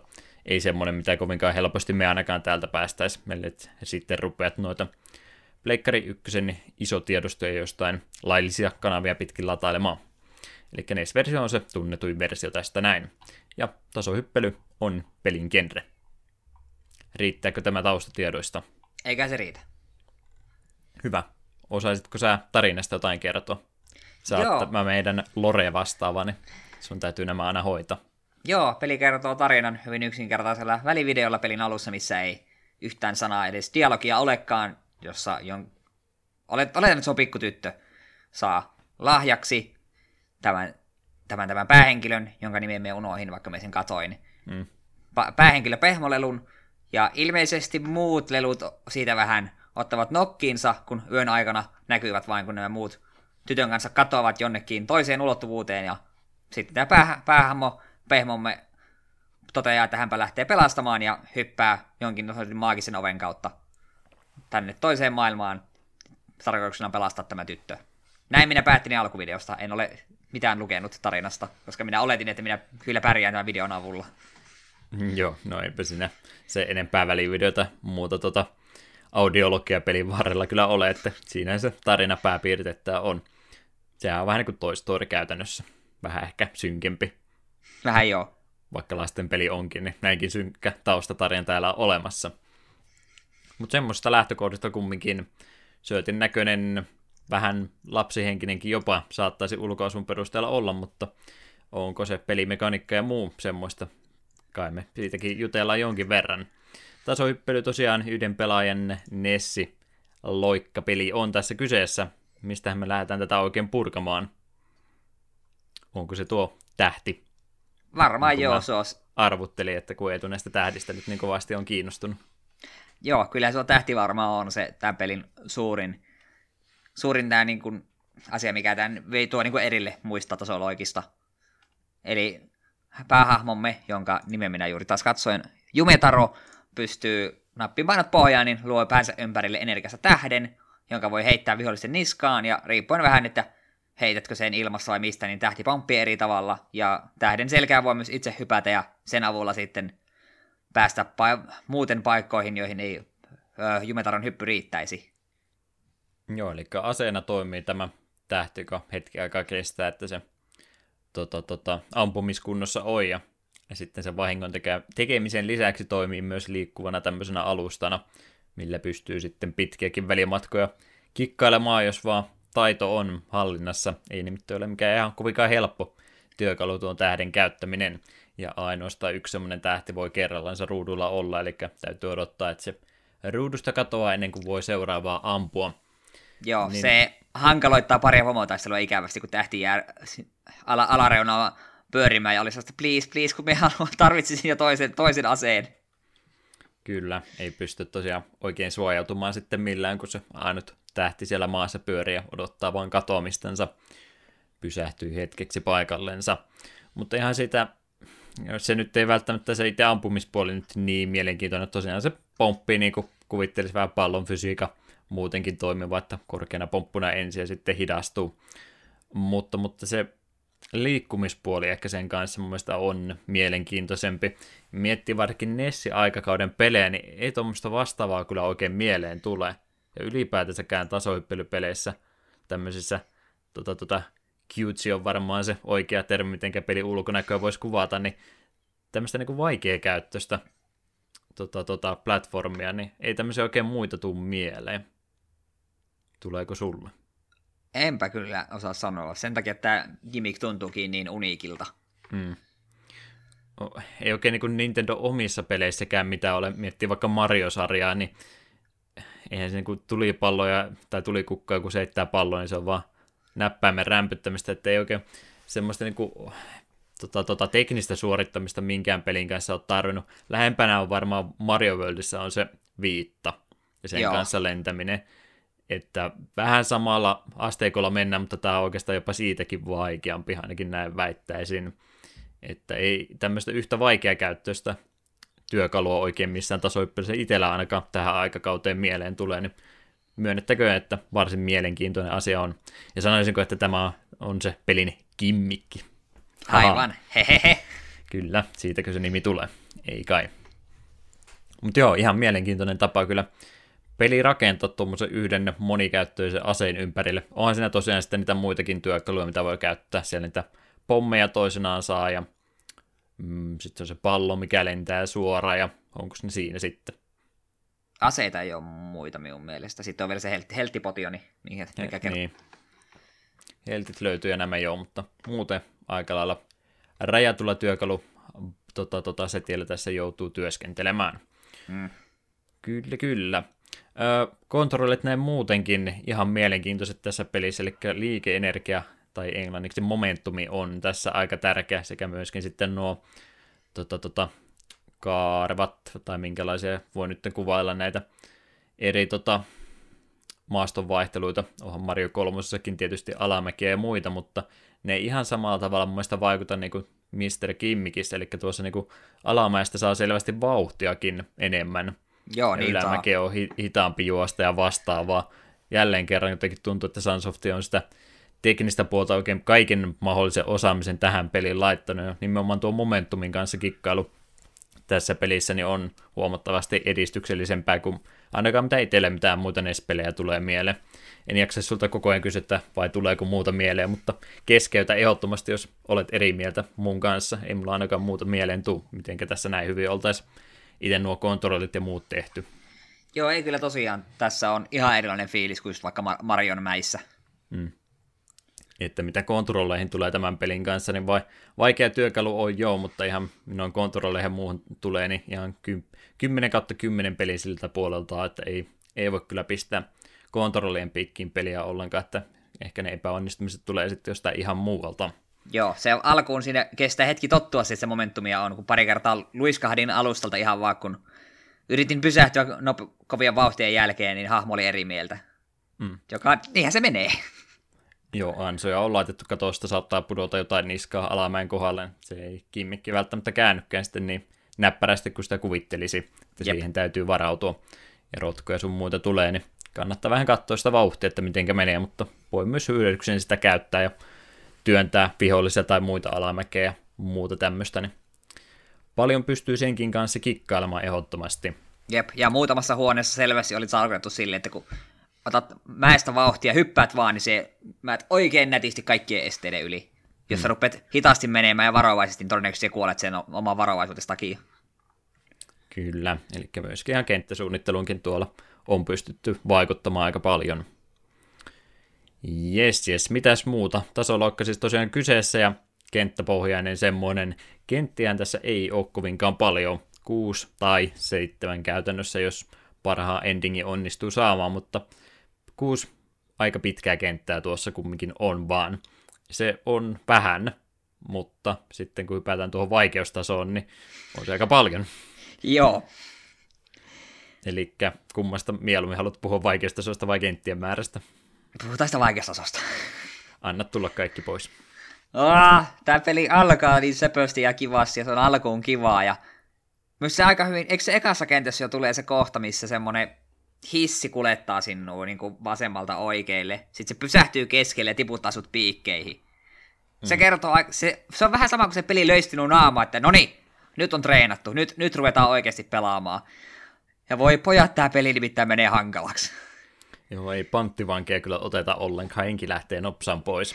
S1: ei semmoinen, mitä kovinkaan helposti me ainakaan täältä päästäisiin, ellei sitten rupeat noita Pleikkari ykkösen isotiedostoja jostain laillisia kanavia pitkin latailemaan. Eli N E S-versio on se tunnetuin versio tästä näin. Ja tasohyppely on pelin genre. Riittääkö tämä taustatiedoista?
S2: Eikä se riitä.
S1: Hyvä. Osaisitko sä tarinasta jotain kertoa? Sä
S2: Joo.
S1: oot tämä meidän Lore vastaava, niin sun täytyy nämä aina hoitaa.
S2: Joo, peli kertoo tarinan hyvin yksinkertaisella välivideolla pelin alussa, missä ei yhtään sanaa edes dialogia olekaan, jossa jon... olet, oletan, että se on pikkutyttö, saa lahjaksi tämän, tämän, tämän päähenkilön, jonka nimen me unohin, vaikka me sen katoin. Mm. Pa- päähenkilö pehmolelun, ja ilmeisesti muut lelut siitä vähän ottavat nokkiinsa, kun yön aikana näkyvät vain, kun nämä muut tytön kanssa katoavat jonnekin toiseen ulottuvuuteen, ja sitten tämä pää- päähahmo pehmomme toteaa, että hänpä lähtee pelastamaan ja hyppää jonkin maagisen oven kautta tänne toiseen maailmaan tarkoituksena pelastaa tämä tyttö. Näin minä päättin alkuvideosta. En ole mitään lukenut tarinasta, koska minä oletin, että minä kyllä pärjään tämän videon avulla.
S1: Joo, no eipä siinä se enempää välivideota muuta tota audiologia pelin varrella kyllä ole, että siinä se tarina pääpiirtettää on. Sehän on vähän niin kuin Toy Story käytännössä. Vähän ehkä synkempi.
S2: Vähän joo.
S1: Vaikka lasten peli onkin, niin näinkin synkkä taustatarina täällä on olemassa. Mutta semmoista lähtökohdista kumminkin syötin näköinen, vähän lapsihenkinenkin jopa saattaisi ulkoasun perusteella olla, mutta onko se pelimekaniikka ja muu semmoista? Kai me siitäkin jutellaan jonkin verran. Tasohyppely tosiaan yhden pelaajan Nessi loikkapeli on tässä kyseessä. Mistähän me lähdetään tätä oikein purkamaan? Onko se tuo tähti?
S2: Varmaan
S1: Onko
S2: joo, se on.
S1: Arvuttelin, että kun ei näistä tähdistä nyt niin kovasti on kiinnostunut.
S2: Joo, kyllä se on tähti varmaan on se tämän pelin suurin, suurin tämä niin kuin asia, mikä tämän vei tuo niin kuin erille muista tasoloikista. Eli päähahmomme, jonka nimen minä juuri taas katsoin, Jumetaro, pystyy nappipainot pohjaan, niin luo päänsä ympärille energiassa tähden, jonka voi heittää vihollisten niskaan, ja riippuen vähän, että heitätkö sen ilmassa vai mistä, niin tähti pomppii eri tavalla, ja tähden selkää voi myös itse hypätä, ja sen avulla sitten päästä pa- muuten paikkoihin, joihin ei ö, Jumetaron hyppy riittäisi.
S1: Joo, eli aseena toimii tämä tähti, joka hetki aikaa kestää, että se tota, tota, ampumiskunnossa on, ja, ja sitten se vahingon teke- tekemisen lisäksi toimii myös liikkuvana tämmöisenä alustana, millä pystyy sitten pitkiäkin välimatkoja kikkailemaan, jos vaan taito on hallinnassa. Ei nimittäin ole mikään ihan kovinkaan helppo työkalu tuon tähden käyttäminen, ja ainoastaan yksi semmoinen tähti voi kerrallansa ruudulla olla, eli täytyy odottaa, että se ruudusta katoaa ennen kuin voi seuraavaa ampua.
S2: Joo,
S1: niin...
S2: se hankaloittaa paria pomotaistelua ikävästi, kun tähti jää ala- alareunaa pyörimään, ja oli sellaista please, please, kun me tarvitsisin jo toisen, toisen aseen.
S1: Kyllä, ei pysty tosiaan oikein suojautumaan sitten millään, kun se ainut tähti siellä maassa pyörii ja odottaa vaan katoamistansa, pysähtyy hetkeksi paikallensa. Mutta ihan sitä, se nyt ei välttämättä se itse ampumispuoli nyt niin mielenkiintoinen, tosiaan se pomppii niin kuin kuvittelisi vähän pallon fysiikka muutenkin toimiva, että korkeana pomppuna ensin ja sitten hidastuu. Mutta, mutta se liikkumispuoli ehkä sen kanssa mun mielestä on mielenkiintoisempi. Miettii varsinkin Nessi-aikakauden pelejä, niin ei tuommoista vastaavaa kyllä oikein mieleen tule. Ja ylipäätänsäkään tasohyppelypeleissä tämmöisissä, tota, tota, cutesy on varmaan se oikea termi, mitenkä pelin ulkonäköä voisi kuvata, niin tämmöistä niin vaikeakäyttöistä tota, tota, platformia, niin ei tämmöisiä oikein muita tule mieleen. Tuleeko sulle?
S2: Enpä kyllä osaa sanoa. Sen takia, että tämä gimmick tuntuukin niin uniikilta.
S1: Mm. Ei oikein niin kuin Nintendo omissa peleissäkään mitä ole. Miettii vaikka Mario-sarjaa, niin eihän se niin kuin tulipalloja tai tulikukkoja, kun se heittää palloa, niin se on vaan näppäimen rämpyttämistä, että ei oikein semmoista niin kuin, tota, tota, teknistä suorittamista minkään pelin kanssa ole tarvinnut. Lähempänä on varmaan Mario Worldissa on se viitta ja sen Joo. kanssa lentäminen. Että vähän samalla asteikolla mennään, mutta tämä on oikeastaan jopa siitäkin vaikeampi, ainakin näin väittäisin. Että ei tämmöistä yhtä vaikeakäyttöistä työkalua oikein missään tasohyppelyssä itsellä ainakaan tähän aikakauteen mieleen tulee, niin myönnettäköön, että varsin mielenkiintoinen asia on. Ja sanoisinko, että tämä on se pelin kimmikki.
S2: Aivan, hehehe.
S1: Kyllä, siitäkö se nimi tulee. Ei kai. Mutta joo, ihan mielenkiintoinen tapa kyllä peli rakentaa tuommoisen yhden monikäyttöisen aseen ympärille. Onhan siinä tosiaan sitten niitä muitakin työkaluja, mitä voi käyttää. Siellä niitä pommeja toisenaan saa, ja mm, sitten on se pallo, mikä lentää suoraan, ja onko ne siinä sitten?
S2: Aseita ei ole muita minun mielestä. Sitten on vielä se hel- helttipotioni, mikä kertoo.
S1: Niin. Heltit löytyy ja nämä joo, mutta muuten aika lailla rajatulla työkalu tota, tota, setiellä tässä joutuu työskentelemään.
S2: Mm.
S1: Kyllä, kyllä. Ö, kontrollit näin muutenkin ihan mielenkiintoiset tässä pelissä, eli liikeenergia tai englanniksi momentumi on tässä aika tärkeä, sekä myöskin sitten nuo tota, tota, kaarvat, tai minkälaisia voi nyt kuvailla näitä eri tota, maastonvaihteluita. Onhan Mario kolmosessakin tietysti alamäkiä ja muita, mutta ne ei ihan samalla tavalla mun mielestä vaikuta niin kuin mister Gimmikissä, eli tuossa niin kuin alamäestä saa selvästi vauhtiakin enemmän.
S2: Joo,
S1: ja
S2: niin
S1: ylämäki on hi- hitaampi juosta ja vastaavaa. Jälleen kerran jotenkin tuntuu, että Sunsoft on sitä teknistä puolta oikein kaiken mahdollisen osaamisen tähän peliin laittanut. Ja nimenomaan tuo momentumin kanssa kikkailu tässä pelissä niin on huomattavasti edistyksellisempää kuin ainakaan mitä itselle mitään muita N E S-pelejä tulee mieleen. En jaksa sulta koko ajan kysyä, vai tuleeko muuta mieleen, mutta keskeytä ehdottomasti, jos olet eri mieltä mun kanssa. Ei mulla ainakaan muuta mieleen tuu, mitenkä tässä näin hyvin oltaisiin itse nuo kontrollit ja muut tehty.
S2: Joo, ei kyllä tosiaan. Tässä on ihan erilainen fiilis kuin just vaikka Marion mäissä.
S1: Mm. Että mitä kontrolleihin tulee tämän pelin kanssa, niin vai, vaikea työkalu on joo, mutta ihan noin kontrolleihin ja muuhun tulee, niin ihan kymmenen kautta kymmenen peli siltä puolelta, että ei, ei voi kyllä pistää kontrollien piikkiin peliä ollenkaan, että ehkä ne epäonnistumiset tulee sitten jostain ihan muualta.
S2: Joo, se alkuun siinä kestää hetki tottua, että se momentumia on, kun pari kertaa luiskahdin alustalta ihan vaan, kun yritin pysähtyä nop- kovien vauhtien jälkeen, niin hahmo oli eri mieltä. Mm. Joka, niinhän se menee.
S1: Joo, ansoja on laitettu katosta, saattaa pudota jotain niskaa alamäen kohdalle. Se ei kimmikki välttämättä käännykään sitten niin näppärästi kuin sitä kuvittelisi, että Jep. siihen täytyy varautua. Ja rotkoja sun muuta tulee, niin kannattaa vähän katsoa sitä vauhtia, että mitenkä menee, mutta voi myös hyödyksen sitä käyttää ja työntää vihollisia tai muita alamäkeä ja muuta tämmöistä, niin paljon pystyy senkin kanssa kikkailemaan ehdottomasti.
S2: Jep, ja muutamassa huoneessa selvästi oli tarkoitettu silleen, että kun otat mäestä vauhtia ja hyppäät vaan, niin se määt oikein nätisti kaikkien esteiden yli. Jos mm. sä rupeat hitaasti menemään ja varovaisesti, niin todennäköisesti kuolet sen oman varovaisuudesta takia.
S1: Kyllä, eli myöskin ihan kenttäsuunnitteluunkin tuolla on pystytty vaikuttamaan aika paljon. Jes, jes, mitäs muuta? Tasoloikka siis tosiaan kyseessä ja kenttäpohjainen semmoinen. Kenttiään tässä ei ole kovinkaan paljon, kuusi tai seitsemän käytännössä, jos parhaan endingin onnistuu saamaan, mutta kuusi aika pitkää kenttää tuossa kumminkin on vaan. Se on vähän, mutta sitten kun hypätään tuohon vaikeustasoon, niin on se aika paljon.
S2: Joo.
S1: Eli kummasta mieluummin haluat puhua vaikeustasosta vai kenttien määrästä?
S2: Puhutaan sitä vaikeustasosta.
S1: Anna tulla kaikki pois.
S2: Oh, tämä peli alkaa niin söpösti ja kivasti ja se on alkuun kivaa. Ja myös se aika hyvin, eikö se ekassa kentässä jo tulee se kohta, missä semmoinen hissi kulettaa sinua niin kuin vasemmalta oikeille. Sitten se pysähtyy keskelle ja tiputtaa sut piikkeihin. Se mm. kertoo, se, se on vähän sama kuin se peli löisi sinun naamaa, että no niin, nyt on treenattu, nyt, nyt ruvetaan oikeasti pelaamaan. Ja voi pojat, tämä peli nimittäin menee hankalaksi.
S1: Joo, ei panttivankeja kyllä oteta ollenkaan, henki lähtee nopsaan pois.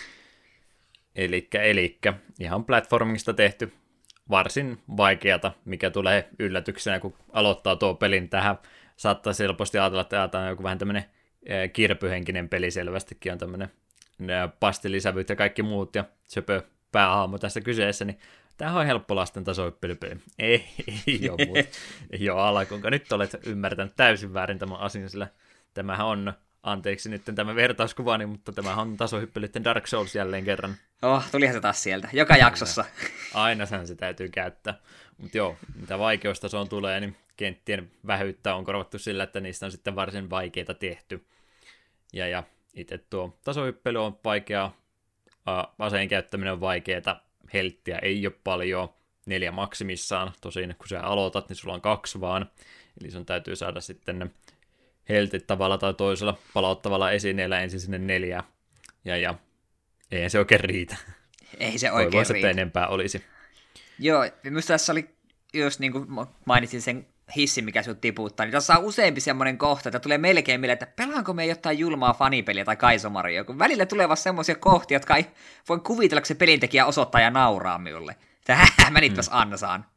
S1: Elikkä, elikkä, ihan platformingista tehty varsin vaikeata, mikä tulee yllätyksenä, kun aloittaa tuo pelin tähän. Saattaa helposti ajatella, että tämä on joku vähän tämmöinen kirpyhenkinen peli selvästikin, on tämmöinen pastilisävyt ja kaikki muut, ja söpö päähahmo tässä kyseessä, niin tämähän on helppo lasten tasoippelypeli. Ei, ei ole muuta. Ei ole alkuunkaan. Nyt olet ymmärtänyt täysin väärin tämän asian, sillä tämähän on, anteeksi nyt tämä vertauskuvani, mutta tämähän on tasohyppelyiden Dark Souls jälleen kerran.
S2: Oh, tulihan se taas sieltä, joka jaksossa.
S1: Aina sen se täytyy käyttää. Mutta joo, mitä vaikeustasoon tulee, niin kenttien vähyyttä on korvattu sillä, että niistä on sitten varsin vaikeita tehty. Ja, ja itse tuo tasohyppely on vaikeaa, aseen käyttäminen on vaikeaa, helttiä ei ole paljon, neljä maksimissaan, tosin kun sä aloitat, niin sulla on kaksi vaan, eli sun täytyy saada sitten ne heltit tavalla tai toisella palauttavalla esineellä ensin sinne neljää, ja, ja eihän se oikein riitä.
S2: Ei se oikein
S1: Toivoisi,
S2: riitä.
S1: että enempää olisi.
S2: Joo, minusta tässä oli, just niin kuin mainitsin sen hissi, mikä sinut tiputtaa, niin tässä on useampi semmoinen kohta, että tulee melkein mieleen, että pelaanko me jotain julmaa fanipeliä tai Kaisomaria, kun välillä tulee vaan semmoisia kohtia, jotka ei voi kuvitella, kun se pelintekijä osoittaa ja nauraa minulle. Tähän mä niitä mm. ansaan.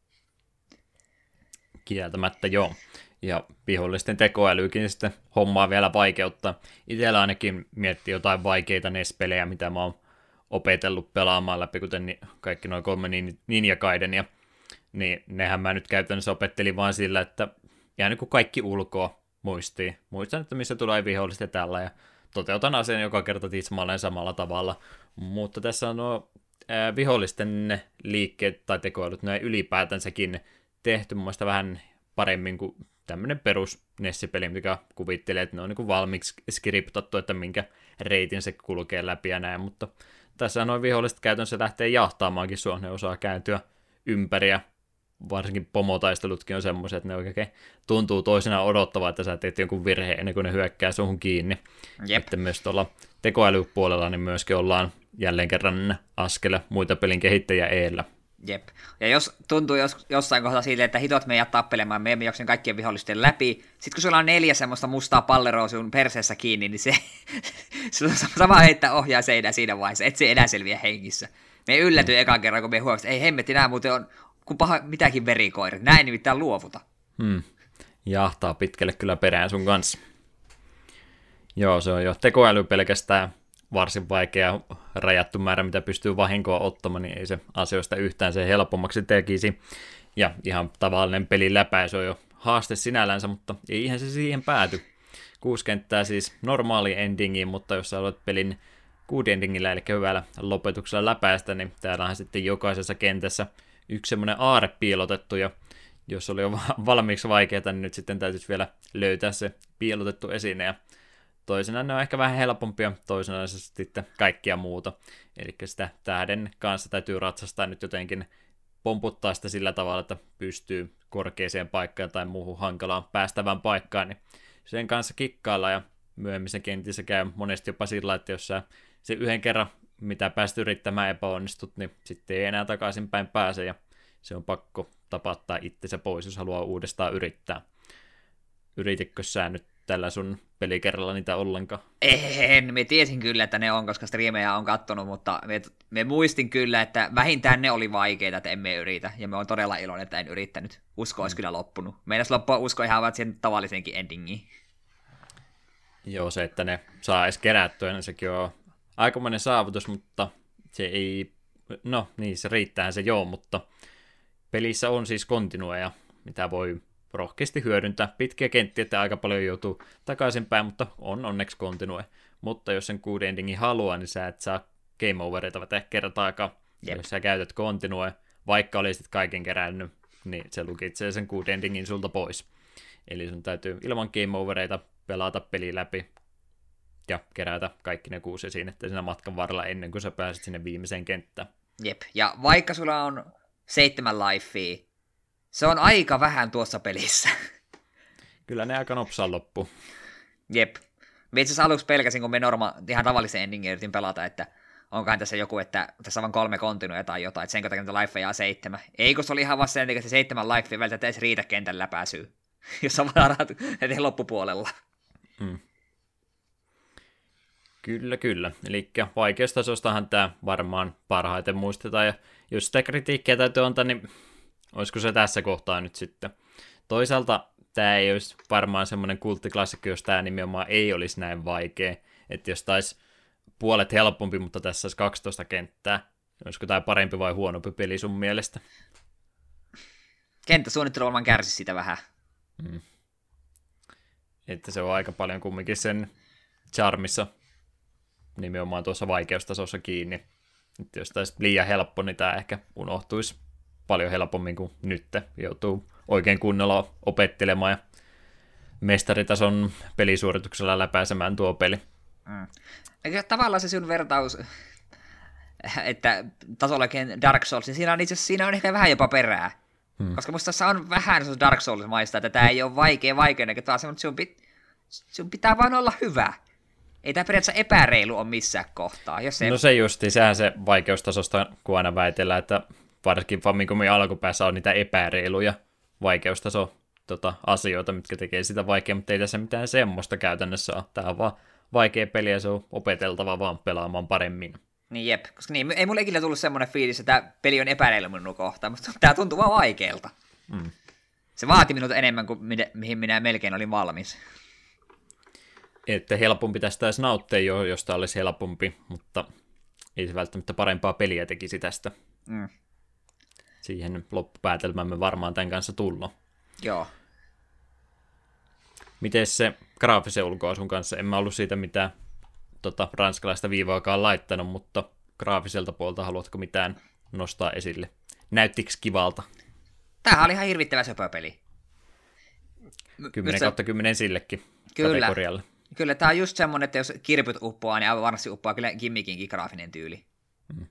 S1: Kieltämättä joo. Ja vihollisten tekoälykin sitten hommaa vielä vaikeuttaa. Itsellä ainakin miettii jotain vaikeita N E S-pelejä, mitä mä oon opetellut pelaamaan läpi, kuten kaikki noin kolme Ninja Gaidenia. Niin nehän mä nyt käytännössä opettelin vaan sillä, että jäänyt kuin kaikki ulkoa muistiin. Muistan, että missä tulee vihollista tällä, ja toteutan asian joka kerta tismalleen samalla tavalla. Mutta tässä on nuo ää, vihollisten liikkeet tai tekoälyt, ne ylipäätänsäkin tehty mun mielestä vähän paremmin kuin tämmöinen perus N E S-peli, mikä kuvittelee, että ne on niin kuin valmiiksi skriptattu, että minkä reitin se kulkee läpi ja näin, mutta tässä noin viholliset käytännössä lähtee jahtaamaankin sua, ne osaa kääntyä ympäri, ja varsinkin pomotaistelutkin on semmoisia, että ne oikein tuntuu toisinaan odottavaa, että sä teet jonkun virheen ennen kuin ne hyökkää suhun kiinni. Jep. Että myös tuolla tekoälypuolella niin myöskin ollaan jälleen kerran askele muita pelin kehittäjiä eellä.
S2: Jep. Ja jos tuntuu jos, jossain kohtaa siitä, että hitot meidät tappelemaan, me emme jaksen kaikkien vihollisten läpi, sitten kun sulla on neljä semmoista mustaa palleroa sun perseessä kiinni, niin se, se on sama heittää ohjaa seinää siinä vaiheessa, et se enää selviä hengissä. Me yllätyin mm. ekan kerran, kun me huomasin, että ei hemmetti, nämä muuten on kun paha mitäkin verikoirat, näin nimittäin luovuta.
S1: Hmm. Jahtaa pitkälle kyllä perään sun kanssa. Joo, se on jo tekoäly pelkästään varsin vaikea rajattu määrä, mitä pystyy vahinkoa ottamaan, niin ei se asioista yhtään se helpommaksi tekisi. Ja ihan tavallinen pelin läpäisy on jo haaste sinällänsä, mutta ei ihan se siihen pääty. Kuusi kenttää siis normaali endingiin, mutta jos sä haluat pelin good endingillä, eli hyvällä lopetuksella läpäistä, niin täällä on sitten jokaisessa kentässä yksi semmoinen aare piilotettu, ja jos oli jo valmiiksi vaikeaa, niin nyt sitten täytyisi vielä löytää se piilotettu esine, ja toisenaan ne on ehkä vähän helpompia, toisenaan se sitten kaikkia muuta, eli sitä tähden kanssa täytyy ratsastaa nyt jotenkin pomputtaa sitä sillä tavalla, että pystyy korkeaseen paikkaan tai muuhun hankalaan päästävään paikkaan, niin sen kanssa kikkailla, ja myöhemmin se kentissä käy monesti jopa sillä, että jos sä se yhden kerran, mitä pääst yrittämään epäonnistut, niin sitten ei enää takaisinpäin pääse, ja se on pakko tapattaa itsensä pois, jos haluaa uudestaan yrittää. Yrititkö sä nyt tällä sun pelikerralla niitä ollenkaan?
S2: En, me tiesin kyllä, että ne on, koska striimejä on kattonut, mutta me, me muistin kyllä, että vähintään ne oli vaikeita, että emme yritä, ja me on todella iloinen, että en yrittänyt. Usko olisi mm. kyllä loppunut. Meinas loppua usko ihan vaan siihen tavallisenkin endingiin.
S1: Joo, se, että ne saa edes kerättyä, niin sekin on aikamoinen saavutus, mutta se ei, no niin, se riittäähän se joo, mutta pelissä on siis kontinueja, mitä voi rohkeasti hyödyntää. Pitkiä kenttiä, että aika paljon joutuu takaisinpäin, mutta on onneksi kontinue. Mutta jos sen good endingin haluaa, niin sä et saa game overita tehdä kertaakaan. Yep. Jos sä käytät kontinue, vaikka olisit kaiken kerännyt, niin se lukitsee sen good endingin sulta pois. Eli sun täytyy ilman game overeita pelata peli läpi ja kerätä kaikki ne kuusi esinettä siinä matkan varrella ennen kuin sä pääset sinne viimeiseen kenttään.
S2: Jep, ja vaikka sulla on seitsemän lifea, se on aika vähän tuossa pelissä.
S1: Kyllä ne aika nopsaan loppu.
S2: Jep. Me itse asiassa aluksi pelkäsin, kun me norma, ihan tavallisen endingin yritin pelata, että onkohan tässä joku, että tässä on vain kolme kontinuja tai jotain, että sen takia niitä lifeja on seitsemän. Ei, kun se oli ihan vaan sen, että se seitsemän lifea välttämättä edes riitä kentän läpäisyyn, jos on varaa loppupuolella.
S1: Mm. Kyllä, kyllä. Eli vaikeustasostahan tämä varmaan parhaiten muistetaan, ja jos sitä kritiikkiä täytyy antaa, niin olisiko se tässä kohtaa nyt sitten. Toisaalta tämä ei olisi varmaan semmoinen kulttiklassikko, jos tämä nimenomaan ei olisi näin vaikea, että jos taisi puolet helpompi, mutta tässä olisi kaksitoista kenttää, olisiko tämä parempi vai huonompi peli sun mielestä?
S2: Kenttäsuunnittelu varmaan kärsi sitä vähän.
S1: Mm. Että se on aika paljon kumminkin sen charmissa nimenomaan tuossa vaikeustasossa kiinni. Että jos tämä olisi liian helppo, niin tämä ehkä unohtuisi paljon helpommin kuin nyt. Joutuu oikein kunnolla opettelemaan ja mestaritason pelisuorituksella läpäisemään tuo peli.
S2: Mm. Ja tavallaan se sun vertaus, että tasollakin Dark Souls, niin siinä on itse asiassa siinä on ehkä vähän jopa perää. Hmm. Koska musta tässä on vähän Dark Souls-maista, että tämä ei ole vaikea vaikeinen, että sun, pit, sun pitää vaan olla hyvä. Ei tämä periaatteessa epäreilu ole missään kohtaa. Jos ei...
S1: No se justi, sehän se vaikeustasosta, kun aina väitellään, että varsinkin Famicomin alkupäässä on niitä epäreiluja vaikeustaso tota, asioita, mitkä tekee sitä vaikeaa, mutta ei tässä mitään semmoista käytännössä ole. Tämä on vaan vaikea peli ja se on opeteltava vaan pelaamaan paremmin.
S2: Niin jep, koska niin, ei mulle ikinä tullut semmoinen fiilis, että tämä peli on epäreilu minun kohtaan, mutta tämä tuntuu vaan vaikealta. Mm. Se vaati minulta enemmän kuin mi- mihin minä melkein olin valmis.
S1: Että helpompi tästä taisi nauttia jo, josta olisi helpompi, mutta ei se välttämättä parempaa peliä tekisi tästä. Mm. Siihen loppupäätelmämme varmaan tämän kanssa tullut.
S2: Joo.
S1: Miten se graafisen ulkoasun kanssa? En mä ollut siitä mitään tota, ranskalaista viivaakaan laittanut, mutta graafiselta puolta haluatko mitään nostaa esille? Näyttikö kivalta?
S2: Tämähän oli ihan hirvittävä söpöpeli.
S1: kymmenen kautta kymmenen sillekin
S2: kyllä,
S1: kategorialle.
S2: Kyllä, tämä on just semmoinen, että jos kirpyt uppoaa, niin aivan varmasti uppoaa kyllä Gimmikinkin graafinen tyyli. Hmm.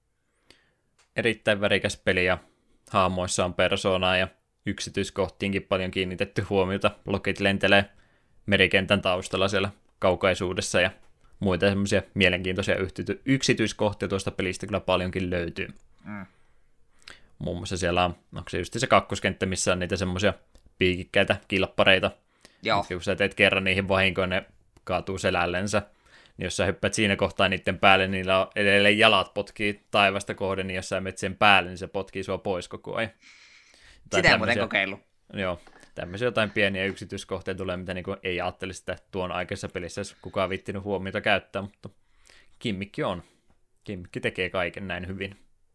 S1: Erittäin värikäs peli ja haamoissa on persoonaa ja yksityiskohtiinkin paljon kiinnitetty huomiota. Blokit lentelee merikentän taustalla siellä kaukaisuudessa ja muita semmoisia mielenkiintoisia yksityiskohtia tuosta pelistä kyllä paljonkin löytyy. Mm. Muun muassa siellä on, onko se just se kakkoskenttä, missä on niitä semmoisia piikikkäitä kilppareita. Joo. Kun sä teet kerran niihin vahinkoon, ne kaatuu selällensä. Niin jos sä hyppäät siinä kohtaa niiden päälle, niin niillä on edelleen jalat potkii taivasta kohden, niin jos sä menet sen päälle, niin se potkii sua pois koko ajan.
S2: Sitä en muuten kokeillut.
S1: Joo, tämmöisiä jotain pieniä yksityiskohtia tulee, mitä niin ei ajattele sitä tuon aikaisessa pelissä, jos kukaan viittinyt huomiota käyttää, mutta Kimmikki on. Kimmikki tekee kaiken näin hyvin.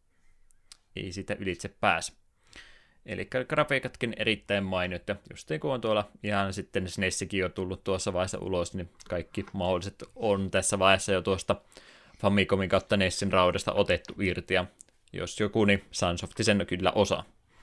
S1: Ei siitä ylitse pääse. Eli grafiikatkin erittäin mainiot, ja just niin kuin on tuolla ihan sitten SNESikin jo tullut tuossa vaiheessa ulos, niin kaikki mahdolliset on tässä vaiheessa jo tuosta Famicomin kautta Nessin raudasta otettu irti, ja jos joku, niin Sunsoft sen kyllä osaa.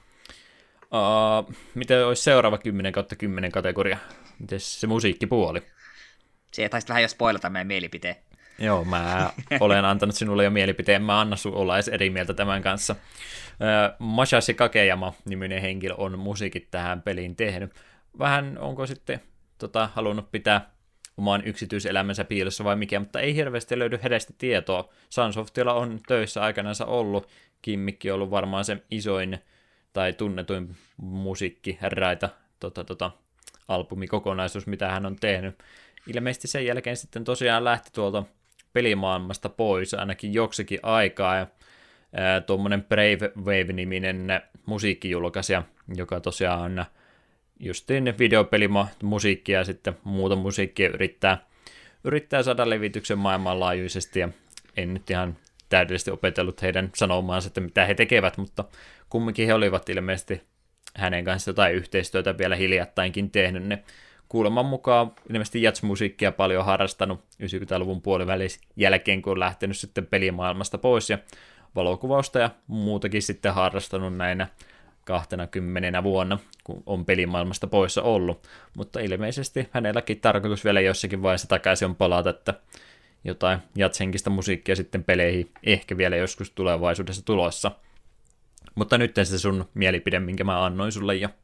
S1: Uh, miten olisi seuraava kymmenen kautta kymmenen kategoria? Miten se musiikkipuoli?
S2: Se taisit vähän jo spoilata meidän mielipiteen.
S1: Joo, mä olen antanut sinulle jo mielipiteen, mä anna sun olla edes eri mieltä tämän kanssa. Uh, Masashi Kageyama-niminen henkilö on musiikit tähän peliin tehnyt. Vähän onko sitten tota, halunnut pitää oman yksityiselämänsä piilossa vai mikä, mutta ei hirveästi löydy herestä tietoa. Sunsoftilla on töissä aikanaan ollut, Kimmikki on ollut varmaan se isoin tai tunnetuin musiikkiherraita tota, tota, albumikokonaisuus, mitä hän on tehnyt. Ilmeisesti sen jälkeen sitten tosiaan lähti tuolta pelimaailmasta pois ainakin joksikin aikaa, ja tuommoinen Brave Wave-niminen musiikkijulkaisija, joka tosiaan on justiin videopelima musiikkia ja sitten muuta musiikkia yrittää, yrittää saada levityksen maailmanlaajuisesti, ja en nyt ihan täydellisesti opetellut heidän sanomaansa, että mitä he tekevät, mutta kumminkin he olivat ilmeisesti hänen kanssa jotain yhteistyötä vielä hiljattainkin tehnyt. Ne kuuleman mukaan ilmeisesti jazzmusiikkia paljon harrastanut yhdeksänkymmentäluvun puolivälin jälkeen, kun on lähtenyt sitten pelimaailmasta pois, ja valokuvausta ja muutakin sitten harrastanut näinä kahtena kymmenenä vuonna, kun on pelimaailmasta poissa ollut. Mutta ilmeisesti hänelläkin tarkoitus vielä jossakin vaiheessa takaisin on palata, että jotain jatshenkistä musiikkia sitten peleihin ehkä vielä joskus tulevaisuudessa tulossa. Mutta nyt se sun mielipide, minkä mä annoin sulle jo.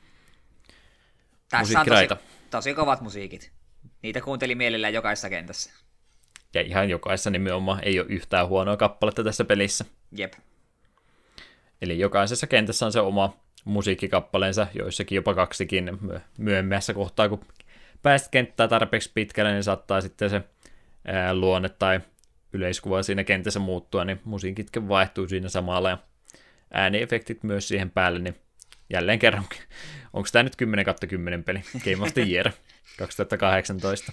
S2: Tässä on tosi, tosi kovat musiikit. Niitä kuunteli mielellään jokaisessa kentässä.
S1: Ja ihan jokaisessa nimenomaan ei ole yhtään huonoa kappaletta tässä pelissä.
S2: Jep.
S1: Eli jokaisessa kentässä on se oma musiikkikappaleensa, joissakin jopa kaksikin myöhemmässä kohtaa, kun pääset kenttää tarpeeksi pitkälle, niin saattaa sitten se ää, luonne tai yleiskuva siinä kentässä muuttua, niin musiikitkin vaihtuu siinä samalla, ja ääniefektit myös siihen päälle, niin jälleen kerran, onko tämä nyt kymmenen kautta kymmenen peli? Game of the Year kaksituhattakahdeksantoista.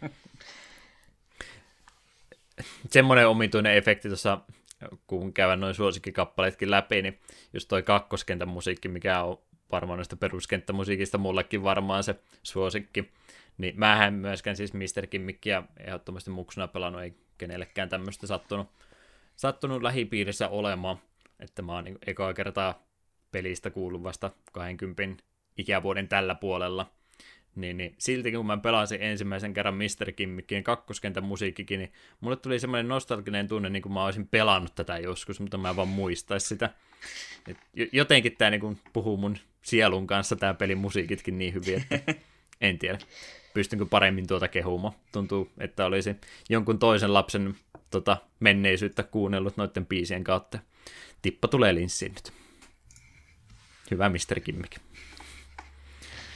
S1: Semmoinen omituinen efekti tuossa, kun käydään noin suosikkikappaleetkin läpi, niin just toi kakkoskentän musiikki, mikä on varmaan noista peruskenttämusiikista mullekin varmaan se suosikki, niin mähän myöskään siis mister Kimmikkiä ehdottomasti muksuna pelannut, ei kenellekään tämmöistä sattunut, sattunut lähipiirissä olemaan, että mä oon niin ekaa kertaa pelistä kuullut vasta kaksikymmentä ikävuoden tällä puolella, niin, niin silti kun mä pelasin ensimmäisen kerran mister Kimmikkiin kakkoskentän musiikkikin, niin mulle tuli semmoinen nostalginen tunne, niin kuin mä olisin pelannut tätä joskus, mutta mä en vaan muistais sitä. Et jotenkin tää niin kuin puhuu mun sielun kanssa tää pelin musiikitkin niin hyvin, että en tiedä, pystynkö paremmin tuota kehumaan. Tuntuu, että olisi jonkun toisen lapsen tota, menneisyyttä kuunnellut noiden biisien kautta. Tippa tulee linssiin nyt. Hyvä mister Kimmik.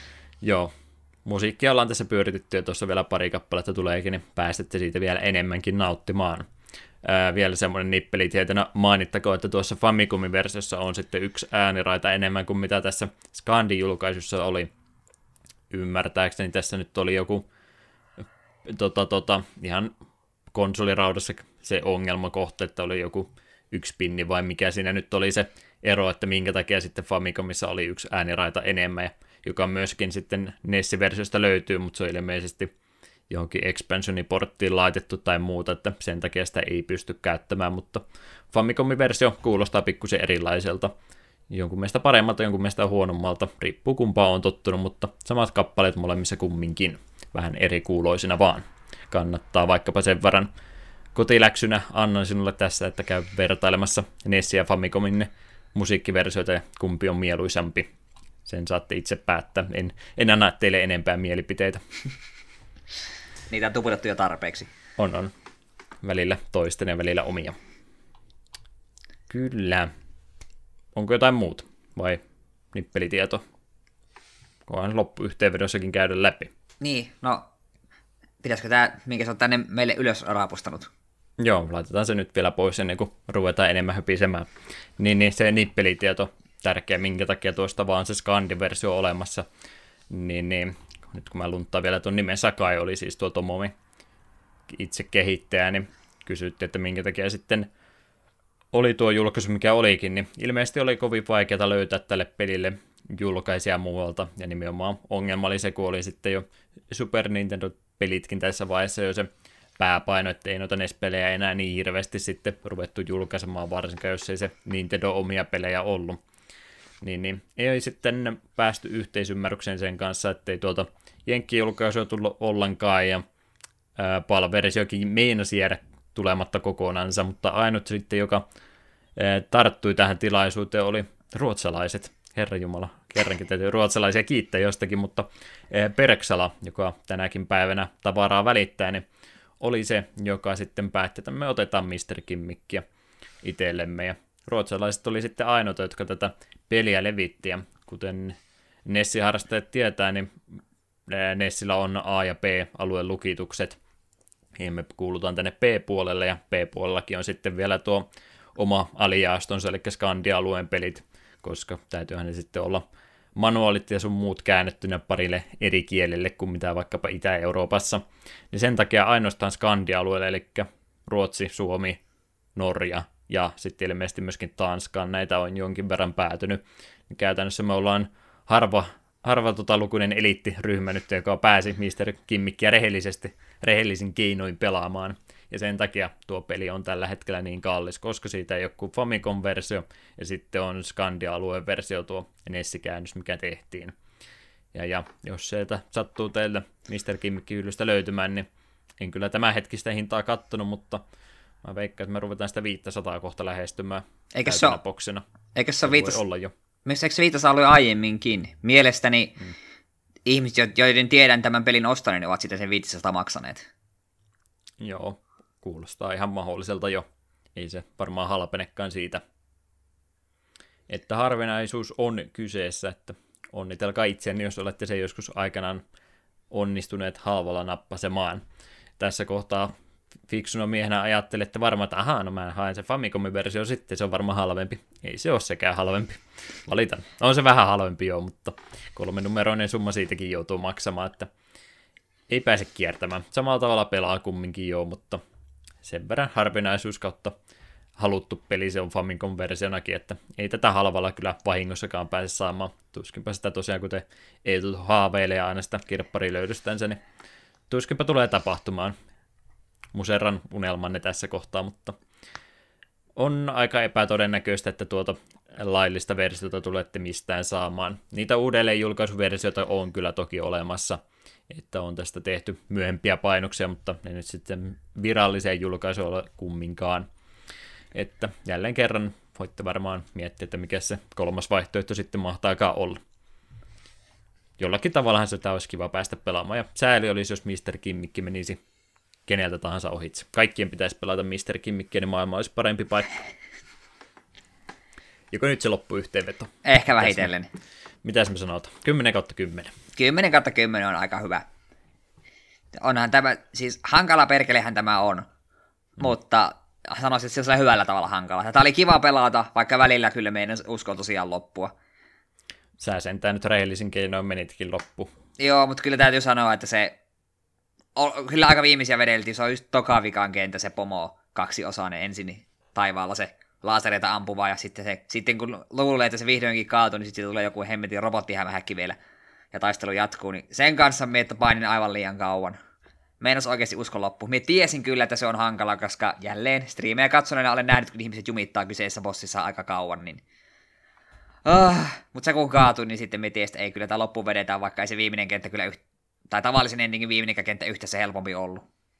S1: Joo, musiikkia ollaan tässä pyöritetty ja tuossa vielä pari kappaletta tuleekin, niin pääsette siitä vielä enemmänkin nauttimaan. Ää, vielä semmoinen nippelitietönä mainittakoon, että tuossa Famicomin versiossa on sitten yksi ääniraita enemmän kuin mitä tässä Scandi-julkaisussa oli. Ymmärtääkseni tässä nyt oli joku tota, tota, ihan konsoliraudassa se ongelmakohta, että oli joku yksi pinni vai mikä siinä nyt oli se ero, että minkä takia sitten Famicomissa oli yksi ääniraita enemmän, joka myöskin sitten N E S-versiosta löytyy, mutta se on ilmeisesti johonkin expansioniporttiin laitettu tai muuta, että sen takia sitä ei pysty käyttämään, mutta Famicomin versio kuulostaa pikkusen erilaiselta. Jonkun mielestä paremmalta, jonkun mielestä huonommalta, riippuu kumpaa on tottunut, mutta samat kappaleet molemmissa kumminkin, vähän eri kuuloisina vaan. Kannattaa vaikkapa sen verran kotiläksynä annan sinulle tässä, että käy vertailemassa N E S ja Famicomin musiikkiversioita ja kumpi on mieluisampi. Sen saatte itse päättää. En, en anna teille enempää mielipiteitä.
S2: Niitä on tuputettu jo tarpeeksi.
S1: On, on. Välillä toisten ja välillä omia. Kyllä. Onko jotain muuta vai nippelitieto? Kohan loppuyhteenvedossakin käydä läpi.
S2: Niin, no pitäisikö tämä, minkä sä oot tänne meille ylös raapustanut?
S1: Joo, laitetaan se nyt vielä pois ennen kuin ruvetaan enemmän höpisemään. Niin, niin se nippelitieto tärkeä, minkä takia tuosta vaan se Scandi-versio olemassa. Niin, niin nyt kun mä lunttaan vielä tuon nimen, Sakai oli siis tuo Tomomi itse kehittäjä, niin kysyttiin, että minkä takia sitten oli tuo julkaisu, mikä olikin, niin ilmeisesti oli kovin vaikeaa löytää tälle pelille julkaisia muualta, ja nimenomaan ongelma oli se, kun oli sitten jo Super Nintendo-pelitkin tässä vaiheessa jo se pääpaino, että ei noita N E S-pelejä enää niin hirveästi sitten ruvettu julkaisemaan, varsinkaan jos ei se Nintendo omia pelejä ollut. Niin, niin ei sitten päästy yhteisymmärrykseen sen kanssa, ettei tuolta Jenkki-julkaisua tullut ollenkaan, ja ää, PAL-versiokin meinasi jäädä tulematta kokonaansa, mutta ainut sitten, joka ää, tarttui tähän tilaisuuteen, oli ruotsalaiset. Herranjumala, kerrankin täytyy ruotsalaisia kiittää jostakin, mutta ää, Perksala, joka tänäkin päivänä tavaraa välittää, niin oli se, joka sitten päätti, että me otetaan mister Kimmickiä itsellemme, ja ruotsalaiset oli sitten ainoita, jotka tätä peliä levitti, ja kuten N E S-harrastajat tietää, niin N E Sillä on A- ja B-alueen lukitukset, ja me kuulutaan tänne P-puolelle, ja P-puolellakin on sitten vielä tuo oma alijaastonsa, eli Scandi-alueen pelit, koska täytyyhän ne sitten olla manuaalit ja sun muut käännettynä parille eri kielelle kuin mitä vaikkapa Itä-Euroopassa, niin sen takia ainoastaan Scandi-alueelle, eli Ruotsi, Suomi, Norja ja sitten ilmeisesti myöskin Tanskaan näitä on jonkin verran päätynyt. Käytännössä me ollaan harva, harva tota lukuinen eliittiryhmä nyt, joka pääsi mister Kimmickiä rehellisesti, rehellisin keinoin pelaamaan. Ja sen takia tuo peli on tällä hetkellä niin kallis, koska siitä ei ole kuin Famicom-versio, ja sitten on Scandi-alueen versio tuo N E S-käännös, mikä tehtiin. Ja, ja jos sieltä sattuu teille mister Kimmicki-hyllystä löytymään, niin en kyllä tämän hetkistä hintaa kattonut, mutta mä veikkaan, että me ruvetaan sitä viisisataa kohta lähestymään.
S2: Eikö se ole?
S1: Boksina.
S2: Eikö se ole viitos...
S1: olla jo.
S2: Eikö se viitos ollut aiemminkin? Mielestäni hmm. ihmiset, joiden tiedän tämän pelin ostaneen, ovat sitä sen viisisataa maksaneet.
S1: Joo, kuulostaa ihan mahdolliselta jo. Ei se varmaan halpenekaan siitä. Että harvinaisuus on kyseessä, että onnitelkaa itseänne, jos olette se joskus aikanaan onnistuneet halvalla nappasemaan. Tässä kohtaa fiksuna miehenä ajattelette varmaan, että ahaa, no mä haen se Famicomin versio sitten, se on varmaan halvempi. Ei se ole sekään halvempi. Valitan. On se vähän halvempi jo, mutta kolmenumeroinen summa siitäkin joutuu maksamaan, että ei pääse kiertämään. Samalla tavalla pelaa kumminkin jo, mutta sen verran harvinaisuus kautta haluttu peli se on Famicom versionakin, että ei tätä halvalla kyllä vahingossakaan pääse saamaan. Tuskinpä sitä tosiaan, kuten ei tullut haaveilee aina sitä kirpparilöydöstänsä, niin tuskinpä tulee tapahtumaan. Muserran unelmanne tässä kohtaa, mutta on aika epätodennäköistä, että tuota laillista versiota tulette mistään saamaan. Niitä uudelleen julkaisuversioita on kyllä toki olemassa, että on tästä tehty myöhempiä painoksia, mutta ne nyt sitten viralliseen julkaisuun ole kumminkaan. Että jälleen kerran voitte varmaan miettiä, että mikä se kolmas vaihtoehto sitten mahtaakaan olla. Jollakin tavallahan sitä olisi kiva päästä pelaamaan, ja sääli olisi, jos mister Kimmicki menisi keneltä tahansa ohitse. Kaikkien pitäisi pelata mister Kimmickiä, niin maailma olisi parempi paikka. Joko nyt se loppu yhteenveto?
S2: Ehkä vähitellen.
S1: Mitäs me sanotaan? kymmenen kautta kymmenen.
S2: kymmenen kautta kymmenen on aika hyvä. Onhan tämä, siis hankala perkelehän tämä on, mm. mutta sanoisin, että se on hyvällä tavalla hankala. Tämä oli kiva pelata, vaikka välillä kyllä meidän uskon tosiaan loppua.
S1: Sä sentään nyt rehellisin keinoin menitkin loppu.
S2: Joo, mutta kyllä täytyy sanoa, että se on kyllä aika viimeisiä vedeltiin. Se on just toka vikan kenttä, se pomo kaksiosainen ensin taivaalla se laasereita ampuva, ja sitten, se, sitten kun luulee, että se vihdoinkin kaatuu, niin sitten tulee joku hemmetin robottihämähäkki vielä, ja taistelu jatkuu, niin sen kanssa miettä painin aivan liian kauan. Meinas oikeasti uskon loppu. Mie tiesin kyllä, että se on hankala, koska jälleen striimejä katsoneena olen nähnyt, kun ihmiset jumittaa kyseessä bossissa aika kauan, niin oh, mutta se kun kaatui, niin sitten me tiesin, että ei kyllä tämä loppuun vedetään, vaikka ei se viimeinen kenttä kyllä, yht... tai tavallisen endingin viimeinen kenttä yhtä se helpompi ollut.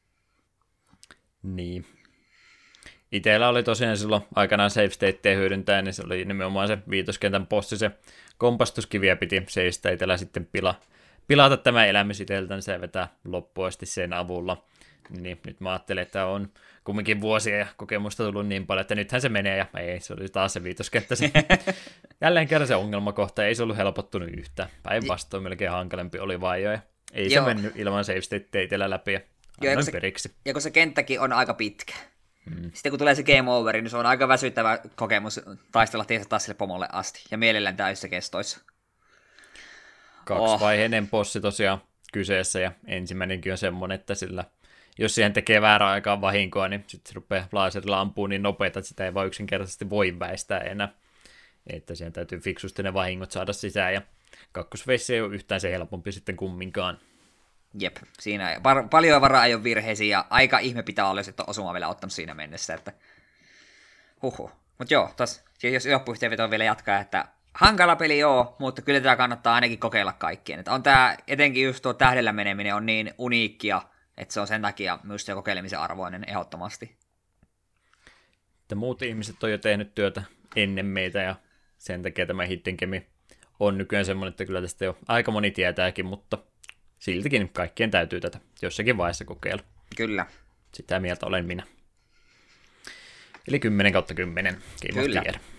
S1: Niin. Itellä oli tosiaan silloin aikanaan save stateja hyödyntää, niin se oli nimenomaan se viitoskentän bossi, se kompastuskiviä piti seistä itellä sitten pila, pilata tämä elämys iteltä, niin se vetää loppuasti sen avulla. Niin nyt mä ajattelin, että on kumminkin vuosia ja kokemusta tullut niin paljon, että nythän se menee, ja ei, se oli taas se viitoskenttä. Jälleen kerran se ongelmakohta, ei se ollut helpottunut yhtään. Päinvastoin melkein hankalempi oli vaan jo, ja ei Joo. se mennyt ilman save stateja itsellä läpi, ja annoin periksi.
S2: Ja kun se kenttäkin on aika pitkä. Hmm. Sitten kun tulee se game over, niin se on aika väsyttävä kokemus taistella tietysti taas sille pomolle asti, ja mielellään täysissä kestoissa.
S1: Kaksivaiheinen oh. bossi tosiaan kyseessä, ja ensimmäinenkin on semmoinen, että sillä jos siihen tekee väärän aikaan vahinkoa, niin sitten se rupeaa laserilla ampumaan niin nopeita, että sitä ei vaan yksinkertaisesti voi väistää enää. Että siihen täytyy fiksusti ne vahingot saada sisään, ja kakkosveissä ei ole yhtään se helpompi sitten kumminkaan.
S2: Jep, siinä var- paljon varaa ei ole virheisiä, ja aika ihme pitää olla, jos et ole osuma vielä ottanut siinä mennessä, että huhhuh. Mutta joo, tos, jos loppuyhteenvetoon vielä jatkaa, että hankala peli joo, mutta kyllä tätä kannattaa ainakin kokeilla kaikkien. Että on tää, etenkin just tuo tähdellä meneminen on niin uniikkia, että se on sen takia myös jo kokeilemisen arvoinen ehdottomasti.
S1: Että muut ihmiset on jo tehnyt työtä ennen meitä, ja sen takia tämä Hidden Gemi on nykyään semmoinen, että kyllä tästä jo aika moni tietääkin, mutta siltikin kaikkien täytyy tätä jossakin vaiheessa kokeilla.
S2: Kyllä.
S1: Sitä mieltä olen minä. Eli kymmenen kautta kymmenen.
S2: Kyllä.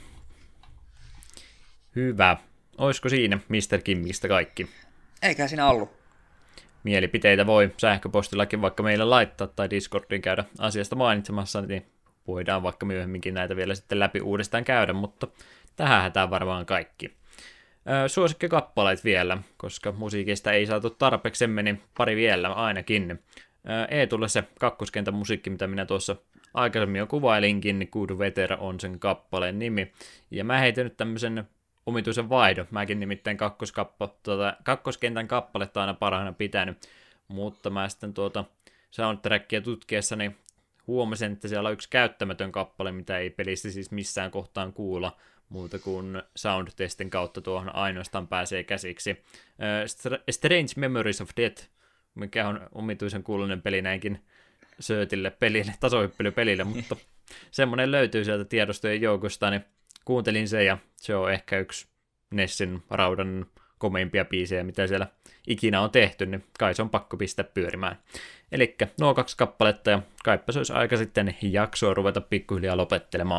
S1: Hyvä. Olisiko siinä mister Kimmistä kaikki?
S2: Eikä siinä ollut.
S1: Mielipiteitä voi sähköpostillakin vaikka meille laittaa tai Discordiin käydä asiasta mainitsemassa, niin voidaan vaikka myöhemminkin näitä vielä sitten läpi uudestaan käydä, mutta tähänhän tämä varmaan kaikki. Suosikkikappaleet vielä, koska musiikista ei saatu tarpeeksi, meni pari vielä ainakin. Eetulle se kakkoskentän musiikki, mitä minä tuossa aikaisemmin jo kuvailinkin, niin Good Weather on sen kappaleen nimi. Ja mä heitin nyt tämmöisen omituisen vaihdon. Mäkin nimittäin kakkoskappa, tuota, kakkoskentän kappaletta aina parhaana pitänyt, mutta mä sitten tuota soundtrackia tutkiessani huomasin, että siellä on yksi käyttämätön kappale, mitä ei pelissä siis missään kohtaan kuulla, muuta kuin soundtestin kautta tuohon ainoastaan pääsee käsiksi. Uh, Strange Memories of Death, mikä on omituisen kuuluinen peli näinkin söötille pelille, tasohyppelypelille, mutta semmoinen löytyy sieltä tiedostojen joukosta, niin kuuntelin sen, ja se on ehkä yksi Nessin raudan komeimpia biisejä, mitä siellä ikinä on tehty, niin kai se on pakko pistää pyörimään. Elikkä nuo kaksi kappaletta, ja kaipa se olisi aika sitten jaksoa ruveta pikkuhiljaa lopettelemaan.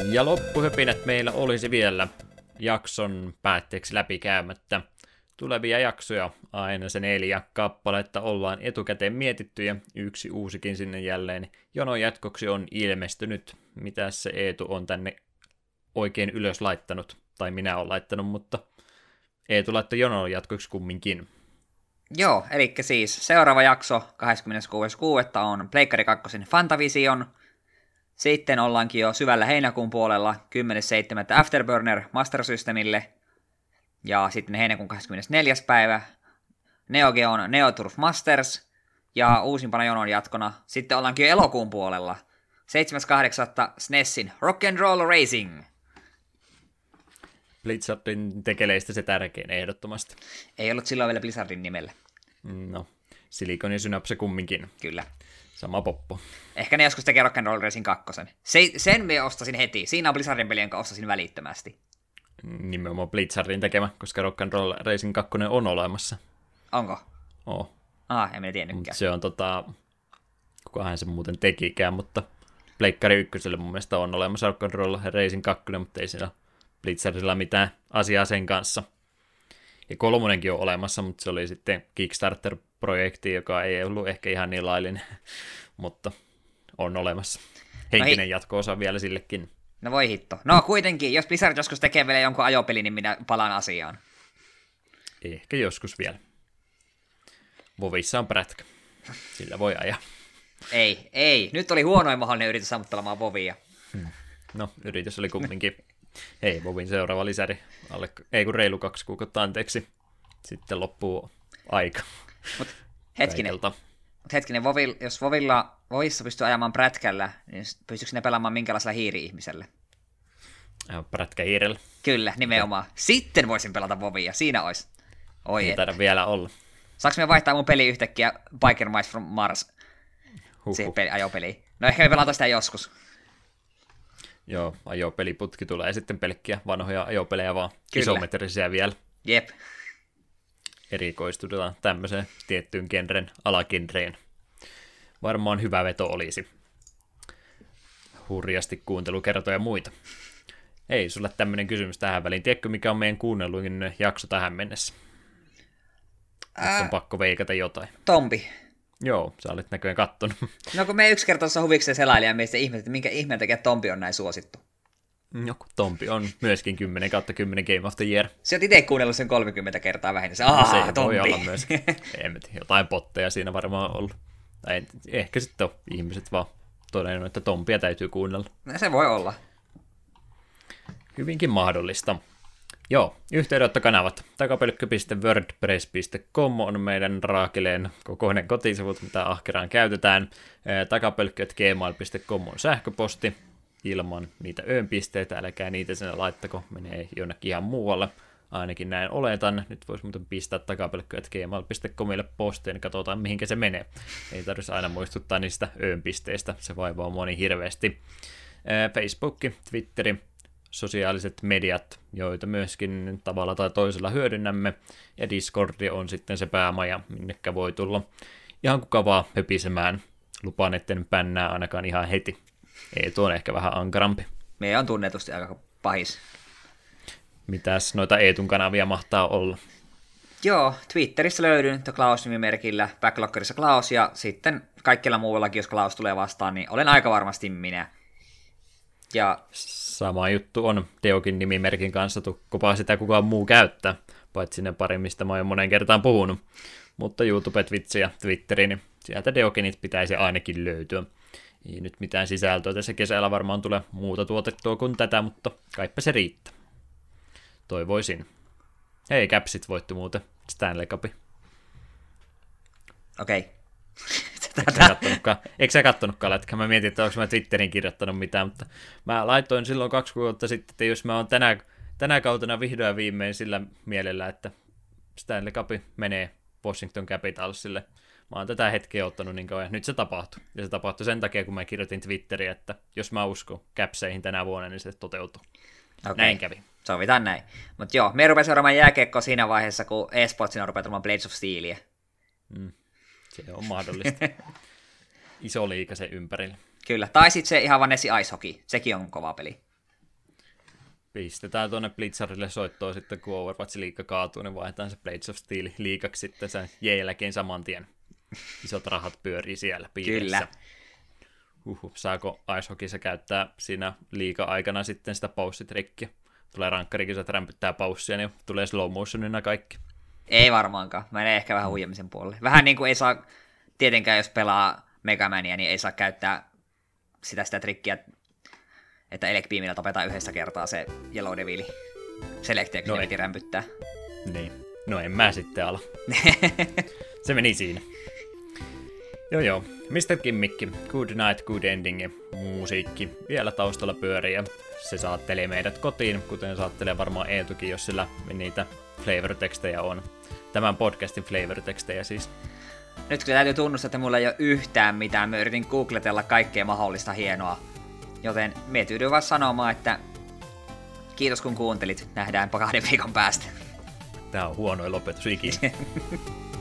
S1: Ja loppuhöpinät meillä olisi vielä jakson päätteeksi läpikäymättä. Tulevia jaksoja, aina se neljä kappaletta, ollaan etukäteen mietitty ja yksi uusikin sinne jälleen jonon jatkoksi on ilmestynyt. Mitäs se Eetu on tänne oikein ylös laittanut, tai minä olen laittanut, mutta Eetu laittoi jonon jatkoksi kumminkin.
S2: Joo, eli siis seuraava jakso kahdeskymmeneskuudes kuudetta on Pleikkari kaksi Fantavision. Sitten ollaankin jo syvällä heinäkuun puolella kymmenes seitsemättä Afterburner Master Systemille. Ja sitten heinäkuun kahdeskymmenesneljäs päivä Neo Geon Neo Turf Masters. Ja uusimpana jonon jatkona sitten ollaankin jo elokuun puolella seitsemäs kahdeksatta S N E Sin Rock'n'Roll Racing.
S1: Blizzardin tekeleistä se tärkein ehdottomasti.
S2: Ei ollut silloin vielä Blizzardin nimellä.
S1: No, Silicon ja Synapse kumminkin.
S2: Kyllä.
S1: Sama poppo.
S2: Ehkä ne joskus tekee Rock'n'Roll Racing kaksi. Se, sen me ostasin heti. Siinä on Blizzardin peli, jonka ostasin välittömästi.
S1: Nimenomaan Blizzardin tekemä, koska Rock'n'Roll Racing kaksi on olemassa.
S2: Onko?
S1: Oo.
S2: Ah, en minä tiennytkään.
S1: Mut se on tota, kukahan se muuten tekikään, mutta Pleikkari ykköselle mun mielestä on olemassa Rock'n'Roll Racing kaksi, mutta ei siinä Blizzardilla mitään asiaa sen kanssa. Ja kolmonenkin on olemassa, mutta se oli sitten Kickstarter-projekti, joka ei ollut ehkä ihan niin laillinen, mutta on olemassa. Henkinen no hi- jatko-osa vielä sillekin.
S2: No voi hitto. No kuitenkin, jos Blizzard joskus tekee vielä jonkun ajopeli, niin minä palaan asiaan.
S1: Ehkä joskus vielä. Vovissa on prätkä. Sillä voi ajaa.
S2: Ei, ei. Nyt oli huonoin mahdollinen yritys sammuttelemaan Vovia.
S1: Hmm. No, yritys oli kumminkin. Hei, Vovin seuraava lisäri. Alle, ei kun reilu kaksi kuukautta, anteeksi. Sitten loppuu aika.
S2: Mut hetkinen. Mut hetkinen, Vovil, jos Vovilla, Vovissa pystyy ajamaan prätkällä, niin pystyykö ne pelaamaan minkälaisella hiiri-ihmisellä?
S1: Prätkähiirellä.
S2: Kyllä, nimenomaan. Okay. Sitten voisin pelata Vovia. Siinä olisi. Oi
S1: ei taida vielä olla.
S2: Saanko me vaihtaa mun peli yhtäkkiä Biker Mice from Mars? Huhhuh. Se peli, ajopeli. No ehkä me pelataan sitä joskus.
S1: Joo, ajopeliputki tulee sitten pelkkiä vanhoja ajopelejä, vaan
S2: Kyllä.
S1: isometrisiä vielä.
S2: Jep.
S1: Erikoistutaan tämmöiseen tiettyyn genren, alagenreen. Varmaan hyvä veto olisi. Hurjasti kuuntelukertoja ja muita. Hei, sulle tämmöinen kysymys tähän väliin. Tiedätkö, mikä on meidän kuunnelluin jakso tähän mennessä? Ää... Nyt on pakko veikata jotain.
S2: Tompi.
S1: Joo, sä olet näköjään kattonut.
S2: No kun me yksi kerta tuossa huvikseen selailin ja meistä ihmettä, että minkä ihmeen takia Tompi on näin suosittu.
S1: Joku Tompi on myöskin kymmenen kautta kymmenen Game of the Year.
S2: Sä oot itse kuunnellut sen kolmekymmentä kertaa vähintään. Se,
S1: no, se Tompi. Voi olla myös. En tiedä, jotain potteja siinä varmaan on ollut. Tai ehkä sitten on ihmiset vaan todennut, että Tompia täytyy kuunnella.
S2: No, se voi olla.
S1: Hyvinkin mahdollista. Joo, yhteydenottokanavat. takapölkkö piste wordpress piste com on meidän raakeleen kokoinen kotisivut, mitä ahkeraan käytetään. takapölkkö piste gmail piste com on sähköposti ilman niitä öönpisteitä, älkää niitä sinne laittako, menee jonnekin ihan muualle. Ainakin näin oletan. Nyt voisi muuten pistää takapölkkö piste gmail piste comille postiin, niin katsotaan mihinkä se menee. Ei tarvitsisi aina muistuttaa niistä öönpisteistä, se vaivaa moni hirveästi. Facebook, Twitteri, sosiaaliset mediat, joita myöskin tavalla tai toisella hyödynnämme, ja Discord on sitten se päämaja, minnekä voi tulla ihan kuka vaan höpisemään. Lupaan, etten pännää ainakaan ihan heti. Ei, tuo on ehkä vähän ankarampi.
S2: Me on tunnetusti aika pahis.
S1: Mitäs noita Eetun kanavia mahtaa olla?
S2: Joo, Twitterissä löydyn The Klaus-nimimerkillä, Backloggerissa Klaus, ja sitten kaikilla muuallakin, jos Klaus tulee vastaan, niin olen aika varmasti minä. Ja
S1: sama juttu on Deokin nimimerkin kanssa, tukkopaa sitä kukaan muu käyttää, paitsi ne pari, mistä mä oon monen kertaan puhunut. Mutta YouTube, Twitch ja Twitteri, niin sieltä Deokinit pitäisi ainakin löytyä. Ei nyt mitään sisältöä tässä kesällä varmaan tulee muuta tuotettua kuin tätä, mutta kaipa se riittää. Toivoisin. Hei, Capsit voitti muuten Stanley Cupin.
S2: Okei. Okay.
S1: Eikö sä kattonutkaan lätkä? Mä mietin, että onko mä Twitterin kirjoittanut mitään, mutta mä laitoin silloin kaksi kuukautta sitten, että jos mä oon tänä, tänä kautena vihdoin viimein sillä mielellä, että Stanley Cup menee Washington Capitalsille. Mä oon tätä hetkeä ottanut niin kauan, ja nyt se tapahtui. Ja se tapahtui sen takia, kun mä kirjoitin Twitteriin, että jos mä uskon Capseihin tänä vuonna, niin se toteutuu. Okay. Näin kävi.
S2: Sovitaan näin. Mutta joo, me rupesin seuraamaan jääkiekkoa siinä vaiheessa, kun eSportsina rupeaa tulemaan Blades of Steelia.
S1: Mm. Se on mahdollista. Iso liika se ympärillä.
S2: Kyllä, tai sitten se ihan vaan Nessi Ice Hockey, sekin on kova peli.
S1: Pistetään tuonne Blizzardille soittoon sitten, kun Overwatch-liiga kaatuu, niin vaihdetaan se Blades of Steel liigaksi sitten sen jälkeen saman tien. Isot rahat pyörii siellä piirissä. Kyllä. Huhhuh, saako Ice Hockeyssa käyttää siinä liiga-aikana sitten sitä paussitrikkiä? Tulee rankkarikin, että rämpyttää paussia, niin tulee slow motionina kaikki.
S2: Ei varmaankaan. Menee ehkä vähän huijamisen puolelle. Vähän niin kuin ei saa, tietenkään jos pelaa Megamania, niin ei saa käyttää sitä, sitä trikkiä, että Elec-beamillä tapetaan yhdessä kertaa se Yellow Devili. Selectia, kun no se rämpyttää.
S1: Niin. No en mä sitten ala. Se meni siinä. Joo joo. mister Kimmikki, Good Night, Good Ending, musiikki vielä taustalla pyörii ja se saattelee meidät kotiin, kuten saattelee varmaan Eetukin, jos sillä niitä flavor-tekstejä on. Tämän podcastin flavor-tekstejä siis.
S2: Nyt kun täytyy tunnustaa, että mulla ei ole yhtään mitään, mä yritin googletella kaikkea mahdollista hienoa. Joten me tyydyin vaan sanomaan, että kiitos kun kuuntelit, nähdään kahden viikon päästä.
S1: Tää on huonoin lopetus ikinä.